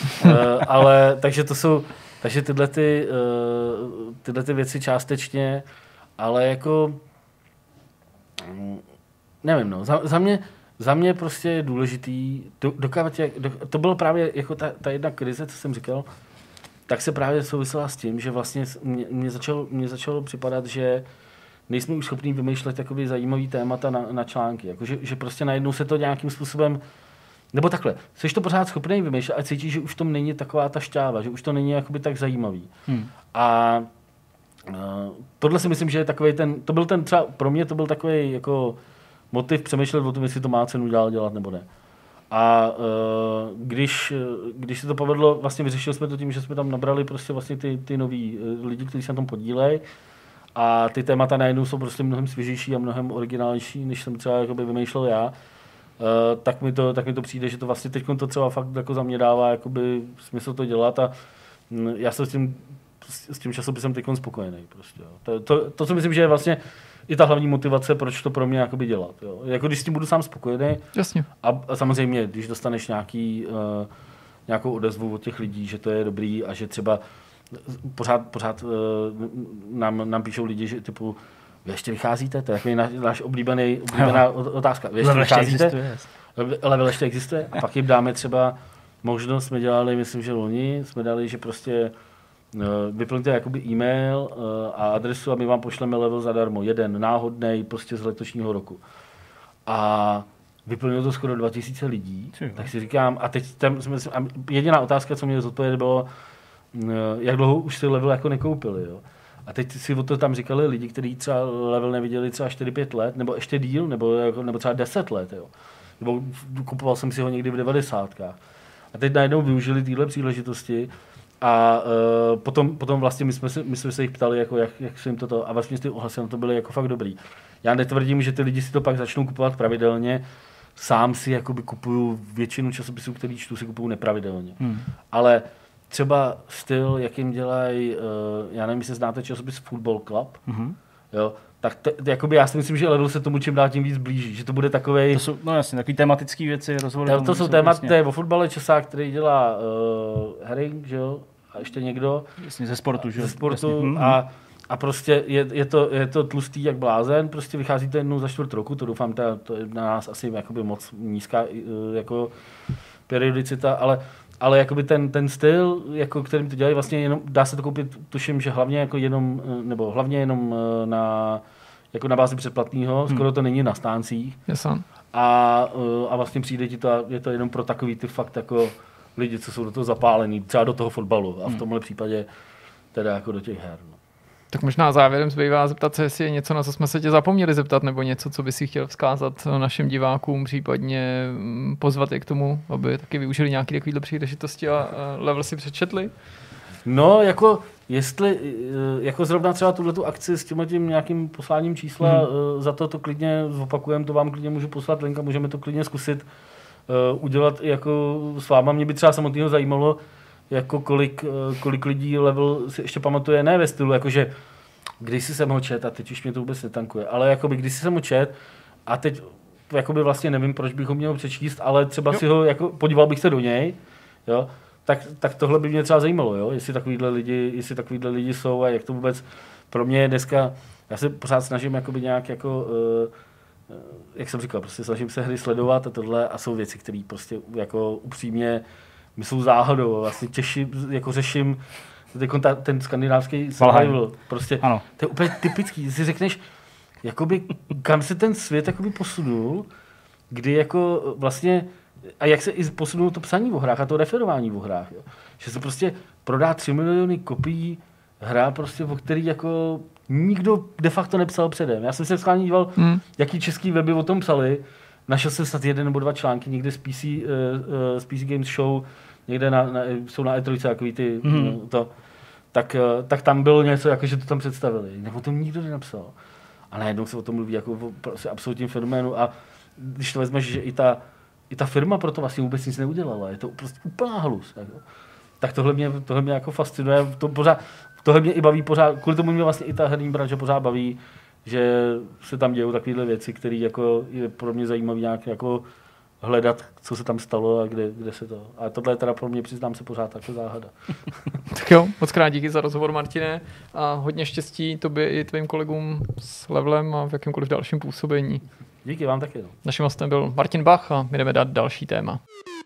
ale, takže to jsou, takže tyhle, ty, uh, tyhle ty věci částečně, ale jako nevím, no, za, za, mě, za mě prostě je důležitý, do, dokávat, jak, do, to bylo právě jako ta, ta jedna krize, co jsem říkal, tak se právě souvisela s tím, že vlastně mě, mě, začalo, mě začalo připadat, že nejsme už schopní vymýšlet takový zajímavý témata na, na články, jako, že, že prostě najednou se to nějakým způsobem, nebo takhle, jsi to pořád schopný vymýšlet a cítíš, že už v tom není taková ta šťáva, že už to není jakoby tak zajímavý. Hmm. A Uh, tohle si myslím, že je takový ten, to byl ten třeba, pro mě to byl takový jako motiv přemýšlet o tom, jestli to má cenu dělat, dělat nebo ne. A uh, když, když se to povedlo, vlastně vyřešili jsme to tím, že jsme tam nabrali prostě vlastně ty, ty nový lidi, kteří se na tom podílejí a ty témata najednou jsou prostě mnohem svěžejší a mnohem originálnější, než jsem třeba jakoby vymýšlel já. Uh, tak, mi to, tak mi to přijde, že to vlastně teď to třeba fakt jako za mě dává jakoby smysl to dělat a um, já jsem s tím s tím časopisem teď spokojený. Prostě, to, to, to, co myslím, že je vlastně i ta hlavní motivace, proč to pro mě jakoby dělat. Jo. Jako když s tím budu sám spokojený. Jasně. A, a samozřejmě, když dostaneš nějaký, uh, nějakou odezvu od těch lidí, že to je dobrý a že třeba pořád, pořád uh, nám, nám píšou lidi, že typu vy ještě vycházíte? To je jako náš, náš oblíbený, oblíbená otázka. Vy ještě Level vycházíte? Existuje. Level ještě existuje? A pak jim dáme třeba možnost, jsme dělali, myslím, že loni, jsme dali, že prostě vyplňte jakoby e-mail a adresu a my vám pošleme level zadarmo. Jeden náhodnej prostě z letošního roku. A vyplnilo to skoro dva tisíce lidí. Čiže. Tak si říkám, a teď tam jsme, a jediná otázka, co mě zodpověděli, bylo, jak dlouho už si level jako nekoupili. Jo? A teď si o to tam říkali lidi, kteří třeba level neviděli třeba čtyři pět let, nebo ještě díl, nebo, jako, nebo třeba deset let. Jo? Nebo kupoval jsem si ho někdy v devadesátkách. A teď najednou využili tyhle příležitosti. A uh, potom, potom vlastně my jsme, se, my jsme se jich ptali, jako jak, jak se jim toto, a vlastně ty ohlasy na to byly jako fakt dobrý. Já netvrdím, že ty lidi si to pak začnou kupovat pravidelně, sám si jakoby kupuju většinu časopisů, který čtu, si kupuju nepravidelně. Hmm. Ale třeba styl, jakým dělají, uh, já nevím, jestli znáte časopis Football Club, hmm. jo, tak te, jakoby já si myslím, že level se tomu čím dál tím víc blíží, že to bude takovej... To jsou, no jasně, takový tematický věci, rozhovory. To, to jsou tématy, to je o fotbale časák, který dělá uh, Herring, že jo, a ještě někdo. Jasně, ze sportu, že? Ze sportu Jasně. a, a prostě je, je, to, je to tlustý jak blázen, prostě vychází to jednou za čtvrt roku, to doufám, ta, to je na nás asi jakoby moc nízká jako periodicita, ale ale jakoby ten, ten styl, jako kterým to dělají, vlastně jenom, dá se to koupit, tuším, že hlavně jako jenom, nebo hlavně jenom na, jako na bázi předplatného, hmm. skoro to není na stáncích. Jasně. A, a vlastně přijde ti to, je to jenom pro takový ty fakt jako lidi, co jsou do toho zapálení, třeba do toho fotbalu a v tomhle případě teda jako do těch her. No. Tak možná závěrem zbývá zeptat se, jestli je něco, na co jsme se tě zapomněli zeptat, nebo něco, co by si chtěl vzkázat našim divákům, případně pozvat je k tomu, aby taky využili nějaké takovéhle příležitosti a level si přečetli? No, jako jestli, jako zrovna třeba tuhletu akci s tím nějakým posláním čísla, hmm. za to to klidně zopakujeme, to vám klidně můžu poslat link a můžeme to klidně zkusit uh, udělat jako s váma. Mě by třeba samotného zajímalo, jako kolik, kolik lidí level si ještě pamatuje, ne ve stylu, jakože když si jsem ho čet a teď už mě to vůbec netankuje, ale jakoby když si jsem ho čet a teď jakoby vlastně nevím, proč bych ho měl přečíst, ale třeba jo. si ho, jako podíval bych se do něj, jo, tak, tak tohle by mě třeba zajímalo, jo, jestli takovýhle lidi, jestli takovýhle lidi jsou a jak to vůbec pro mě je dneska, já se pořád snažím jakoby nějak jako, uh, jak jsem říkal, prostě snažím se hry sledovat a tohle a jsou věci, které prostě jako upřímně my jsou záhadou, vlastně těším, jako řeším ta, ten skandinávský survival. Prostě ano. To je úplně typický. Když si řekneš, jakoby, kam se ten svět jakoby posunul, kdy jako vlastně, a jak se i posunulo to psaní o hrách a to referování o hrách. Jo. Že se prostě prodá tři miliony kopií hra, prostě, o který jako nikdo de facto nepsal předem. Já jsem se schválně díval, hmm. jaký český weby o tom psali. Našel jsem snad jeden nebo dva články někde z P C, uh, uh, z P C Games Show, někde na, na, jsou na E tři takový ty, mm. to, tak, tak tam bylo něco, jako, že to tam představili. O tom nikdo nenapsal. A najednou se o tom mluví jako o prostě absolutním fenoménu. A když to vezmeš, že i ta, i ta firma pro to vlastně vůbec nic neudělala, je to prostě úplná halus. Jako. Tak tohle mě, tohle mě jako fascinuje. To pořád, tohle mě i baví pořád, kvůli tomu mě vlastně i ta herní branže pořád baví, že se tam dějou takovéhle věci, které jako je pro mě zajímavé nějak jako hledat, co se tam stalo a kde, kde se to... A tohle je teda pro mě, přiznám se, pořád jako záhada. Tak jo, moc krát díky za rozhovor, Martine, a hodně štěstí tobě i tvým kolegům s levelem a v jakémkoliv dalším působení. Díky vám taky. No. Naším hostem byl Martin Bach a my jdeme dát další téma.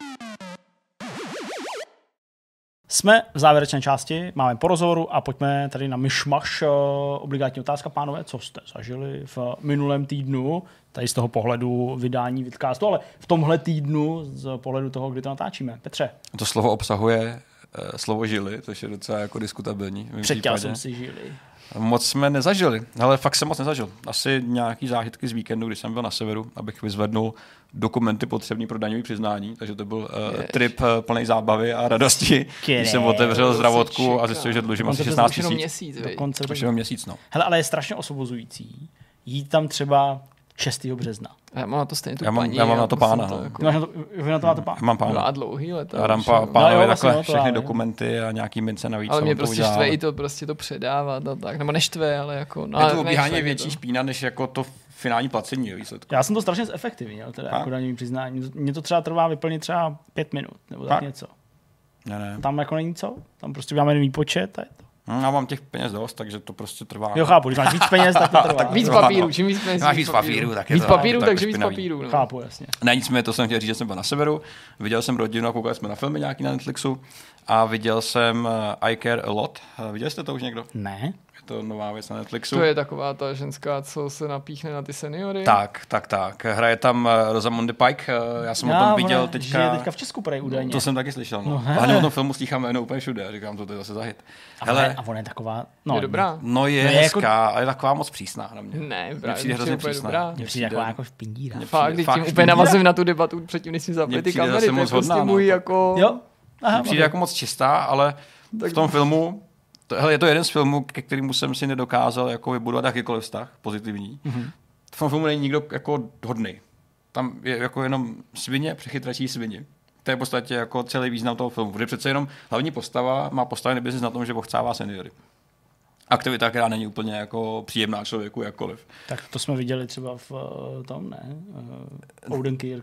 Jsme v závěrečné části, máme po rozhovoru a pojďme tady na myšmaš. Obligátní otázka, pánové, co jste zažili v minulém týdnu, tady z toho pohledu vydání Vidcastu, ale v tomhle týdnu z pohledu toho, kdy to natáčíme. Petře. To slovo obsahuje uh, slovo žili, což je docela jako diskutabilní. Přechtěl jsem si žili. Moc jsme nezažili, ale fakt jsem moc nezažil. Asi nějaký zážitky z víkendu, když jsem byl na severu, abych vyzvednul dokumenty potřebný pro daňový přiznání, takže to byl uh, trip uh, plný zábavy a radosti, když jsem otevřel zdravotku a zjistil, že dlužím asi šestnáct tisíc. Měsíc, dokonce to jenom měsíc, no. Hele, ale je strašně osvobozující jít tam třeba šestého března. Já mám na to stejně tu já mám, paní. Já mám na to pána. To jako... na to, vy na to máte pána? Já mám pána. A dlouhý let. Já dám pá, pánovi no, takhle vlastně, všechny dokumenty a nějaký mince navíc. Ale mě prostě štve i to, prostě to předávat a tak. Nebo neštve, ale jako... No, je to obíhání je větší to. špína, než jako to finální placení výsledku. Já jsem to strašně zefektivnil, teda jako daňový přiznání. Mně to třeba trvá vyplnit třeba pět minut, nebo tak a? něco. Ne, ne. Tam jako není co? Tam prostě máme jeden výpočet a je to. Já mám těch peněz dost, takže to prostě trvá. Jo, chápu, když máš víc peněz, tak to trvá. Tak víc papíru, čím víc peněz. Máš víc papíru, tak je víc to. papíru, tak takže víc papíru. No. Chápu, jasně. Ne, nicméně to jsem chtěl říct, že jsem byl na severu, viděl jsem rodinu a koukali jsme na filmy nějaký na Netflixu a viděl jsem I Care a Lot. Viděli jste to už někdo? Ne. Je to nová věc na Netflixu. To je taková ta ženská, co se napíchne na ty seniory. Tak, tak, tak. Hraje tam Rosamunde Pike. Já jsem já, o tom viděl teďka. Je teďka v Česku prej údajně. To jsem taky slyšel. No. no Hlavně o tom filmu slychám jméno úplně všude. Říkám, to je zase za hit. A, Hele, a ona je taková... No, je dobrá. No je, no je hezká, jako... ale je taková moc přísná na mě. Ne, právě. Přijde hrozně přísná. Mně přijde taková jako špindíra. Fakt, když tím úplně navazuji na tu debatu předtím, než si zapli ty kamery. To je prostě můj jako... Jo. Přijde jako moc čistá, ale v tom filmu To, hele, je to jeden z filmů, ke kterému jsem si nedokázal jako vybudovat jakýkoliv vztah pozitivní. Mm-hmm. V tom filmu není nikdo jako hodnej. Tam je jako jenom svině, přechytračí svině. To je v podstatě jako celý význam toho filmu. Protože přece jenom hlavní postava má postavený biznis na tom, že ochcává seniory. Aktivita, která není úplně jako příjemná člověku jakkoliv. Tak to jsme viděli třeba v tom, ne? Uh, Odenkirk.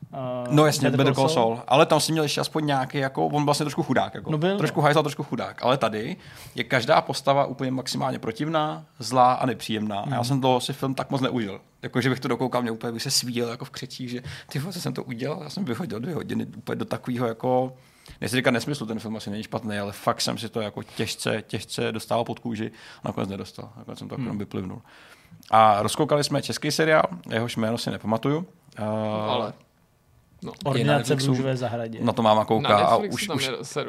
Uh, no jasně, Better Call Saul, ale tam si měl ještě aspoň nějaký, jako, on vlastně trošku chudák, jako, no byl, trošku hajzl, trošku chudák, ale tady je každá postava úplně maximálně protivná, zlá a nepříjemná. Mm. A já jsem toho si film tak moc neužil. Jako, že bych to dokoukal, mě úplně bych se svíjel jako v křečích, že ty co jsem to udělal, já jsem vyhodil dvě hodiny úplně do takového jako, nechci říkat nesmyslu, ten film asi není špatný, ale fakt jsem si to jako těžce, těžce dostával pod kůži a nakonec nedostal, nakonec jsem to mm. vyplivnul. A rozkoukali jsme český seriál, jehož jméno si nepamatuju. Uh, ale No. Ordinace v růžové zahradě. Na to máma kouká a už, už,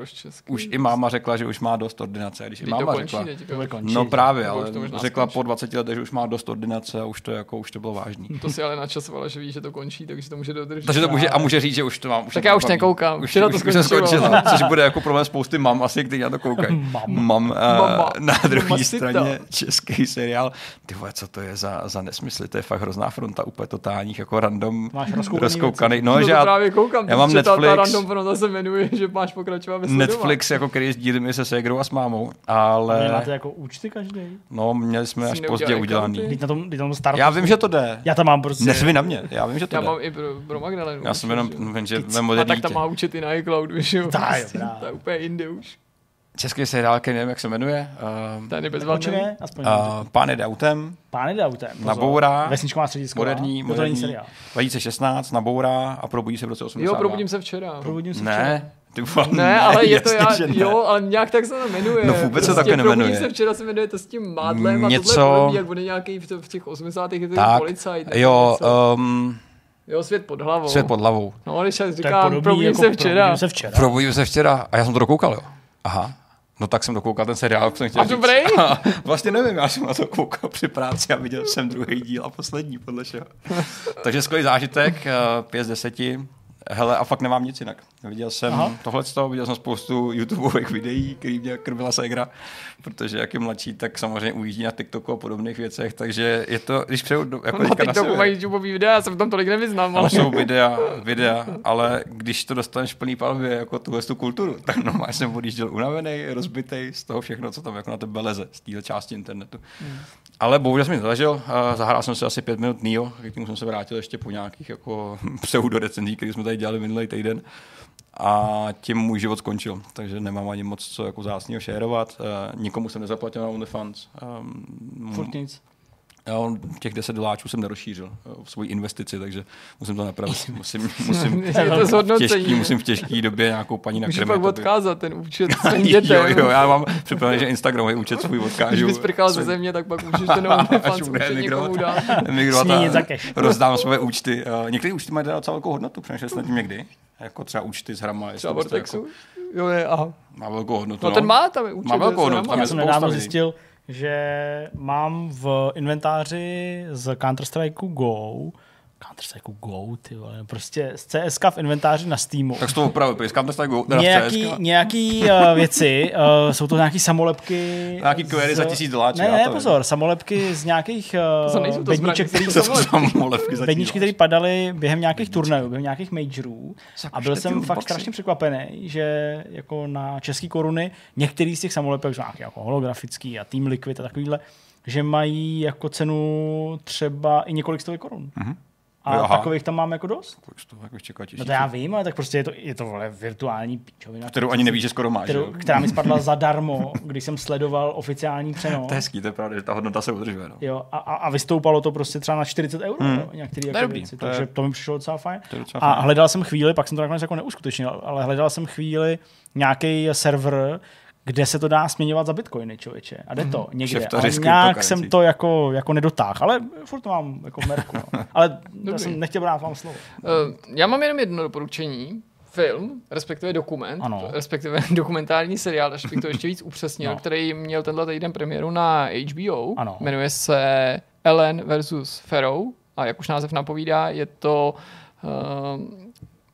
už i máma řekla, že už má dost ordinace. Když i máma končí, řekla, to končí, no právě, ale řekla skončí. Po dvaceti letech, že už má dost ordinace a už to, jako, už to bylo vážný. To si ale načasovala, že ví, že to končí, takže to může dodržet. Takže to může, a může říct, že už to mám. Už tak já už nekoukám. Už, už, už jsem skončila, což bude jako problém spousty mam asi, kteří na to koukají. Mam. Uh, na druhé straně český seriál. Ty vole, co to je za, za nesmysly, to je fakt hrozná fronta, úplně totálních, jako random rozkoukaný. No, že já mám Netflix. Ta random fronta se jmenuje, že máš pokračovat ve sledovat. Netflix, jako který sdílím se ségrou a s mámou, ale... Vy máte jako účty každý? No, měli jsme až pozdě udělaný. Teď na tom, teď na tom startu. Já vím, že to jde. Já tam mám prostě... Nesvi na mě, já vím, že to já jde. Já mám i pro, pro Magdalenu. Já jsem jenom, vím, že ve modě A tak tam má účet i na iCloudu, že jo. To je úplně jinde už. Český seriál, který nevím, jak se jmenuje. Uh, Ten je bezvadný. Uh, Pán jede autem. Pán jede autem. Nabourá. Vesničková středisko. Moderní, moderní. dva tisíce šestnáct, nabourá a probudí se v roce osmdesát dva. Jo, probudím se včera. Probudím se ne. včera. Ne, ne, ale je to já, jo, ale nějak tak se to jmenuje. No vůbec prostě se také nemenuje. Probudím se včera se jmenuje to s tím mádlem něco... a tohle podobný, jak bude nějaký v, v těch osmdesátých je to tak, policajt. Jo, um, jo, Svět pod hlavou. Svět pod hlavou. No, když já říkám, probudím jako se včera. Probudím se včera. Probudím se včera a já jsem to dokoukal, jo. Aha. No tak jsem dokoukal ten seriál, co jsem chtěl a dobrý? A vlastně nevím, já jsem na to koukal při práci a viděl jsem druhý díl a poslední, podle všeho. Takže skvělý zážitek, pět z deseti. Hele, a fakt nemám nic jinak. Viděl jsem tohleto, viděl jsem spoustu YouTubeových videí, který mě krmila ségra, protože jak je mladší, tak samozřejmě ujíždí na TikToku a podobných věcech, takže je to, když přeju do, jako na TikToku na mají YouTubeový videa, já jsem tam tolik nevyznám. Ale jsou videa, videa, ale když to dostaneš v plný palbě jako tuhle tu kulturu, tak normálně jsem odjížděl unavený, rozbitej z toho všechno, co tam jako na tebe leze, z téhle části internetu. Hmm. Ale bohužel jsem mi zaležel, zahrál jsem si asi pět minut Neo, k tomu jsem se vrátil ještě po nějakých jako pseudorecenzí, které jsme tady dělali minulý týden. A tím můj život skončil, takže nemám ani moc co jako vzácného šérovat. Uh, nikomu jsem nezaplatil na OnlyFans. Um, Furt nic. Jo, těch deset doláčů jsem nerozšířil v svoji investici, takže musím to napravit. Musím, musím, to v těžký, musím v těžké době nějakou paní nakrmit. Můžeš pak odkázat ten účet svým dětem. Jo, jo, já mám připravený, že Instagramový účet svůj odkážu. Když bys prkal ze země, tak pak můžeš ten OnlyFans účet někomu dát. Směnit za cash. Rozdám své účty. Některé účty mají docela velkou hodnotu, přemýšlel jsem nad tím někdy. Jako třeba účty s hrama. Třeba Vortexu? Jo, je, aha. Má velkou hodnotu. No ten má tam účet. Má velkou hodnotu. Já jsem nedávno zjistil, že mám v inventáři z Counter-Strike Go, Counter-Strike Go, ty vole, prostě z C S K v inventáři na Steamu. Tak z toho opravdu, z Counter-Strike Go, teda nějaký, C S K. Nějaký uh, věci, uh, jsou to nějaký samolepky. Nějaký query z... za tisíc doláčů. Ne, ne, pozor, samolepky z nějakých uh, bedniček, který, bedničky, které padaly během nějakých turnajů, během nějakých majorů. A byl jsem fakt strašně překvapený, že jako na české koruny některý z těch samolepek, nějaký jako holografický a Team Liquid a takovýhle, že mají jako cenu třeba i několik stovek korun. Mm-hmm. A aha, takových tam máme jako dost. No to já vím, ale tak prostě je to, je to vole, virtuální píčovina. Kterou ani nevíš, že skoro máš. Kterou, která mi spadla zadarmo, když jsem sledoval oficiální přenos. To je hezký, to je pravda, že ta hodnota se udržuje. No. Jo, a, a vystoupalo to prostě třeba na čtyřicet euro, hmm. no, některý jako věci, to takže je, to mi přišlo docela fajn. Docela a fajn. Hledal jsem chvíli, pak jsem to nakonec jako neuskutečnil, ale hledal jsem chvíli nějaký server, kde se to dá směňovat za bitcoiny, člověče. A jde to někde. Ale nějak jsem to jako, jako nedotáhl. Ale furt to mám jako v merku. No. Ale já jsem nechtěl brát vám slovo. Uh, já mám jenom jedno doporučení. Film, respektive dokument, ano. respektive dokumentární seriál, až bych to ještě víc upřesnil, no. který měl tenhle týden premiéru na H B O. Ano. Jmenuje se Ellen versus Farrow. A jak už název napovídá, je to... Uh,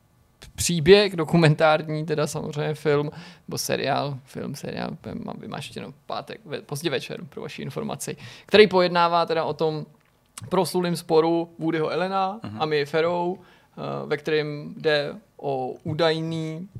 příběh, dokumentární, teda samozřejmě film, nebo seriál, film, seriál, mám vymaštěno pátek, pozdě večer, pro vaši informaci, který pojednává teda o tom proslulým sporu Woodyho Allena uh-huh. a Mia Farrow, ve kterém jde o údajný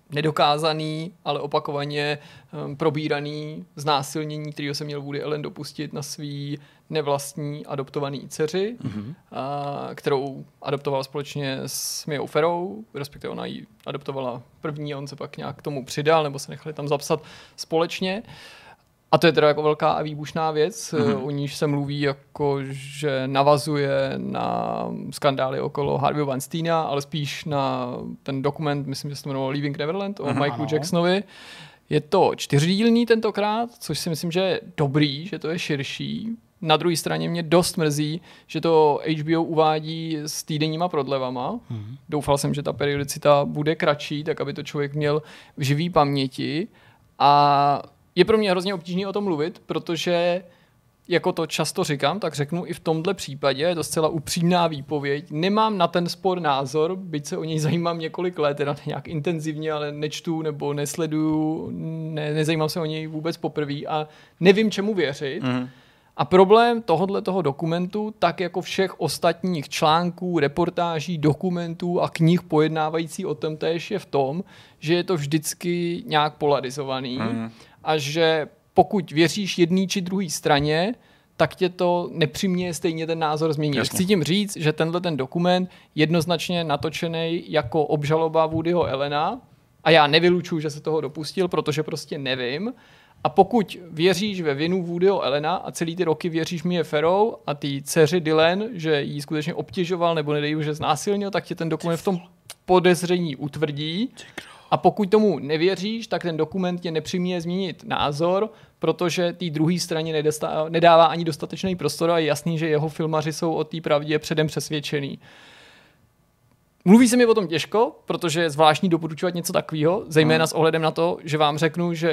nedokázaný, ale opakovaně um, probíraný znásilnění, kterého se měl Woody Allen dopustit na svý nevlastní adoptovaný dceři, mm-hmm. a, kterou adoptoval společně s Miou Farrowou, respektive ona ji adoptovala první a on se pak nějak k tomu přidal, nebo se nechali tam zapsat společně. A to je teda jako velká a výbušná věc, mm-hmm. o níž se mluví jako, že navazuje na skandály okolo Harveyho Weinsteina, ale spíš na ten dokument, myslím, že se to jmenovalo Leaving Neverland, o mm-hmm. Michaelu Jacksonovi. Je to čtyřdílný tentokrát, což si myslím, že je dobrý, že to je širší. Na druhé straně mě dost mrzí, že to H B O uvádí s týdenníma prodlevama. Mm-hmm. Doufal jsem, že ta periodicita bude kratší, tak aby to člověk měl v živý paměti. A je pro mě hrozně obtížné o tom mluvit, protože jako to často říkám, tak řeknu i v tomhle případě, je to zcela upřímná výpověď. Nemám na ten spor názor, byť se o něj zajímám několik let, teda nějak intenzivně, ale nečtu nebo nesleduju, ne, nezajímám se o něj vůbec poprvé a nevím, čemu věřit. Mm. A problém tohohle toho dokumentu, tak jako všech ostatních článků, reportáží, dokumentů a knih pojednávající o tom též je v tom, že je to vždycky nějak polarizovaný mm. a že pokud věříš jedné či druhé straně, tak tě to nepřiměje stejně ten názor změnit. Jasně. Chci tím říct, že tenhle ten dokument jednoznačně natočený jako obžaloba Woodyho Allena a já nevylučuju, že se toho dopustil, protože prostě nevím. A pokud věříš ve vinu Woodyho Allena a celý ty roky věříš Mie Farrow a ty dceři Dylan, že jí skutečně obtěžoval nebo nedej, že znásilnil, tak tě ten dokument v tom podezření utvrdí. A pokud tomu nevěříš, tak ten dokument tě nepřiměje změnit názor, protože té druhé straně nedává ani dostatečný prostor a je jasný, že jeho filmaři jsou o té pravdě předem přesvědčený. Mluví se mi o tom těžko, protože je zvláštní doporučovat něco takového, zejména s ohledem na to, že vám řeknu, že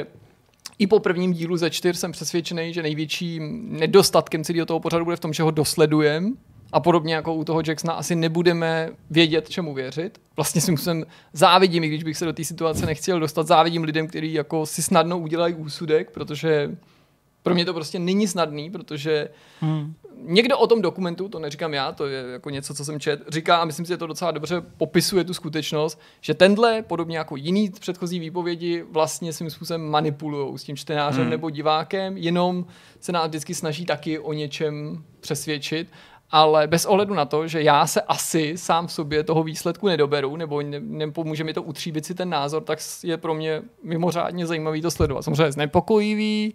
i po prvním dílu ze čtyř jsem přesvědčený, že největším nedostatkem celého toho pořadu bude v tom, že ho dosledujem. A podobně jako u toho Jacksona asi nebudeme vědět, čemu věřit. Vlastně si musím závidím, i když bych se do té situace nechtěl dostat, závidím lidem, kteří jako si snadno udělají úsudek, protože pro mě to prostě není snadný, protože hmm. někdo o tom dokumentu, to neříkám já, to je jako něco, co jsem čet, říká a myslím si, že to docela dobře popisuje tu skutečnost, že tenhle, podobně jako jiný předchozí výpovědi, vlastně svým způsobem manipulujou s tím čtenářem hmm. nebo divákem, jenom se nás vždycky snaží taky o něčem přesvědčit. Ale bez ohledu na to, že já se asi sám v sobě toho výsledku nedoberu, nebo ne, nepomůže mi to utříbit si ten názor, tak je pro mě mimořádně zajímavý to sledovat. Samozřejmě znepokojivý,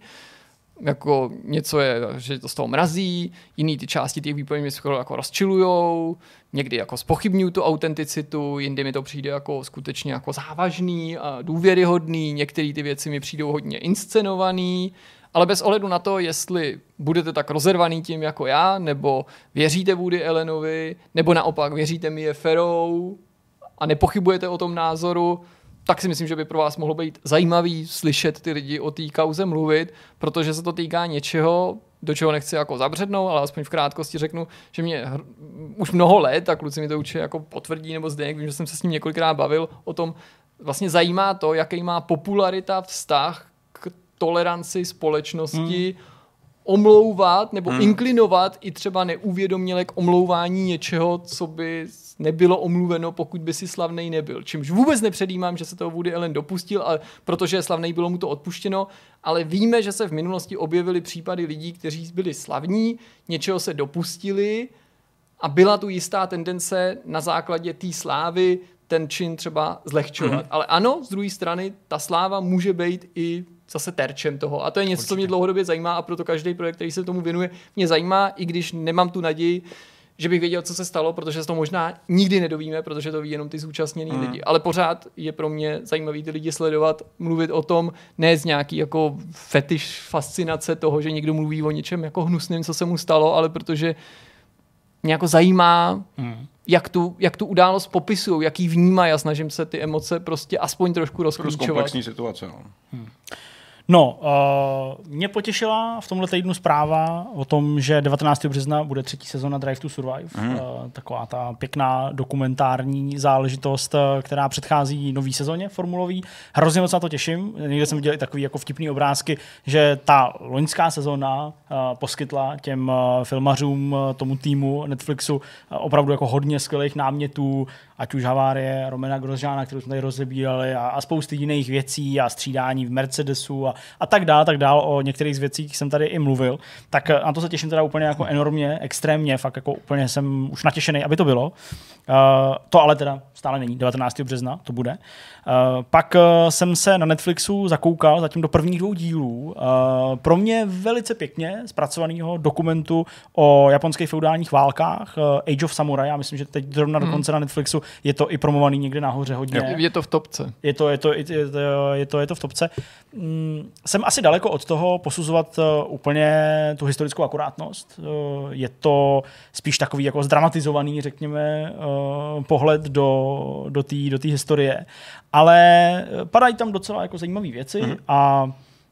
jako něco je, že to z toho mrazí, jiný ty části těch výpovědí mě skoro jako rozčilujou, někdy jako zpochybňuju tu autenticitu, jindy mi to přijde jako skutečně jako závažný a důvěryhodný, některé ty věci mi přijdou hodně inscenovaný, ale bez ohledu na to, jestli budete tak rozervaný tím jako já, nebo věříte Woody Allenovi, nebo naopak věříte Mie Farrow a nepochybujete o tom názoru, tak si myslím, že by pro vás mohlo být zajímavý slyšet ty lidi o té kauze mluvit, protože se to týká něčeho, do čeho nechci jako zabřednout, ale aspoň v krátkosti řeknu, že mě hr- už mnoho let, a kluci mi to určitě jako potvrdí, nebo Zdeněk, vím, že jsem se s ním několikrát bavil o tom, vlastně zajímá to, jaký má popularita vztah k toleranci společnosti, hmm. omlouvat nebo hmm. inklinovat i třeba neuvědoměle k omlouvání něčeho, co by nebylo omluveno, pokud by si slavnej nebyl. Čímž vůbec nepředjímám, že se toho Woody Allen dopustil, ale protože je slavnej, bylo mu to odpuštěno, ale víme, že se v minulosti objevily případy lidí, kteří byli slavní, něčeho se dopustili a byla tu jistá tendence na základě té slávy ten čin třeba zlehčovat. Hmm. Ale ano, z druhé strany, ta sláva může být i zase terčem toho. A to je něco, Určitě. co mě dlouhodobě zajímá a proto každý projekt, který se tomu věnuje, mě zajímá, i když nemám tu naději, že bych věděl, co se stalo, protože se to možná nikdy nedovíme, protože to ví jenom ty zúčastněný mm. lidi. Ale pořád je pro mě zajímavý ty lidi sledovat, mluvit o tom, ne z nějaký jako fetiš, fascinace toho, že někdo mluví o něčem jako hnusným, co se mu stalo, ale protože mě jako zajímá, mm. jak, tu, jak tu událost popisují, jak ji vnímají a snažím se ty emoce prostě aspoň trošku rozklíčovat. Komplexní situace. No. Hmm. No, uh, mě potěšila v tomhle týdnu zpráva o tom, že devatenáctého března bude třetí sezóna Drive to Survive. Mm. Uh, taková ta pěkná dokumentární záležitost, která předchází nový sezóně formulový. Hrozně moc na to těším. Někde jsem viděl i takový jako vtipný obrázky, že ta loňská sezóna uh, poskytla těm uh, filmařům, uh, tomu týmu Netflixu uh, opravdu jako hodně skvělých námětů, ať už havárie Romana Grosjeana, kterou jsme tady rozebírali, a, a spousty jiných věcí a střídání v Mercedesu a, a tak dál, tak dál. O některých z věcí jsem tady i mluvil. Tak na to se těším teda úplně jako enormně, extrémně, fakt jako úplně jsem už natěšený, aby to bylo. Uh, to ale teda stále není, devatenáctého března to bude. Uh, pak uh, jsem se na Netflixu zakoukal zatím do prvních dvou dílů uh, pro mě velice pěkně zpracovaného dokumentu o japonských feudálních válkách uh, Age of Samurai. Já myslím, že teď zrovna hmm. dokonce na Netflixu je to i promovaný někde nahoře hodně. Je to v topce. Je to, je to, je to, je to, je to v topce. Mm, jsem asi daleko od toho posuzovat uh, úplně tu historickou akurátnost. Uh, je to spíš takový jako zdramatizovaný, řekněme, uh, pohled do, do té do té historie. Ale padají tam docela jako zajímavé věci mm-hmm. a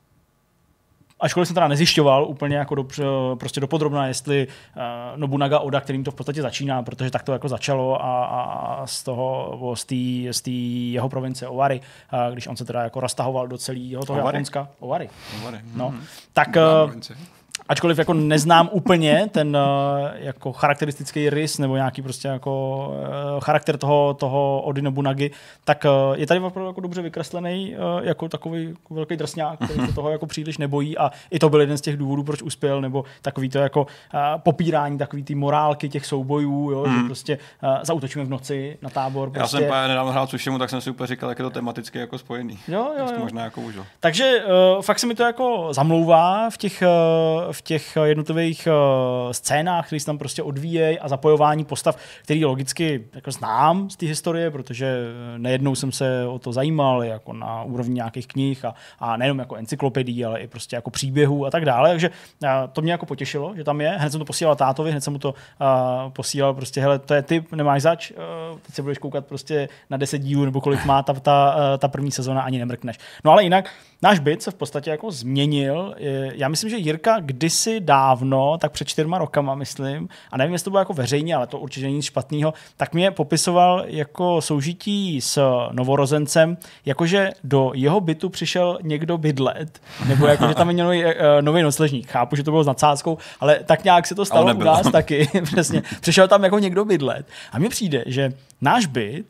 ačkoliv jsem teda nezjišťoval úplně jako do, prostě dopodrobna, jestli uh, Nobunaga Oda, kterým to v podstatě začíná, protože tak to jako začalo a, a z toho, z té z té jeho provincie Owari, uh, když on se teda jako roztahoval do celého toho Owari? Japonska. Owari. Owari. No. Mm-hmm. Tak uh, ačkoliv jako neznám úplně ten uh, jako charakteristický rys nebo nějaký prostě jako uh, charakter toho, toho Ody Nobunagi, tak uh, je tady opravdu jako dobře vykreslený uh, jako takový velký drsňák, který se toho jako příliš nebojí a i to byl jeden z těch důvodů, proč uspěl, nebo takový to jako uh, popírání takový ty morálky těch soubojů, jo, mm. že prostě uh, zaútočíme v noci na tábor. Já prostě. jsem právě nedávno hrál Tsušimu, tak jsem si úplně říkal, jak je to tematicky jako spojený. Jo, jo, jo. Možná jako užil. Takže uh, fakt se mi to jako zamlouvá v těch uh, v těch jednotlivých uh, scénách, které se tam prostě odvíjejí a zapojování postav, který logicky jako znám z té historie, protože nejednou jsem se o to zajímal jako na úrovni nějakých knih a, a nejenom jako encyklopedií, ale i prostě jako příběhů a tak dále. Takže uh, to mě jako potěšilo, že tam je. Hned jsem to posílal tátovi, hned jsem mu to uh, posílal prostě, hele, to je tip, nemáš zač, uh, teď se budeš koukat prostě na deset dílů nebo kolik má ta, ta, uh, ta první sezona, ani nemrkneš. No ale jinak náš byt se v podstatě jako změnil. Já myslím, že Jirka kdysi dávno, tak před čtyřma rokama, myslím, a nevím, jestli to bylo jako veřejně, ale to určitě není nic špatného, tak mě popisoval jako soužití s novorozencem, jakože do jeho bytu přišel někdo bydlet, nebo jako, že tam měl uh, nový nosležník. Chápu, že to bylo s nadsázkou, ale tak nějak se to stalo u nás taky. Přesně. Přišel tam jako někdo bydlet. A mně přijde, že náš byt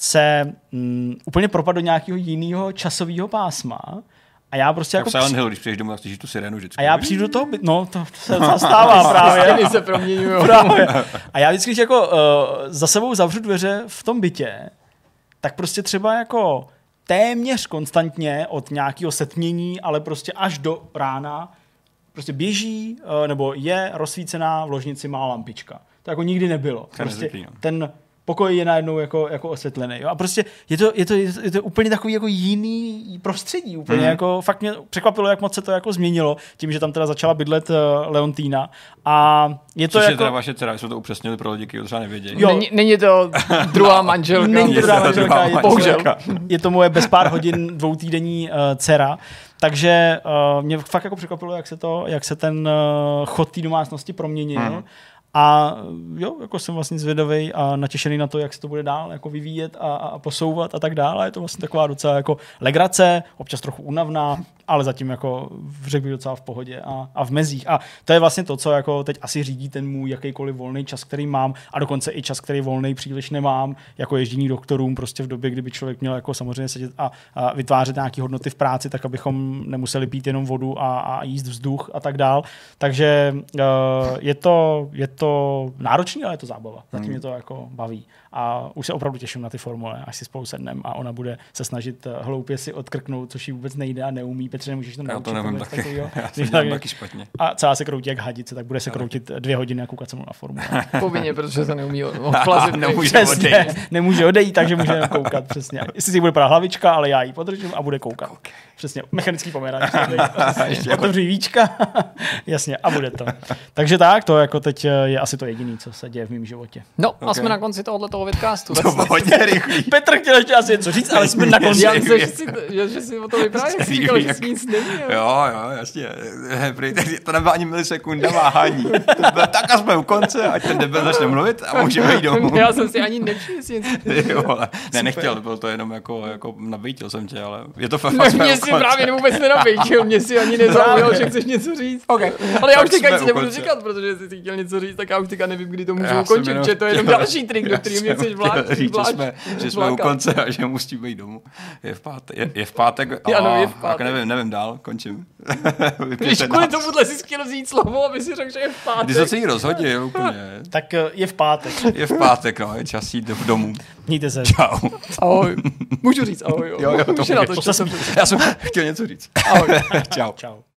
se um, úplně propadl do nějakého jiného časového pásma. A já prostě tak jako... Silent Hill, když přijdeš domů, tak slyšíš tu sirénu vždycky. A já přijdu do toho byt, no to, to se zastává právě. Stěny se proměňují. Právě. A já vždycky, když jako uh, za sebou zavřu dveře v tom bytě, tak prostě třeba jako téměř konstantně od nějakého setmění, ale prostě až do rána prostě běží uh, nebo je rozsvícená v ložnici má lampička. To jako nikdy nebylo. Prostě ten pokoj je najednou jako, jako osvětlený. Jo? A prostě je to, je, to, je to úplně takový jako jiný prostředí. Úplně mm. jako, fakt mě překvapilo, jak moc se to jako změnilo, tím, že tam teda začala bydlet uh, Leontýna. A je to Což jako... je teda vaše dcera, jsme to upřesnili pro lidi, kteří třeba nevědějí. Jo. Není, není to druhá manželka. Není to druhá manželka, je, bohužel. Je to moje bez pár hodin dvoutýdenní uh, dcera. Takže uh, mě fakt jako překvapilo, jak se, to, jak se ten uh, chod té domácnosti proměnil. Mm. A jo, jako jsem vlastně zvědavý a natěšený na to, jak se to bude dál jako vyvíjet a, a posouvat a tak dále. Je to vlastně taková docela jako legrace, občas trochu únavná, ale zatím jako řekl bych docela v pohodě a, a v mezích. A to je vlastně to, co jako teď asi řídí ten můj jakýkoliv volný čas, který mám, a dokonce i čas, který volný příliš nemám, jako ježdění doktorům prostě v době, kdyby člověk měl jako samozřejmě sedět a, a vytvářet nějaké hodnoty v práci, tak abychom nemuseli pít jenom vodu a, a jíst vzduch a tak dál. Takže uh, je to, je to náročný, ale je to zábava. Zatím mě to jako baví. A už se opravdu těším na ty formule, až si spolu sednem a ona bude se snažit hloupě si odkrknout, což jí vůbec nejde a neumí. Petře, nemůžeš to naučit. Já to nevím taky. Takovýho. Já to dělám taky špatně. A celá se kroutí jak hadice, tak bude se kroutit dvě hodiny a koukat se mnou na formule. Povinně, protože se neumí odplazit. Nemůže odejít. Nemůže odejít, takže může jenom koukat. Přesně. Jestli si bude padat hlavička, ale já ji podržím a bude koukat. Okay. Přesně. Mechanický poměr. Otevří víčka. Jasně. A bude to. Takže tak, to jako teď je asi to jediné, co se děje v mém životě. No, okay. A jsme na konci tohoto o vidcastu. To bylo hodně rychlý. Petr chtěl ještě asi něco říct, ale jsme na konci. Já myslím, že si, že, že si o tom vyprávěl, jak jsi říkal, že jsi nic neměl. Jo, jo, jasně. To nebyla ani milisekunda váhání. To bylo tak a jsme u konce, ať ten debil začne mluvit a můžeme jít domů. Já jsem si ani nevšiml, jestli něco jo, ale ne, nechtěl, byl to jenom jako, jako nabejtil jsem tě, ale je to fakt. Ne, mě si právě vůbec nenabejtil, mě si ani nezaujal, že chceš něco říct. Okay. Ale já už teďka nic nebudu říkat, protože jsi chtěl něco říct, tak já už teďka nevím, kdy to můžu ukončit, že to je jenom další trik, do který mě chceš vláčit. Říct, že jsme, že jsme u konce a že musíme jít domů. Je v pátek. Je, je v pátek. A, ano, je v pátek. nevím, nevím dál, končím. Když kvůli tomuhle jsi chtěl vzít slovo, aby si řekl, že je v pátek. Když se jí rozhodil úplně. Tak je v pátek. Je v pátek, no, je čas jít domů. Mějte se. Čau. Ahoj. Můžu říct ahoj, jo. Jo, jo, to Už je na to, já jsem chtěl něco říct. Ahoj. Čau. Čau.